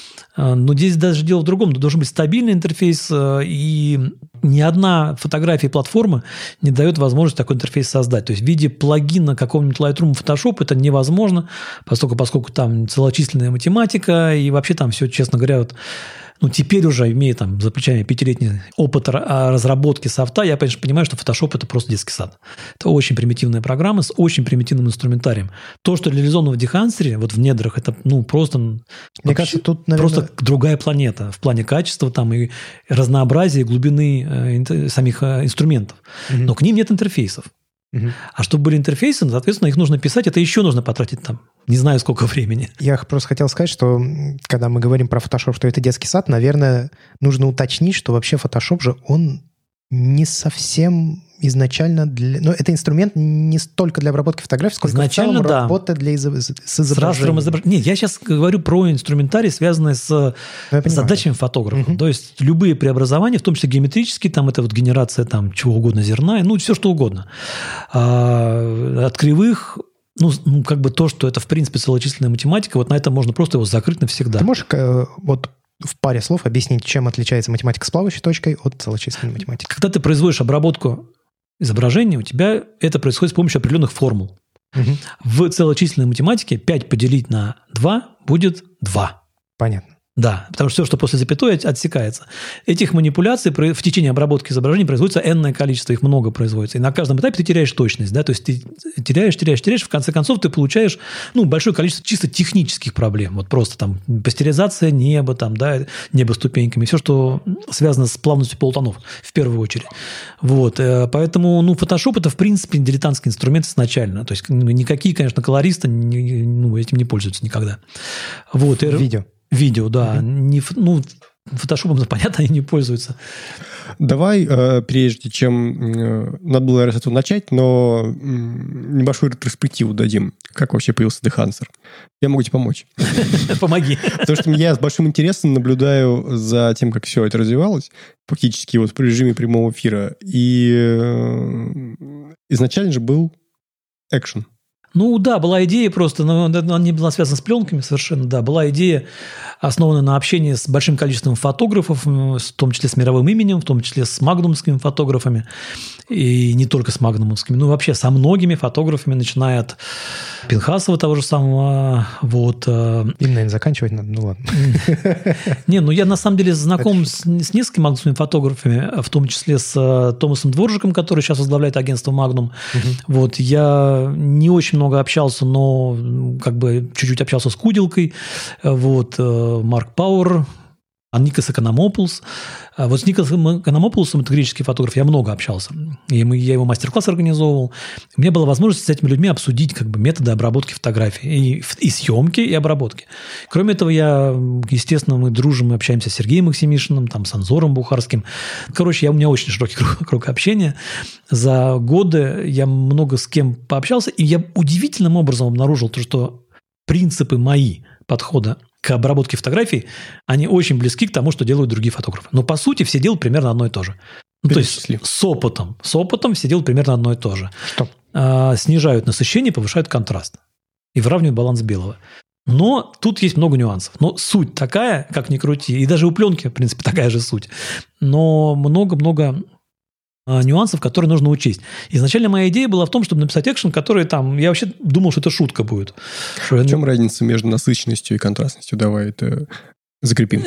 Но здесь даже дело в другом. Должен быть стабильный интерфейс, и ни одна фотография платформы не дает возможность такой интерфейс создать. То есть в виде плагина какого-нибудь Lightroom, Photoshop это невозможно, поскольку, поскольку там целочисленная математика, и вообще там все, честно говоря, вот, ну, теперь уже, имея там за плечами пятилетний опыт разработки софта, я, конечно, понимаю, что Photoshop – это просто детский сад. Это очень примитивная программа с очень примитивным инструментарием. То, что реализовано в Dehancer, вот в недрах, это, ну, просто... Мне вообще, кажется, тут, наверное... Просто другая планета в плане качества там и разнообразия, и глубины э, самих э, инструментов. Mm-hmm. Но к ним нет интерфейсов. Uh-huh. А чтобы были интерфейсы, соответственно, их нужно писать, это еще нужно потратить там не знаю сколько времени. Я просто хотел сказать, что когда мы говорим про Photoshop, что это детский сад, наверное, нужно уточнить, что вообще Photoshop же, он не совсем изначально для... Ну, это инструмент не столько для обработки фотографий, сколько изначально, в целом да. работа для изоб... с изображением. Изображ... Нет, я сейчас говорю про инструментарий, связанный с задачами фотографа. Угу. То есть любые преобразования, в том числе геометрические, там это вот генерация там чего угодно, зерна, ну, все что угодно. А, от кривых... Ну, ну, как бы то, что это, в принципе, целочисленная математика, вот на этом можно просто его закрыть навсегда. Ты можешь вот в паре слов объяснить, чем отличается математика с плавающей точкой от целочисленной математики? Когда ты производишь обработку изображения, у тебя это происходит с помощью определенных формул. Угу. В целочисленной математике пять поделить на два будет два. Понятно. Да, потому что все, что после запятой, отсекается. Этих манипуляций в течение обработки изображений производится энное количество, их много производится. И на каждом этапе ты теряешь точность. Да? То есть ты теряешь, теряешь, теряешь. В конце концов ты получаешь ну, большое количество чисто технических проблем. Вот просто там пастеризация неба, там, да, небо ступеньками. Все, что связано с плавностью полутонов в первую очередь. Вот. Поэтому ну, Photoshop – это, в принципе, дилетантский инструмент изначально. То есть никакие, конечно, колористы ну, этим не пользуются никогда. Вот. Видео. Видео, да. Mm-hmm. Не, ну, фотошопом, понятно, они не пользуются. Давай, прежде чем... Надо было раз это начать, но небольшую ретроспективу дадим. Как вообще появился Dehancer? Я могу тебе помочь. Помоги. Потому что я с большим интересом наблюдаю за тем, как все это развивалось, фактически вот в режиме прямого эфира. И изначально же был экшен. Ну да, была идея просто, но она не была связана с пленками совершенно, да. Была идея, основанная на общении с большим количеством фотографов, в том числе с мировым именем, в том числе с магнумскими фотографами, и не только с магнумскими, ну вообще со многими фотографами, начиная от Пинхасова того же самого. Вот. Им, наверное, заканчивать надо, ну ладно. Не, ну я на самом деле знаком с, с несколькими магнумскими фотографами, в том числе с Томасом Дворжиком, который сейчас возглавляет агентство Magnum. Вот. Я не очень много общался, но как бы чуть-чуть общался с Куделкой. Вот. Марк Пауэр, А Никос Экономопулос. Вот с Никосом Экономопулосом, это греческий фотограф, я много общался. И мы, я его мастер-класс организовывал. У меня была возможность с этими людьми обсудить как бы, методы обработки фотографий. И, и съемки, и обработки. Кроме этого, я, естественно, мы дружим, мы общаемся с Сергеем Максимишиным, там, с Анзором Бухарским. Короче, я, у меня очень широкий круг, круг общения. За годы я много с кем пообщался, и я удивительным образом обнаружил то, что принципы мои подхода к обработке фотографий, они очень близки к тому, что делают другие фотографы. Но, по сути, все делают примерно одно и то же. Ну, то есть, с опытом. С опытом все делают примерно одно и то же. Что? А, снижают насыщение, повышают контраст. И выравнивают баланс белого. Но тут есть много нюансов. Но суть такая, как ни крути, и даже у пленки, в принципе, такая же суть. Но много-много нюансов, которые нужно учесть. Изначально моя идея была в том, чтобы написать экшен, который там... Я вообще думал, что это шутка будет. Что в чем разница между насыщенностью и контрастностью? Давай это закрепим.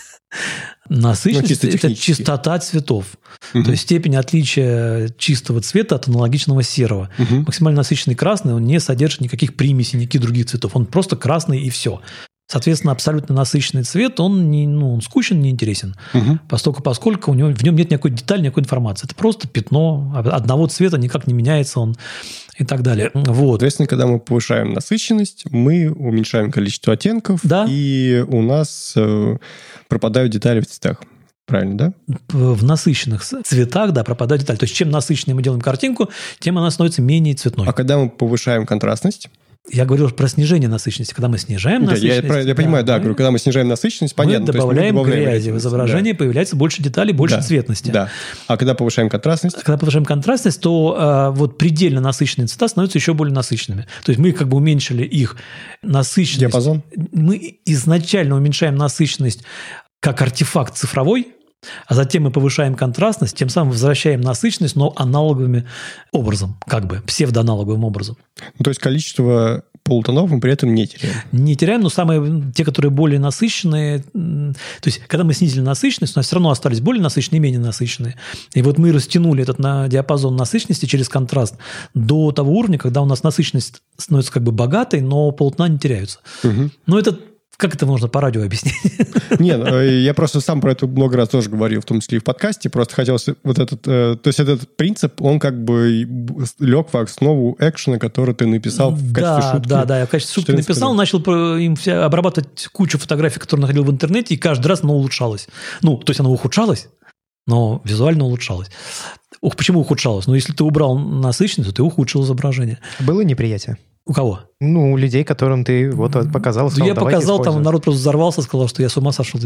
Насыщенность – это чистота цветов. Угу. То есть степень отличия чистого цвета от аналогичного серого. Угу. Максимально насыщенный красный, он не содержит никаких примесей, никаких других цветов. Он просто красный и все. Соответственно, абсолютно насыщенный цвет, он, не, ну, он скучен, неинтересен. Угу. Поскольку, поскольку у него, в нем нет никакой детали, никакой информации. Это просто пятно одного цвета, никак не меняется он и так далее. Вот. Соответственно, когда мы повышаем насыщенность, мы уменьшаем количество оттенков, да. И у нас э, пропадают детали в цветах. Правильно, да? В насыщенных цветах, да, пропадают детали. То есть, чем насыщеннее мы делаем картинку, тем она становится менее цветной. А когда мы повышаем контрастность? Я говорил про снижение насыщенности. Когда мы снижаем да, насыщенность... Я, я да, понимаю, да. Мы, говорю, когда мы снижаем насыщенность, понятно. Мы добавляем, мы добавляем грязи в изображение, да. Появляется больше деталей, больше да, цветности. Да. А когда повышаем контрастность? Когда повышаем контрастность, то а, вот предельно насыщенные цвета становятся еще более насыщенными. То есть мы как бы уменьшили их насыщенность. Диапазон? Мы изначально уменьшаем насыщенность как артефакт цифровой, а затем мы повышаем контрастность, тем самым возвращаем насыщенность, но аналоговым образом, как бы псевдоаналоговым образом. Ну, то есть количество полутонов мы при этом не теряем? Не теряем, но самые, те, которые более насыщенные, то есть когда мы снизили насыщенность, у нас все равно остались более насыщенные и менее насыщенные. И вот мы растянули этот на диапазон насыщенности через контраст до того уровня, когда у нас насыщенность становится как бы богатой, но полутона не теряются. Угу. Но это... Как это можно по радио объяснить? Нет, я просто сам про это много раз тоже говорил, в том числе и в подкасте. Просто хотелось вот этот... То есть этот принцип, он как бы лег в основу экшена, который ты написал в качестве да, шутки. Да, да, я в качестве шутки написал, начал им обрабатывать кучу фотографий, которые находил в интернете, и каждый раз оно улучшалось. Ну, то есть оно ухудшалось, но визуально улучшалось. Ух, почему ухудшалось? Ну, если ты убрал насыщенность, то ты ухудшил изображение. Было неприятие? У кого? Ну, у людей, которым ты вот показал. Сказал, я показал, там народ просто взорвался, сказал, что я с ума сошел.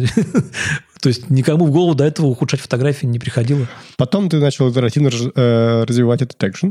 То есть никому в голову до этого ухудшать фотографии не приходило. Потом ты начал итеративно развивать этот экшен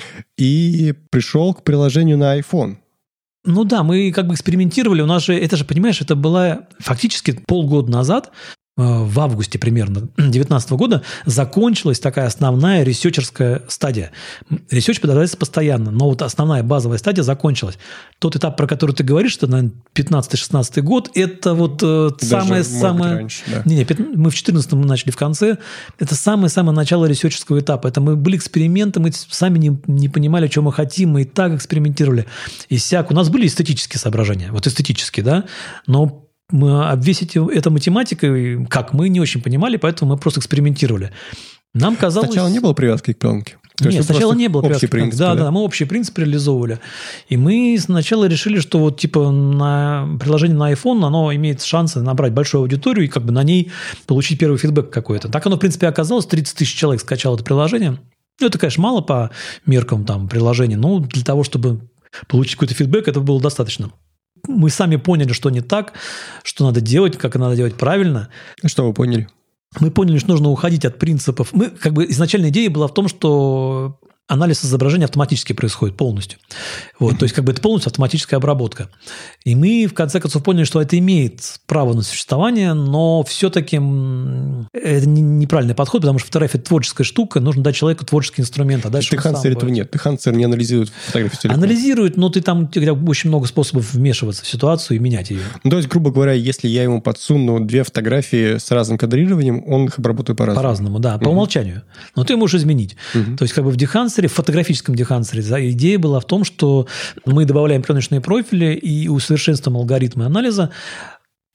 и пришел к приложению на iPhone. Ну да, мы как бы экспериментировали. У нас же, это же, понимаешь, это было фактически полгода назад, в августе примерно две тысячи девятнадцатого года закончилась такая основная ресерчерская стадия. Ресерч продолжается постоянно, но вот основная базовая стадия закончилась. Тот этап, про который ты говоришь, что, наверное, пятнадцатый-шестнадцатый год, это вот самое-самое... Да. Не, не, мы в две тысячи четырнадцатом мы начали в конце. Это самое-самое начало ресерчерского этапа. Это мы были эксперименты, мы сами не, не понимали, что мы хотим, мы и так экспериментировали. И сяк. У нас были эстетические соображения, вот эстетические, да, но... Мы обвесить это математикой, как мы не очень понимали, поэтому мы просто экспериментировали. Нам казалось... Сначала не было привязки к пленке? То Нет, сначала не было привязки к пленке. Да, да, да, мы общий принцип реализовывали. И мы сначала решили, что вот типа на приложение на iPhone, оно имеет шансы набрать большую аудиторию и как бы на ней получить первый фидбэк какой-то. Так оно, в принципе, оказалось. тридцать тысяч человек скачало это приложение. Ну, это, конечно, мало по меркам там приложений, но для того, чтобы получить какой-то фидбэк, это было достаточно. Мы сами поняли, что не так, что надо делать, как надо делать правильно. Что вы поняли? Мы поняли, что нужно уходить от принципов. Мы, как бы, изначальная идея была в том, что анализ изображения автоматически происходит полностью. Вот, то есть, как бы это полностью автоматическая обработка. И мы, в конце концов, поняли, что это имеет право на существование, но все-таки это неправильный подход, потому что фотография – творческая штука, нужно дать человеку творческий инструмент. А дальше Behance этого нет. Behance не анализирует фотографию целиком. Анализирует, но ты там очень много способов вмешиваться в ситуацию и менять ее. Ну, то есть, грубо говоря, если я ему подсуну две фотографии с разным кадрированием, он их обработает по-разному. По-разному, да, по uh-huh. умолчанию. Но ты можешь изменить. Uh-huh. То есть, как бы в Behance, в фотографическом Behance идея была в том, что мы добавляем пленочные профили и усовершенствуем алгоритмы анализа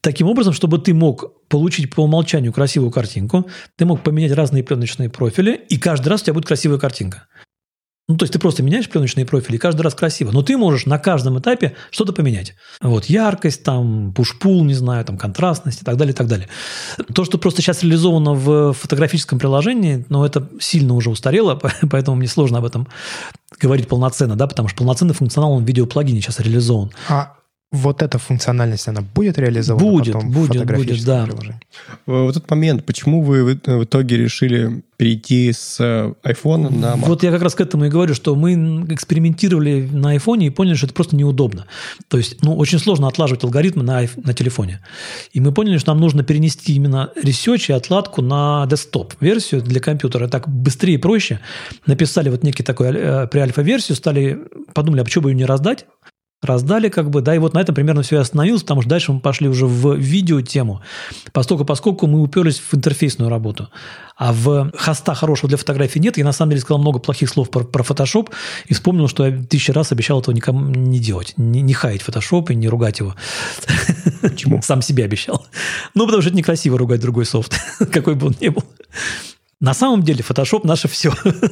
таким образом, чтобы ты мог получить по умолчанию красивую картинку, ты мог поменять разные пленочные профили, и каждый раз у тебя будет красивая картинка. Ну, то есть ты просто меняешь пленочные профили, и каждый раз красиво. Но ты можешь на каждом этапе что-то поменять. Вот, яркость, там, пуш-пул, не знаю, там, контрастность и так далее, и так далее. То, что просто сейчас реализовано в фотографическом приложении, ну, это сильно уже устарело, поэтому мне сложно об этом говорить полноценно, да, потому что полноценный функционал он в видеоплагине сейчас реализован. А вот эта функциональность, она будет реализована будет, потом будет, в фотографическом будет, да. приложении? Вот этот момент, почему вы в итоге решили перейти с iPhone на Mac? Вот я как раз к этому и говорю, что мы экспериментировали на iPhone и поняли, что это просто неудобно. То есть, ну, очень сложно отлаживать алгоритмы на, на телефоне. И мы поняли, что нам нужно перенести именно ресерч и отладку на десктоп-версию для компьютера. Так быстрее и проще. Написали вот некий такой э, преальфа-версию, стали, подумали, а почему бы ее не раздать? Раздали, как бы, да, и вот на этом примерно все и остановилось, потому что дальше мы пошли уже в видеотему, поскольку, поскольку мы уперлись в интерфейсную работу. А в хоста хорошего для фотографий нет. Я, на самом деле, сказал много плохих слов про, про Photoshop и вспомнил, что я тысячу раз обещал этого никому не делать. Не, не хаять Photoshop и не ругать его. Почему? Сам себе обещал. Ну, потому что это некрасиво ругать другой софт, какой бы он ни был. На самом деле Photoshop наше все.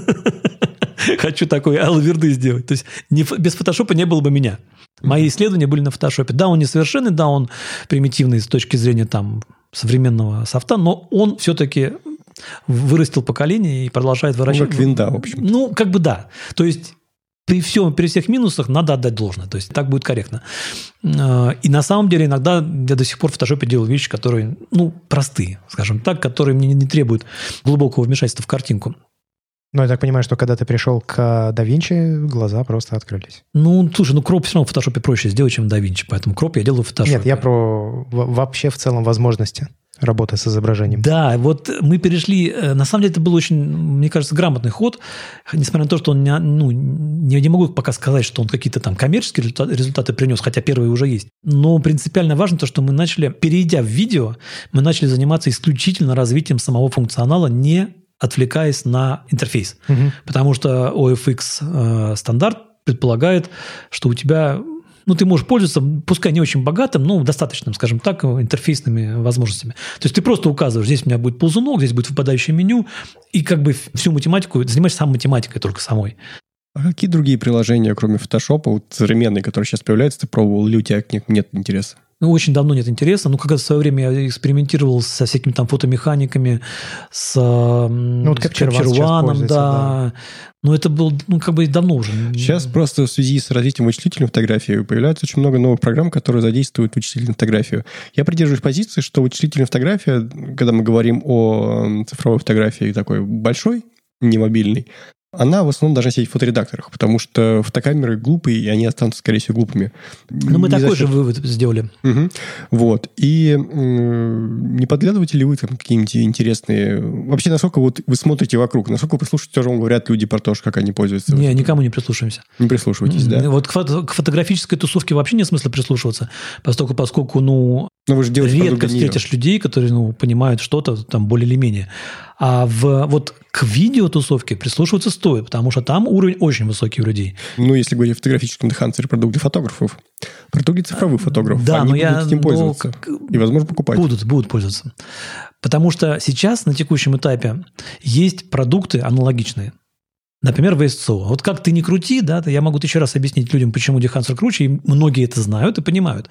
Хочу такой алверды сделать. То есть не, без фотошопа не было бы меня. Мои исследования были на фотошопе. Да, он несовершенный, да, он примитивный с точки зрения там, современного софта, но он все-таки вырастил поколение и продолжает выращивать. Ну, как винда, в общем. Ну, как бы да. То есть при всем, при всех минусах надо отдать должное. То есть так будет корректно. И на самом деле иногда я до сих пор в фотошопе делаю вещи, которые, ну, простые, скажем так, которые мне не требуют глубокого вмешательства в картинку. Ну, я так понимаю, что когда ты пришел к DaVinci, глаза просто открылись. Ну, слушай, ну кроп все равно в фотошопе проще сделать, чем в DaVinci, поэтому кроп я делаю в фотошопе. Нет, я про вообще в целом возможности работы с изображением. Да, вот мы перешли... На самом деле это был очень, мне кажется, грамотный ход, несмотря на то, что он не, ну, не, не могу пока сказать, что он какие-то там коммерческие результаты принес, хотя первые уже есть. Но принципиально важно то, что мы начали, перейдя в видео, мы начали заниматься исключительно развитием самого функционала, не отвлекаясь на интерфейс. Угу. Потому что о эф икс э, стандарт предполагает, что у тебя... Ну, ты можешь пользоваться, пускай не очень богатым, но достаточным, скажем так, интерфейсными возможностями. То есть ты просто указываешь, здесь у меня будет ползунок, здесь будет выпадающее меню, и как бы всю математику, занимаешься сам математикой только самой. А какие другие приложения, кроме фотошопа, вот современные, которые сейчас появляются, ты пробовал, или у тебя к ним нет интереса? Ну, очень давно нет интереса. Ну, когда в свое время я экспериментировал со всякими там фотомеханиками, с, ну, вот Capture One, да. да. Но это было, ну, как бы давно уже. Сейчас просто в связи с развитием вычислительной фотографии появляется очень много новых программ, которые задействуют вычислительную фотографию. Я придерживаюсь позиции, что вычислительная фотография, когда мы говорим о цифровой фотографии такой большой, не мобильной, она в основном должна сидеть в фоторедакторах, потому что фотокамеры глупые, и они останутся, скорее всего, глупыми. Ну, мы не такой же вывод сделали. Угу. Вот. И э, не подглядываете ли вы там какие-нибудь интересные... Вообще, насколько вот вы смотрите вокруг, насколько прислушиваетесь, что вам говорят люди про то, как они пользуются? Не, никому не прислушиваемся. Не прислушиваетесь, да? Вот к, фото- к фотографической тусовке вообще нет смысла прислушиваться, поскольку, поскольку ну, вы же редко встретишь людей, которые ну, понимают что-то там более или менее. А в, вот к видеотусовке прислушиваться стоит, потому что там уровень очень высокий у людей. Ну, если говорить о фотографическом энхансере, продукт для фотографов, продукт для цифровых фотографов, да, они но будут я, этим пользоваться но, и, возможно, покупать. Будут, будут пользоваться. Потому что сейчас, на текущем этапе, есть продукты аналогичные. Например, ви эс си о. Вот как ты ни крути, да, я могу еще раз объяснить людям, почему Dehancer круче, и многие это знают и понимают.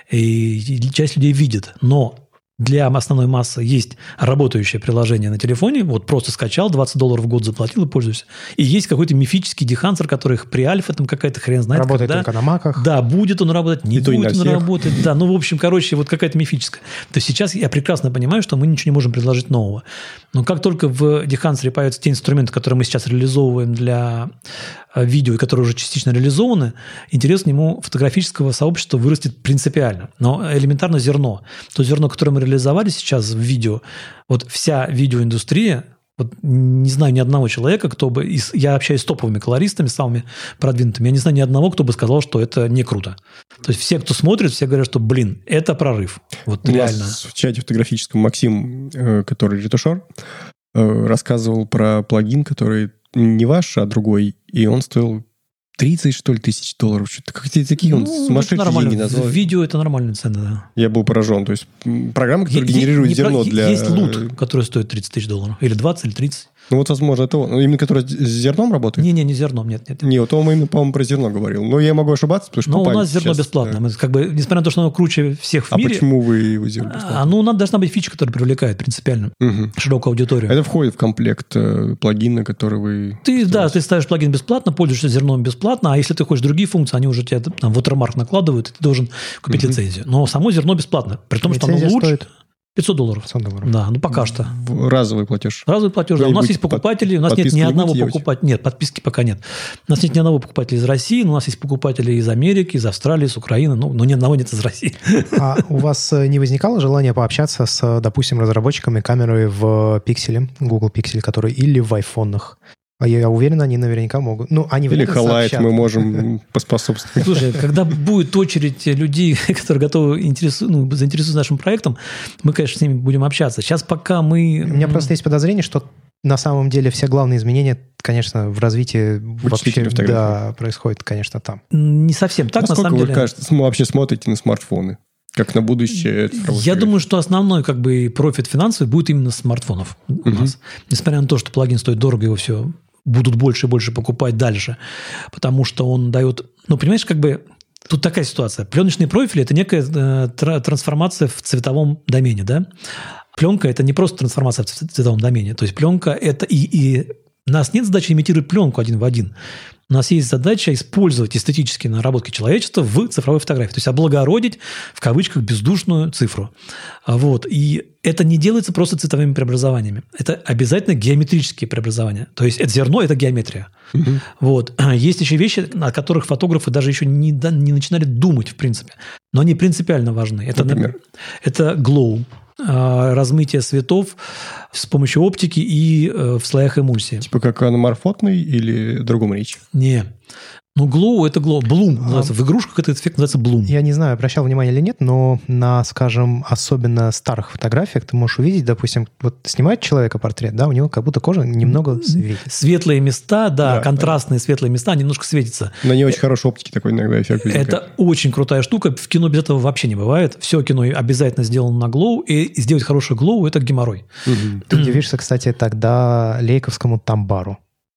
И часть людей видит. Но для основной массы есть работающее приложение на телефоне, вот просто скачал, двадцать долларов в год заплатил и пользуюсь. И есть какой-то мифический Dehancer, который при альфа там какая-то хрен знает. Работает когда. только на маках. Да, будет он работать, не и будет он работать. Да, ну, в общем, короче, вот какая-то мифическая. То есть сейчас я прекрасно понимаю, что мы ничего не можем предложить нового. Но как только в Dehancer появятся те инструменты, которые мы сейчас реализовываем для видео, и которые уже частично реализованы, интерес к нему фотографического сообщества вырастет принципиально. Но элементарно зерно. То зерно, которое мы реализовали сейчас в видео, вот вся видеоиндустрия, вот не знаю ни одного человека, кто бы... Из, я общаюсь с топовыми колористами, самыми продвинутыми, я не знаю ни одного, кто бы сказал, что это не круто. То есть все, кто смотрит, все говорят, что, блин, это прорыв. Вот У реально. нас в чате фотографическом Максим, который ретушер, рассказывал про плагин, который не ваш, а другой, и он стоил тридцать, что ли, тысяч долларов. Что-то какие-то такие он Ну, сумасшедшие деньги назвал. В видео это нормальная цена, да. Я был поражен. То есть программа, которая Е- генерирует не зерно про- для... Есть лут, который стоит тридцать тысяч долларов. Или двадцать, или тридцать. Ну вот, возможно, это он. Именно который с зерном работает? Не-не, не зерном, нет, нет. Не, вот он именно, по-моему, про зерно говорил. Но я могу ошибаться, потому что... Но по у нас памяти зерно сейчас, бесплатно. да. Мы, как бы, несмотря на то, что оно круче всех в А мире... почему вы его сделали бесплатно? А, ну, нам должна быть фича, которая привлекает принципиально Мгм. широкую аудиторию. Это входит в комплект э, плагина, который вы... Ты, да, ты ставишь плагин бесплатно, пользуешься зерном бесплатно, а если ты хочешь другие функции, они уже тебе там watermark накладывают, и ты должен купить Мгм. лицензию. Но само зерно бесплатно, при том, что оно Лицензия лучше. стоит пятьсот долларов. пятьсот долларов. Да, ну пока что. В- Разовый платеж. Разовый платеж. Да. У нас Вы есть под- покупатели, у нас нет подписки ни не одного будете делать? покупателя. Нет, подписки пока нет. У нас нет ни одного покупателя из России, но у нас есть покупатели из Америки, из Австралии, из Украины, ну, но ни одного нет из России. А у вас э, не возникало желания пообщаться с, допустим, разработчиками камеры в Pixel, Google Pixel, который или в айфонах? А я уверен, они наверняка могут. Ну, они Или вряд ли Халайт сообщат. мы можем поспособствовать. Слушай, когда будет очередь людей, которые готовы интересу... ну, заинтересуются нашим проектом, мы, конечно, с ними будем общаться. Сейчас пока мы... У меня просто есть подозрение, что на самом деле все главные изменения, конечно, в развитии вообще Вычислительной фотографии. да, происходят, конечно, там. Не совсем так, Насколько на самом вы, деле. кажется, см- вообще смотрите на смартфоны? Как на будущее цифровых Я игр? думаю, что основной как бы профит финансовый будет именно с смартфонов у Мгм. нас. Несмотря на то, что плагин стоит дорого, его все будут больше и больше покупать дальше, потому что он дает... Ну, понимаешь, как бы тут такая ситуация. Пленочные профили – это некая э, тра- трансформация в цветовом домене, да? Пленка – это не просто трансформация в ц- цветовом домене. То есть пленка – это и, и... У нас нет задачи имитировать пленку один в один. У нас есть задача использовать эстетические наработки человечества в цифровой фотографии. То есть облагородить, в кавычках, бездушную цифру. А Вот. И это не делается просто цветовыми преобразованиями. Это обязательно геометрические преобразования. То есть это зерно – это геометрия. Мгм. Вот. Есть еще вещи, о которых фотографы даже еще не, да- не начинали думать, в принципе. Но они принципиально важны. Это, Например? это glow, а, размытие цветов с помощью оптики и э, в слоях эмульсии. Типа как аноморфотный или о другом речь? Не. Ну, glow – это glow. Bloom называется. В игрушках этот эффект называется bloom. Я не знаю, обращал внимание или нет, но на, скажем, особенно старых фотографиях ты можешь увидеть, допустим, вот снимает человека портрет, да, у него как будто кожа немного светится. Светлые места, да, Да, контрастные светлые места, они немножко светятся. На не очень хорошей оптике такой иногда эффект возникает. Это очень крутая штука. В кино без этого вообще не бывает. Все кино обязательно сделано на glow, и сделать хороший glow – это геморрой. Мгм. Ты удивишься, кстати, тогда лейковскому тамбару.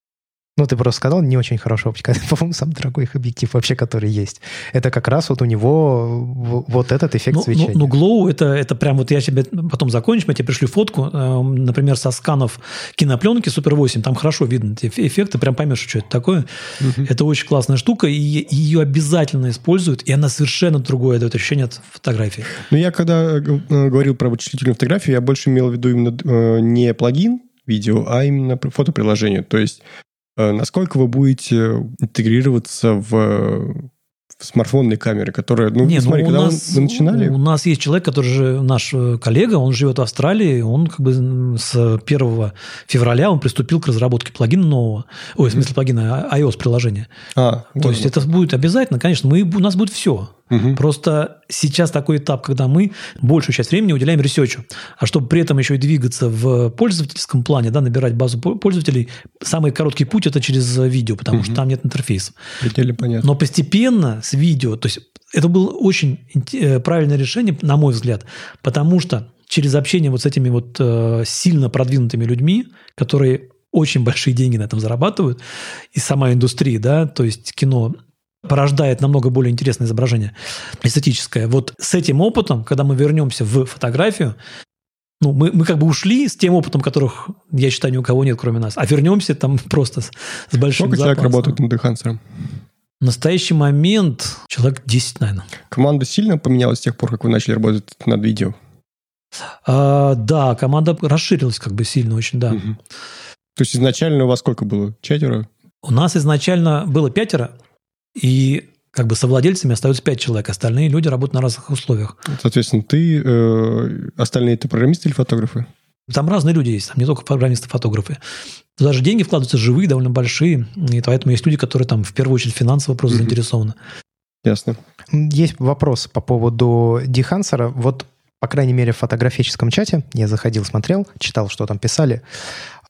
Ну, ты просто сказал, не очень хорошая оптика. Это, по-моему, самый дорогой их объектив вообще, который есть. Это как раз вот у него в- вот этот эффект Ну, ну, свечения. ну, glow это, это прям вот я тебе потом закончу, я тебе пришлю фотку, э, например, со сканов кинопленки Супер восемь, там хорошо видно эти эф- эффекты, прям поймешь, что это такое. Это очень классная штука, и ее обязательно используют, и она совершенно другое дает ощущение от фотографии. Ну, я когда э, г- говорил про вычислительную фотографию, я больше имел в виду именно э, не плагин видео, а именно про фотоприложение. То есть, э, насколько вы будете интегрироваться в, в смартфонные камеры, которые... Ну, Не, ну, смотри, у когда нас, вы начинали... у нас есть человек, который же наш э, коллега, он живет в Австралии, он как бы с первого февраля он приступил к разработке плагина нового, ой, в смысле плагина iOS-приложения. А, То есть это будет обязательно, конечно, мы, у нас будет все. Мгм. Просто сейчас такой этап, когда мы большую часть времени уделяем ресерчу. А чтобы при этом еще и двигаться в пользовательском плане, да, набирать базу по- пользователей, самый короткий путь – это через видео, потому Мгм. что там нет интерфейса. Пределе понятно. Но постепенно с видео, то есть это было очень инте- э, правильное решение, на мой взгляд, потому что через общение вот с этими вот э, сильно продвинутыми людьми, которые очень большие деньги на этом зарабатывают, и сама индустрия, да, то есть кино порождает намного более интересное изображение эстетическое. Вот с этим опытом, когда мы вернемся в фотографию, ну, мы, мы как бы ушли с тем опытом, которых, я считаю, ни у кого нет, кроме нас, а вернемся там просто с, с большим Сколько человек запасом. работает над Enhancer? В настоящий момент человек десять, наверное. Команда сильно поменялась с тех пор, как вы начали работать над видео? А, да, команда расширилась как бы сильно очень, да. Мгм. То есть изначально у вас сколько было? Четверо? У нас изначально было пятеро, и как бы совладельцами остается пять человек. Остальные люди работают на разных условиях. Соответственно, ты, э, остальные это программисты или фотографы? Там разные люди есть, там не только программисты, фотографы. Туда же деньги вкладываются живые, довольно большие, и поэтому есть люди, которые там в первую очередь финансово просто Мгм. заинтересованы. Ясно. Есть вопрос по поводу Дехансера. Вот, по крайней мере, в фотографическом чате я заходил, смотрел, читал, что там писали.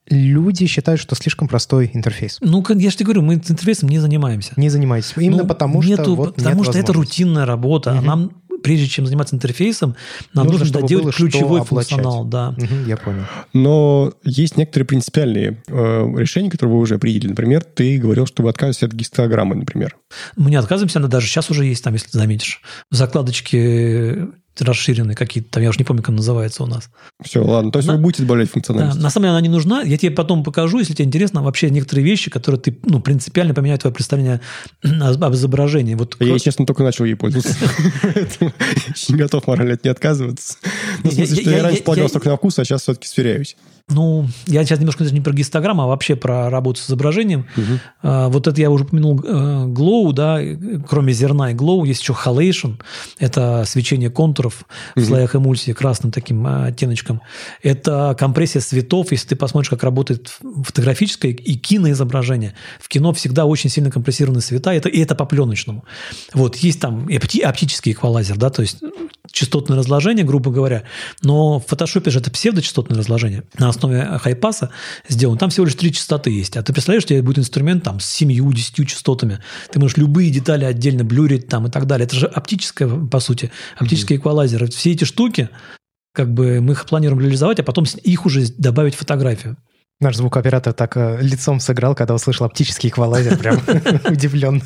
Люди считают, что слишком простой интерфейс. Ну, как я же тебе говорю, мы с интерфейсом не занимаемся. Не занимаетесь. Именно ну, потому, нету, что вот Потому нет что это рутинная работа. Угу. А нам, прежде чем заниматься интерфейсом, нам нужно, нужно доделать ключевой функционал. Да. Угу, я понял. Но есть некоторые принципиальные э, решения, которые вы уже определили. Например, ты говорил, что вы отказываетесь от гистограммы, например. Мы не отказываемся, она даже сейчас уже есть, там, если ты заметишь. В закладочке расширенные какие-то, там, я уже не помню, как называется у нас. Все, ладно. То есть на, вы будете добавлять функциональность? Да, на самом деле она не нужна. Я тебе потом покажу, если тебе интересно, вообще некоторые вещи, которые ты, ну, принципиально поменяют твое представление об изображении. Вот, я, честно, только начал ей пользоваться. Не готов морально от нее отказываться. Ну, в смысле, что я раньше полагался только на вкус, а сейчас все-таки сверяюсь. Ну, я сейчас немножко даже не про гистограмму, а вообще про работу с изображением. Угу. А, вот это я уже упомянул Glow, да, кроме зерна и Glow, есть еще Halation, это свечение контуров в угу. слоях эмульсии красным таким оттеночком. Это компрессия цветов, если ты посмотришь, как работает фотографическое и киноизображение. В кино всегда очень сильно компрессированы цвета, это, и это по пленочному. Вот, есть там оптический эквалайзер, да, то есть частотное разложение, грубо говоря, но в фотошопе же это псевдочастотное разложение. На основе хайпаса сделан. Там всего лишь три частоты есть. А ты представляешь, у тебя будет инструмент там с семью-десятью частотами. Ты можешь любые детали отдельно блюрить там и так далее. Это же оптическое, по сути, оптический mm-hmm. эквалайзер. Все эти штуки, как бы мы их планируем реализовать, а потом их уже добавить в фотографию. Наш звукооператор так э, лицом сыграл, когда услышал оптический эквалайзер. Прям удивлен.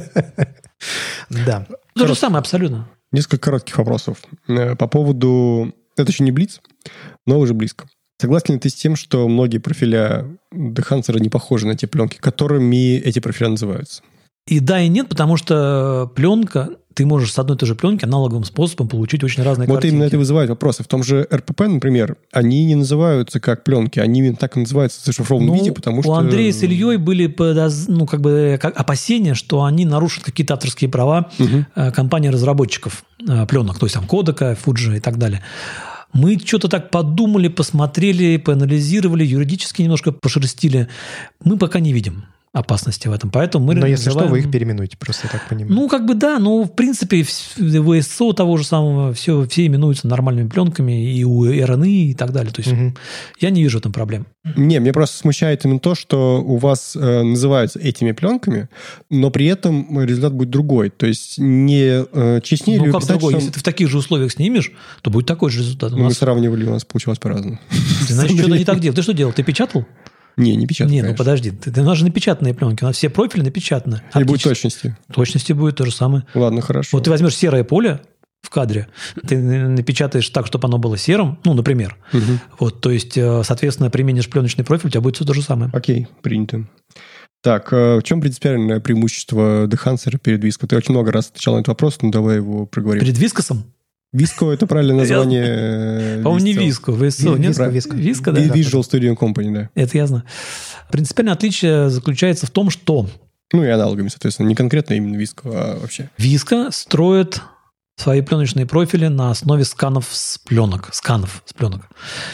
Да. То же самое абсолютно. Несколько коротких вопросов. По поводу... Это еще не блиц, но уже близко. Согласен ли ты с тем, что многие профиля Dehancer не похожи на те пленки, которыми эти профиля называются? И да, и нет, потому что пленка, ты можешь с одной и той же пленки аналоговым способом получить очень разные вот картинки. Вот именно это вызывает вопросы. В том же эр пи пи, например, они не называются как пленки, они именно так и называются в зашифрованном ну, виде, потому что... У Андрея с Ильей были ну, как бы, опасения, что они нарушат какие-то авторские права угу. компаний-разработчиков пленок, то есть там Kodak, Fuji и так далее. Мы что-то так подумали, посмотрели, поанализировали, юридически немножко пошерстили. Мы пока не видим опасности в этом. Поэтому мы Но называем... если что, вы их переименуете, просто я так понимаю. Ну, как бы да, но в принципе в эс о того же самого все, все именуются нормальными пленками, и у эр эн и и так далее. То есть угу. я не вижу в этом проблем. Не, мне просто смущает именно то, что у вас э, называются этими пленками, но при этом результат будет другой. То есть не э, честнее ну, ли как писать, другой? что... Если ты в таких же условиях снимешь, то будет такой же результат. У Мы нас... сравнивали, у нас получилось по-разному. Ты, значит, что-то не так делал. Ты что делал? Ты печатал? Не, не печатано, Не, конечно. ну подожди, ты, ты, у нас же напечатанные пленки, у нас все профили напечатаны. И будет точности. Точности будет то же самое. Ладно, хорошо. Вот ты возьмешь серое поле в кадре, ты напечатаешь так, чтобы оно было серым, ну, например. Угу. Вот, то есть, соответственно, применишь пленочный профиль, у тебя будет все то же самое. Окей, принято. Так, в чем принципиальное преимущество Dehancer перед Visco? Ты очень много раз отвечал на этот вопрос, но давай его проговорим. Перед Вискосом? Visco – это правильное название. По-моему, не Visco. Visco, нет? Visco, да. Visual Studio Company, да. Это я знаю. Принципиальное отличие заключается в том, что... Ну и аналогами, соответственно. Не конкретно именно Visco, а вообще. Visco строит свои пленочные профили на основе сканов с пленок. Сканов с пленок.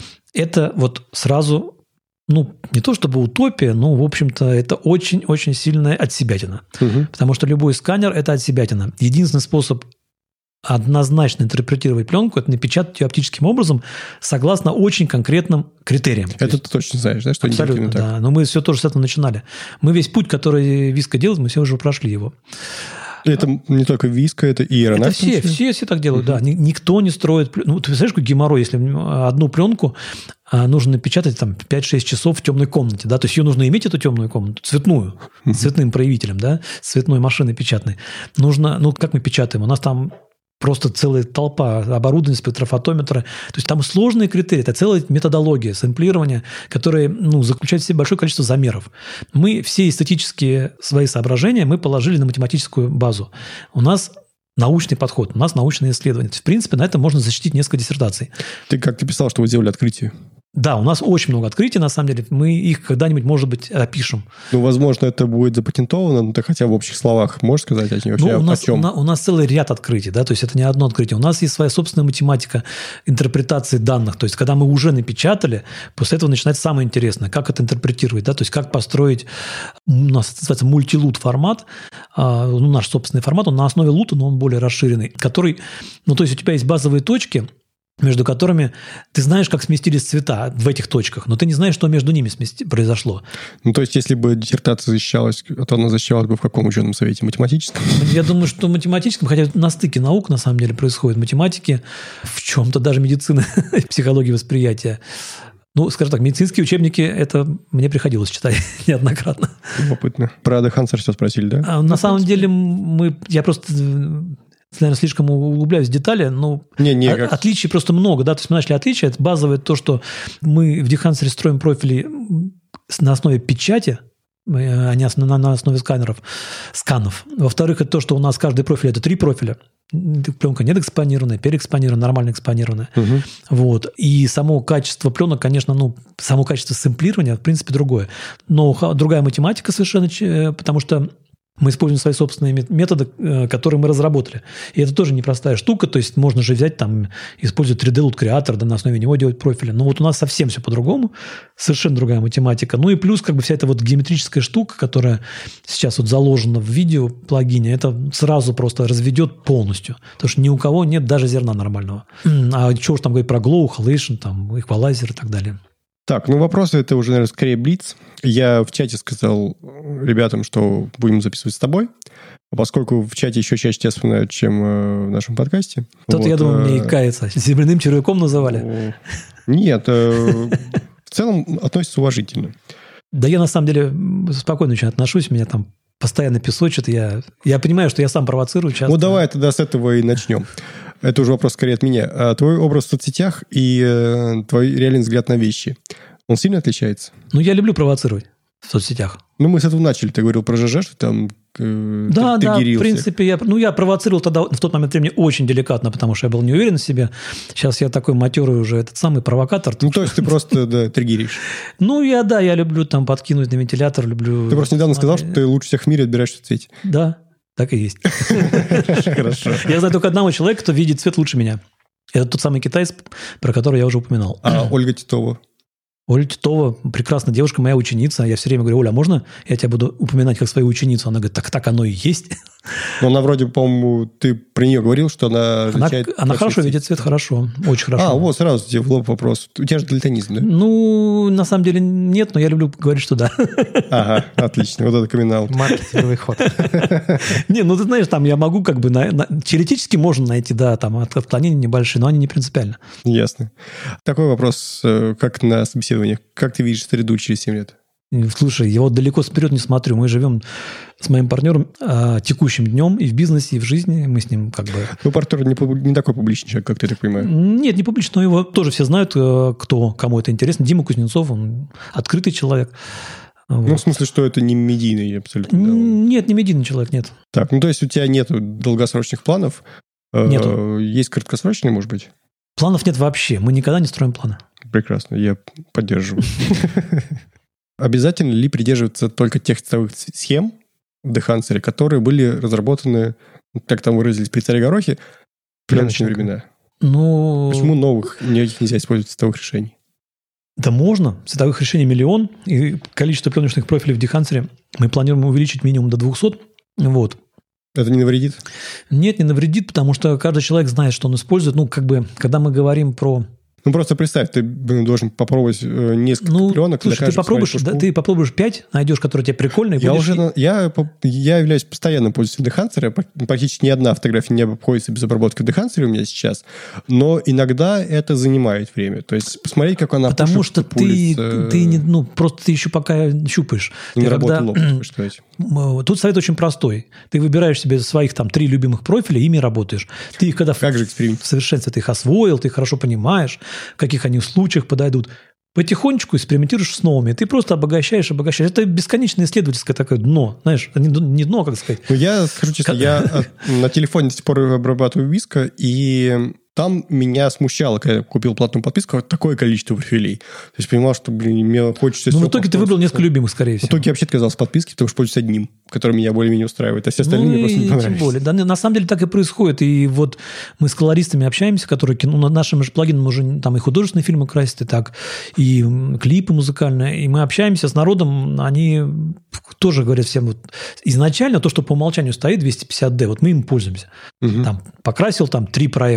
Это вот сразу... Ну, не то чтобы утопия, но, в общем-то, это очень-очень сильная отсебятина. Угу. Потому что любой сканер – это отсебятина. Единственный способ однозначно интерпретировать пленку – это напечатать ее оптическим образом согласно очень конкретным критериям. Это есть, ты точно знаешь, да? Что абсолютно, да. Так. Но мы все тоже с этого начинали. Мы весь путь, который Visco делает, мы все уже прошли его. Это не только Visco, это и эр эн эф. Это все, все, все так делают, uh-huh. да. Никто не строит... Ну, ты представляешь, какой геморрой, если одну пленку нужно напечатать там пять-шесть часов в темной комнате, да, то есть ее нужно иметь, эту темную комнату, цветную, uh-huh. цветным проявителем, да, цветной машиной печатной. Нужно... Ну, как мы печатаем? У нас там... Просто целая толпа оборудования, спектрофотометра. То есть там сложные критерии. Это целая методология сэмплирования, которая ну, заключает в себе большое количество замеров. Мы все эстетические свои соображения мы положили на математическую базу. У нас научный подход, у нас научные исследования. В принципе, на этом можно защитить несколько диссертаций. Ты как ты писал, что вы сделали открытие? Да, у нас очень много открытий, на самом деле. Мы их когда-нибудь, может быть, опишем. Ну, возможно, это будет запатентовано, но ты хотя бы в общих словах можешь сказать о, вообще, ну, у нас, о чем? У, у нас целый ряд открытий, да, то есть это не одно открытие. У нас есть своя собственная математика интерпретации данных. То есть когда мы уже напечатали, после этого начинается самое интересное. Как это интерпретировать, да, то есть как построить, у нас называется мультилут формат, ну, наш собственный формат, он на основе лута, но он более расширенный, который, ну, то есть у тебя есть базовые точки, между которыми ты знаешь, как сместились цвета в этих точках, но ты не знаешь, что между ними смести... произошло. Ну, то есть, если бы диссертация защищалась, то она защищалась бы в каком ученом совете? Математическом? Я думаю, что математическом, хотя на стыке наук, на самом деле, происходит математики, в чем-то даже медицины, психологии восприятия. Ну, скажем так, медицинские учебники, это мне приходилось читать неоднократно. Любопытно. Про Дехансер все спросили, да? А, на самом деле, мы... я просто... наверное, слишком углубляюсь в детали, но не, не, от, как... отличий просто много. Да? То есть мы начали отличия. Это базовое то, что мы в Дехансере строим профили на основе печати, а не на основе сканеров, сканов. Во-вторых, это то, что у нас каждый профиль – это три профиля. Пленка недэкспонированная, переэкспонированная, нормально экспонированная. Угу. Вот. И само качество пленок, конечно, ну, само качество сэмплирования, в принципе, другое. Но другая математика совершенно, потому что мы используем свои собственные методы, которые мы разработали. И это тоже непростая штука. То есть можно же взять, там, использовать три дэ-лут-креатор, да, на основе него делать профили. Но вот у нас совсем все по-другому. Совершенно другая математика. Ну и плюс как бы вся эта вот геометрическая штука, которая сейчас вот заложена в видео плагине, это сразу просто разведет полностью. Потому что ни у кого нет даже зерна нормального. А что уж там говорить про glow, halation, там, эквалайзер и так далее. Так, ну вопросы это уже, наверное, скорее блиц. Я в чате сказал ребятам, что будем записывать с тобой, поскольку в чате еще чаще тебя вспоминают, чем в нашем подкасте. Кто-то, вот, я думаю, мне и кается. Земляным червяком называли? Нет, в целом относится уважительно. Да я на самом деле спокойно очень отношусь, меня там постоянно песочат, я, я понимаю, что я сам провоцирую часто. Ну давай тогда с этого и начнем. Это уже вопрос скорее от меня. А твой образ в соцсетях и э, твой реальный взгляд на вещи, он сильно отличается? Ну, я люблю провоцировать в соцсетях. Ну, мы с этого начали. Ты говорил про ЖЖ, что там э, да, да, в принципе, я, ну, я провоцировал тогда, в тот момент времени очень деликатно, потому что я был не уверен в себе. Сейчас я такой матерый уже, этот самый провокатор. Ну, то есть ты просто, да, триггеришь. Ну, я, да, я люблю там подкинуть на вентилятор, люблю... Ты просто недавно сказал, что ты лучше всех в мире отбираешь цвет. Да. Так и есть. Хорошо. Я знаю только одного человека, кто видит цвет лучше меня. Это тот самый китаец, про которого я уже упоминал. А Ольга Титова? Оля Титова, прекрасная девушка, моя ученица. Я все время говорю: Оля, можно я тебя буду упоминать как свою ученицу? Она говорит: так так оно и есть. Но она вроде, по-моему, ты про нее говорил, что она различает... Она, она хорошо видит цвет, хорошо, очень хорошо. А, вот сразу тебе в лоб вопрос. У тебя же дальтонизм, да? Ну, на самом деле нет, но я люблю говорить, что да. Ага, отлично, вот это камин-аут. Маркетинговый ход. Не, ну ты знаешь, там я могу как бы... Теоретически можно найти, да, там отклонения небольшие, но они не принципиально. Ясно. Такой вопрос, как на собеседованиях. Как ты видишь среду через семь лет? Слушай, я вот далеко вперед не смотрю. Мы живем с моим партнером а, текущим днем и в бизнесе, и в жизни. Мы с ним как бы... Ну, партнер не, не такой публичный человек, как ты, так понимаю. Нет, не публичный, но его тоже все знают, кто, кому это интересно. Дима Кузнецов, он открытый человек. Вот. Ну, в смысле, что это не медийный абсолютно? Да. Нет, не медийный человек, нет. Так, ну, то есть у тебя нет долгосрочных планов? Нету. Есть краткосрочные, может быть? Планов нет вообще. Мы никогда не строим планы. Прекрасно, я поддерживаю. Обязательно ли придерживаться только тех цветовых схем в Дехансере, которые были разработаны, как там выразились, при царе Горохе в пленочные времена? Ну... Почему новых никаких нельзя использовать цветовых решений? Да можно. Цветовых решений миллион. И количество пленочных профилей в Дехансере мы планируем увеличить минимум до двухсот. Вот. Это не навредит? Нет, не навредит, потому что каждый человек знает, что он использует. Ну, как бы, когда мы говорим про... Ну, просто представь, ты должен попробовать несколько ну, пленок. Слушай, ты попробуешь, да, ты попробуешь пять, найдешь, которые тебе прикольные. Я, будешь... уже, я, я являюсь постоянным пользователем Дехансера. Практически ни одна фотография не обходится без обработки в Дехансере у меня сейчас. Но иногда это занимает время. То есть посмотреть, как она Потому пушит, что ты, пулится. ты не, ну, просто ты еще пока щупаешь. Не ты работал когда... опыт, сказать. Тут совет очень простой. Ты выбираешь себе своих там три любимых профиля, ими работаешь. Ты их когда как в, же эксперимент? в совершенстве ты их освоил, ты их хорошо понимаешь, в каких они случаях подойдут. Потихонечку экспериментируешь с новыми. Ты просто обогащаешь, обогащаешь. Это бесконечное исследовательское такое дно. Знаешь, не, не дно, как сказать. Ну, я скажу честно, я на телефоне до сих пор обрабатываю Виска, и там меня смущало, когда я купил платную подписку, такое количество профилей. То есть понимал, что, блин, мне хочется... Ну, в итоге ты выбрал несколько любимых, скорее всего. В итоге я вообще отказался от подписки, потому что пользуюсь одним, который меня более-менее устраивает, а все остальные ну, мне просто не понравились. Тем более. Да, на самом деле так и происходит. И вот мы с колористами общаемся, которые ну, над нашим же плагином уже там и художественные фильмы красят, и так, и клипы музыкальные. И мы общаемся с народом, они тоже говорят всем, вот, изначально то, что по умолчанию стоит двести пятьдесят ди, вот мы им пользуемся. Угу. Там, покрасил там три проекта.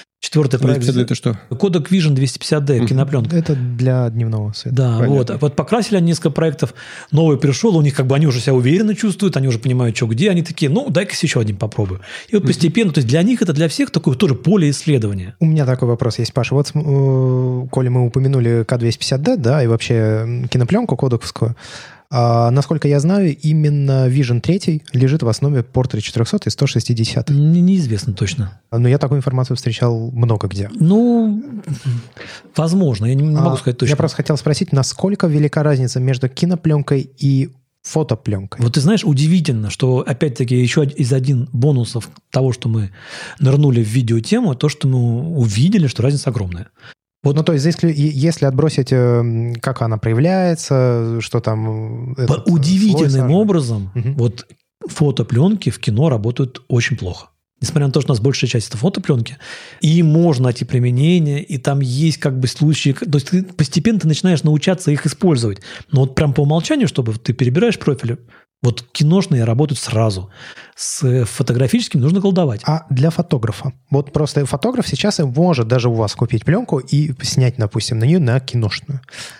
Четвертый проект. двести пятьдесят ди это что? Kodak Vision двести пятьдесят ди, uh-huh. кинопленка. Это для дневного света. Да, вот. Вот покрасили они несколько проектов, новый пришел, у них как бы они уже себя уверенно чувствуют, они уже понимают, что где, они такие, ну, дай-ка еще один попробую. И вот uh-huh. постепенно, то есть для них это для всех такое тоже поле исследования. У меня такой вопрос есть, Паша. Вот, э, коли мы упомянули К двести пятьдесят ди, да, и вообще кинопленку кодаковскую, А, насколько я знаю, именно Vision три лежит в основе Portra четыреста и сто шестьдесят. Не, неизвестно точно. Но я такую информацию встречал много где. Ну, возможно, я не, не могу а, сказать точно. Я просто хотел спросить, насколько велика разница между кинопленкой и фотопленкой? Вот ты знаешь, удивительно, что, опять-таки, еще из один бонусов того, что мы нырнули в видеотему, то, что мы увидели, что разница огромная. Вот. Ну, то есть, если, если отбросить, как она проявляется, что там... По удивительным образом, угу. вот фотопленки в кино работают очень плохо. Несмотря на то, что у нас большая часть это фотопленки, и можно найти применение, и там есть как бы случаи... То есть ты постепенно ты начинаешь научаться их использовать. Но вот прям по умолчанию, чтобы ты перебираешь профили, вот киношные работают сразу. С фотографическим нужно колдовать. А для фотографа? Вот просто фотограф сейчас может даже у вас купить пленку и снять, допустим, на нее на киношную.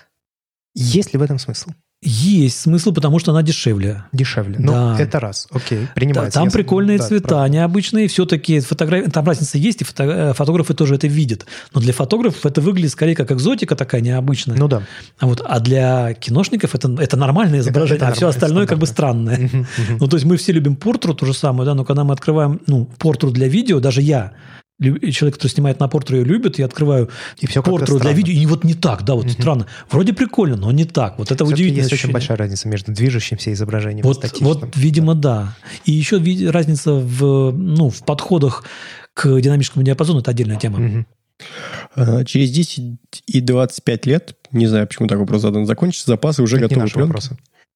Есть ли в этом смысл? Есть смысл, потому что она дешевле. Дешевле. Да. Ну, это раз. Окей, принимается. Да, там Если... прикольные да, цвета, правда. необычные. Все-таки фотографии... Там разница есть, и фото... фотографы тоже это видят. Но для фотографов это выглядит скорее как экзотика такая необычная. Ну да. А, вот, а для киношников это, это нормальное изображение, это, это а все остальное как бы странное. Uh-huh, uh-huh. Ну, то есть мы все любим портру, то же самое, да, но когда мы открываем ну, портру для видео, даже я, человек, который снимает на портру, ее любит, я открываю и все портру для видео, и вот не так, да, вот uh-huh. странно. Вроде прикольно, но не так. Вот это все-таки удивительно. Есть ощущение. Очень большая разница между движущимся изображением вот, и статичным. Вот, видимо, да. И еще разница в, ну, в подходах к динамическому диапазону – это отдельная тема. Uh-huh. Через десять и двадцать пять лет, не знаю, почему так вопрос задан, закончится запасы уже это готовы пленки.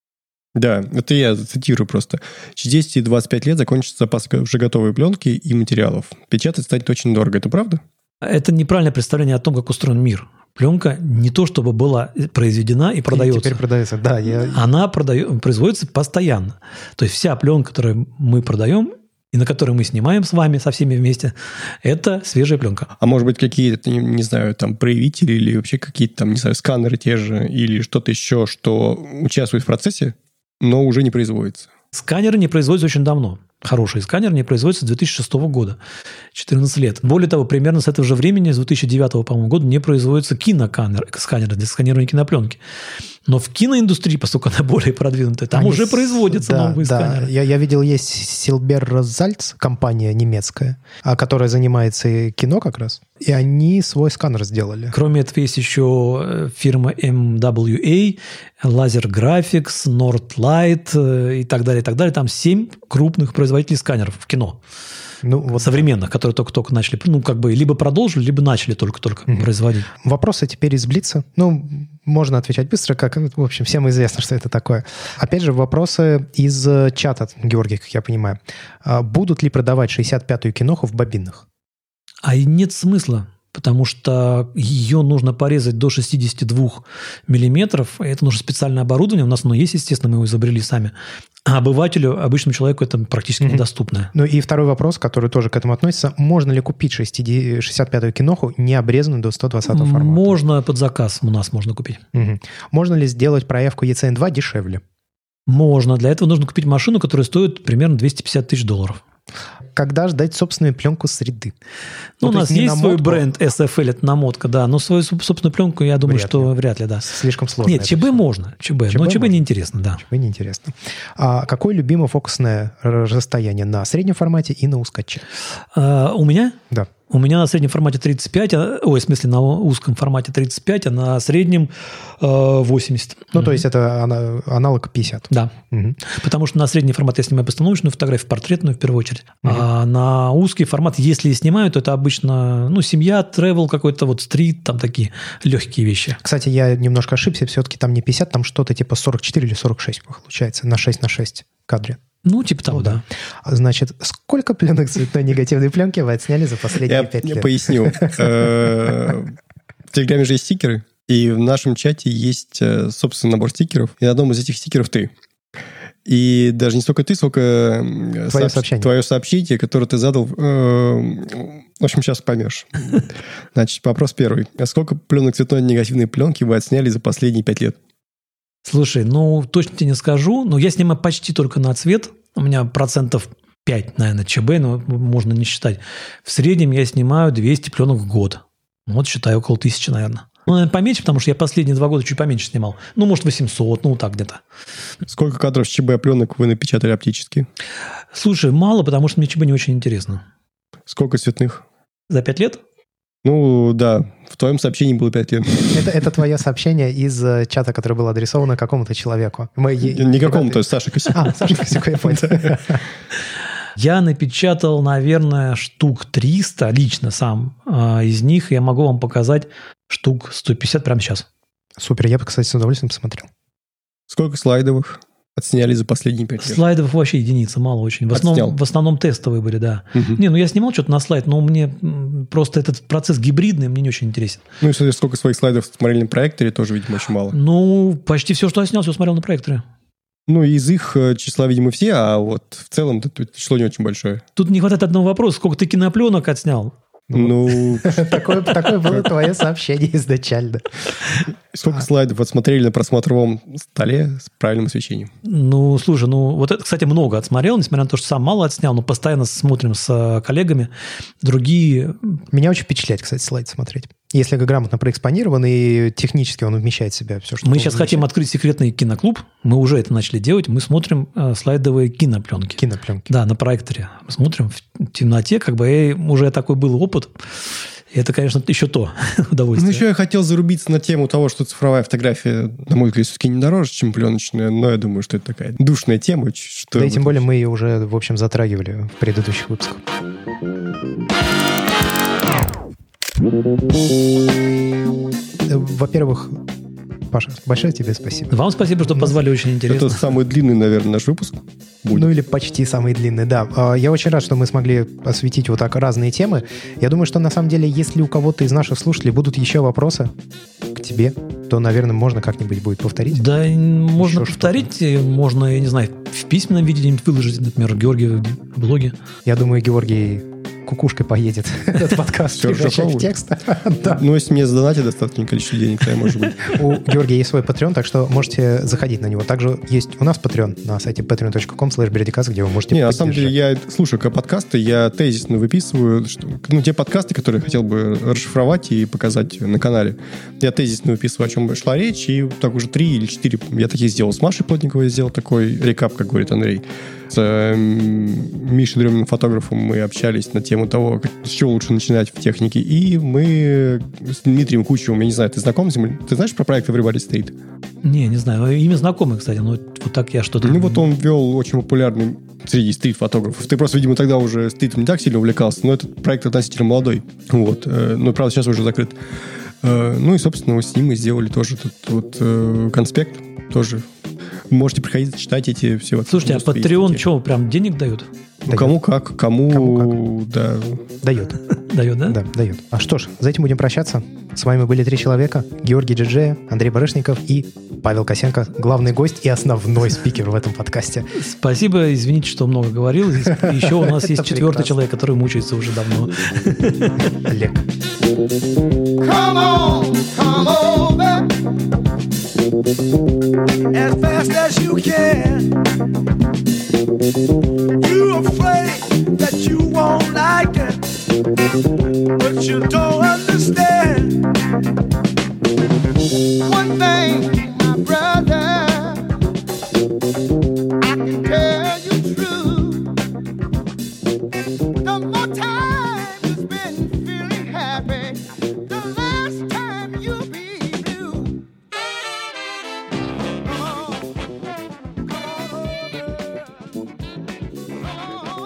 Да, это я цитирую просто. Через десять и двадцать пять лет закончится запас уже готовой пленки и материалов. Печатать станет очень дорого. Это правда? Это неправильное представление о том, как устроен мир. Пленка не то, чтобы была произведена и продается. И теперь продается, да. Я... Она продает, производится постоянно. То есть вся пленка, которую мы продаем, и на которой мы снимаем с вами, со всеми вместе, это свежая пленка. А может быть, какие-то, не, не знаю, там проявители или вообще какие-то там, не знаю, сканеры те же или что-то еще, что участвует в процессе, но уже не производится? Сканеры не производятся очень давно. Хороший сканер не производится с две тысячи шестого года. четырнадцать лет. Более того, примерно с этого же времени, с две тысячи девятого, по-моему, года, не производится кинокамер, сканеры для сканирования кинопленки. Но в киноиндустрии, поскольку она более продвинутая, там Они уже с... производятся да, новые да. сканеры. Я, я видел, есть Silber-Salz, компания немецкая, которая занимается кино как раз, и они свой сканер сделали. Кроме этого, есть еще фирма эм дабл ю эй, Laser Graphics, Nordlight и так далее, и так далее. Там семь крупных производителей сканеров в кино. Ну, вот современных, да. которые только-только начали, ну, как бы, либо продолжили, либо начали только-только mm-hmm. производить. Вопросы теперь из Блица. Ну, можно отвечать быстро, как, в общем, всем известно, что это такое. Опять же, вопросы из чата, Георгий, как я понимаю. Будут ли продавать шестьдесят пятую киноху в бобинах? А и нет смысла. Потому что ее нужно порезать до шестьдесят два миллиметров. Это нужно специальное оборудование. У нас оно есть, естественно, мы его изобрели сами. А обывателю, обычному человеку это практически mm-hmm. недоступно. Ну и второй вопрос, который тоже к этому относится. Можно ли купить шестьдесят пятую киноху, не обрезанную до сто двадцатого формата? Можно под заказ у нас можно купить. Mm-hmm. Можно ли сделать проявку и си эн два дешевле? Можно. Для этого нужно купить машину, которая стоит примерно двести пятьдесят тысяч долларов. Когда ждать собственную пленку среды? Ну, ну, у нас есть намотку, свой бренд эс эф эл, это намотка, да, но свою собственную пленку, я думаю, вряд что ли. вряд ли, да. Слишком сложно. Нет, ЧБ можно, ЧБ, ЧБ но ЧБ можно. неинтересно, да. ЧБ неинтересно. А какое любимое фокусное расстояние на среднем формате и на узкаче? А, у меня? Да. У меня на среднем формате тридцать пять, ой, в смысле на узком формате тридцать пять, а на среднем э, восемьдесят. Ну, mm-hmm. то есть это аналог пятьдесят. Да. Mm-hmm. Потому что на средний формат я снимаю постановочную фотографию, портретную в первую очередь. Mm-hmm. А на узкий формат, если я снимаю, то это обычно, ну, семья, тревел какой-то, вот стрит, там такие легкие вещи. Кстати, я немножко ошибся, все-таки там не пятьдесят, там что-то типа сорок четыре или сорок шесть получается, на шесть на шесть кадре. Ну, типа того, ну, да. да. Значит, сколько пленок цветной негативной пленки вы отсняли за последние пять лет? Я поясню. В Телеграме же есть стикеры, и в нашем чате есть собственный набор стикеров, и на одном из этих стикеров ты. И даже не столько ты, сколько Твое сообщ... сообщение. твое сообщение, которое ты задал. В общем, сейчас поймешь. Значит, вопрос первый. А сколько пленок цветной негативной пленки вы отсняли за последние пять лет? Слушай, ну, точно тебе не скажу, но я снимаю почти только на цвет. У меня процентов пять, наверное, ЧБ, но можно не считать. В среднем я снимаю двести пленок в год. Вот, считаю, около тысячи, наверное. Ну, наверное, поменьше, потому что я последние два года чуть поменьше снимал. Ну, может, восемьсот, ну, так где-то. Сколько кадров с ЧБ пленок вы напечатали оптически? Слушай, мало, потому что мне ЧБ не очень интересно. Сколько цветных? За пять лет? Ну, да. В твоем сообщении было пять лет. Это, это твое сообщение из э, чата, которое было адресовано какому-то человеку. Мы, Не какому-то, Саше Косяку. А, Саша Косяку, я понял. Я напечатал, наверное, штук триста лично сам. Из них я могу вам показать штук сто пятьдесят прямо сейчас. Супер, я бы, кстати, с удовольствием посмотрел. Сколько слайдовых отсняли за последние пять лет? Слайдов вообще единица, мало очень. В основном, в основном тестовые были, да. Угу. Не, ну я снимал что-то на слайд, но мне просто этот процесс гибридный, мне не очень интересен. Ну и, кстати, сколько своих слайдов смотрели на проекторе, тоже, видимо, очень мало. Ну, почти все, что я снял, все смотрел на проекторе. Ну, из их числа, видимо, все, а вот в целом это число не очень большое. Тут не хватает одного вопроса. Сколько ты кинопленок отснял? Ну... Такое было твое сообщение изначально. Сколько слайдов отсмотрели на просмотровом столе с правильным освещением? Ну, слушай, ну вот это, кстати, много отсмотрел, несмотря на то, что сам мало отснял, но постоянно смотрим с коллегами. Другие... Меня очень впечатляет, кстати, слайд смотреть. Если грамотно проэкспонирован и технически он вмещает в себя все, что... Мы сейчас хотим открыть секретный киноклуб. Мы уже это начали делать. Мы смотрим э, слайдовые кинопленки. Кинопленки. Да, на проекторе. Мы смотрим в темноте. Как бы и уже такой был опыт. И это, конечно, еще то удовольствие. Ну, еще я хотел зарубиться на тему того, что цифровая фотография, на мой взгляд, все-таки не дороже, чем пленочная, но я думаю, что это такая душная тема. Что да и тем более мы ее уже, в общем, затрагивали в предыдущих выпусках. Во-первых, Паша, большое тебе спасибо. Вам спасибо, что позвали, очень интересно. Это самый длинный, наверное, наш выпуск будет. Ну или почти самый длинный, да. Я очень рад, что мы смогли осветить вот так разные темы. Я думаю, что на самом деле, если у кого-то из наших слушателей будут еще вопросы к тебе, то, наверное, можно как-нибудь будет повторить. Да, можно еще повторить, что-то. можно, я не знаю, в письменном виде где-нибудь выложить, например, Георгий в блоге. Я думаю, Георгий кукушкой поедет этот подкаст превращать в текст. Ну, если мне задонатить достаточное количество денег, то я, может быть. У Георгия есть свой Patreon, так что можете заходить на него. Также есть у нас Patreon на сайте patreon точка com слэш бердикаст, где вы можете Не, на самом деле, я слушаю как подкасты, я тезисно выписываю, что, ну, те подкасты, которые я хотел бы расшифровать и показать на канале. Я тезисно выписываю, о чем шла речь, и так уже три или четыре я таких сделал. С Машей Плотниковой сделал такой рекап, как говорит Андрей. С э, Мишей Дремным фотографом мы общались на тему того, как, с чего лучше начинать в технике. И мы с Дмитрием Кучевым, я не знаю, ты знаком с ним? Ты знаешь про проект Everybody State? Не, не знаю. Имя знакомое, кстати, но вот так я что-то... Ну вот он вел очень популярный среди стрит-фотографов. Ты просто, видимо, тогда уже стритом не так сильно увлекался, но этот проект относительно молодой. Вот. Ну, правда, сейчас уже закрыт. Ну и, собственно, с ним мы сделали тоже этот вот конспект. Тоже можете приходить, читать эти все. Слушайте, а Patreon что, прям денег дает? Ну, кому как, кому, кому как. Да. Дает. Дает, да? Да, дает. А что ж, за этим будем прощаться. С вами были три человека. Георгий Джиджея, Андрей Барышников и Павел Косенко, главный гость и основной спикер в этом подкасте. Спасибо, извините, что много говорил. Еще у нас есть четвертый человек, который мучается уже давно. Олег. Come on, come over as fast as you can. You're afraid that you won't like it, but you don't understand. One thing, my brother, I can tell you true. The more time you spend feeling happy, the less time you'll be blue. Oh, come on over. Oh,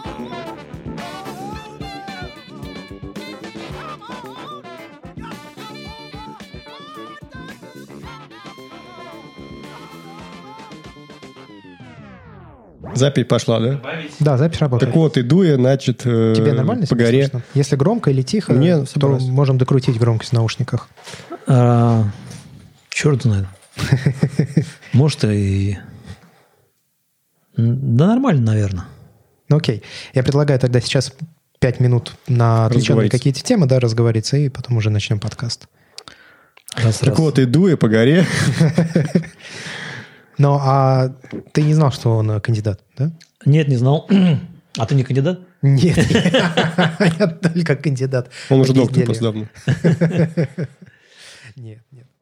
Запись пошла, да? Да, запись работает. Так вот, иду я, значит, э, Тебе нормально по горе. слышно? Если громко или тихо, Мне то раз. можем докрутить громкость в наушниках. А, черт знает. Может, и... Да нормально, наверное. Ну окей. Я предлагаю тогда сейчас пять минут на отвлеченные какие-то темы, да, разговориться, и потом уже начнем подкаст. Раз, так раз. Вот, иду я по горе. Ну, а ты не знал, что он кандидат, да? Нет, не знал. А ты не кандидат? Нет, я только кандидат. Он уже доктор просто давно. Нет, нет.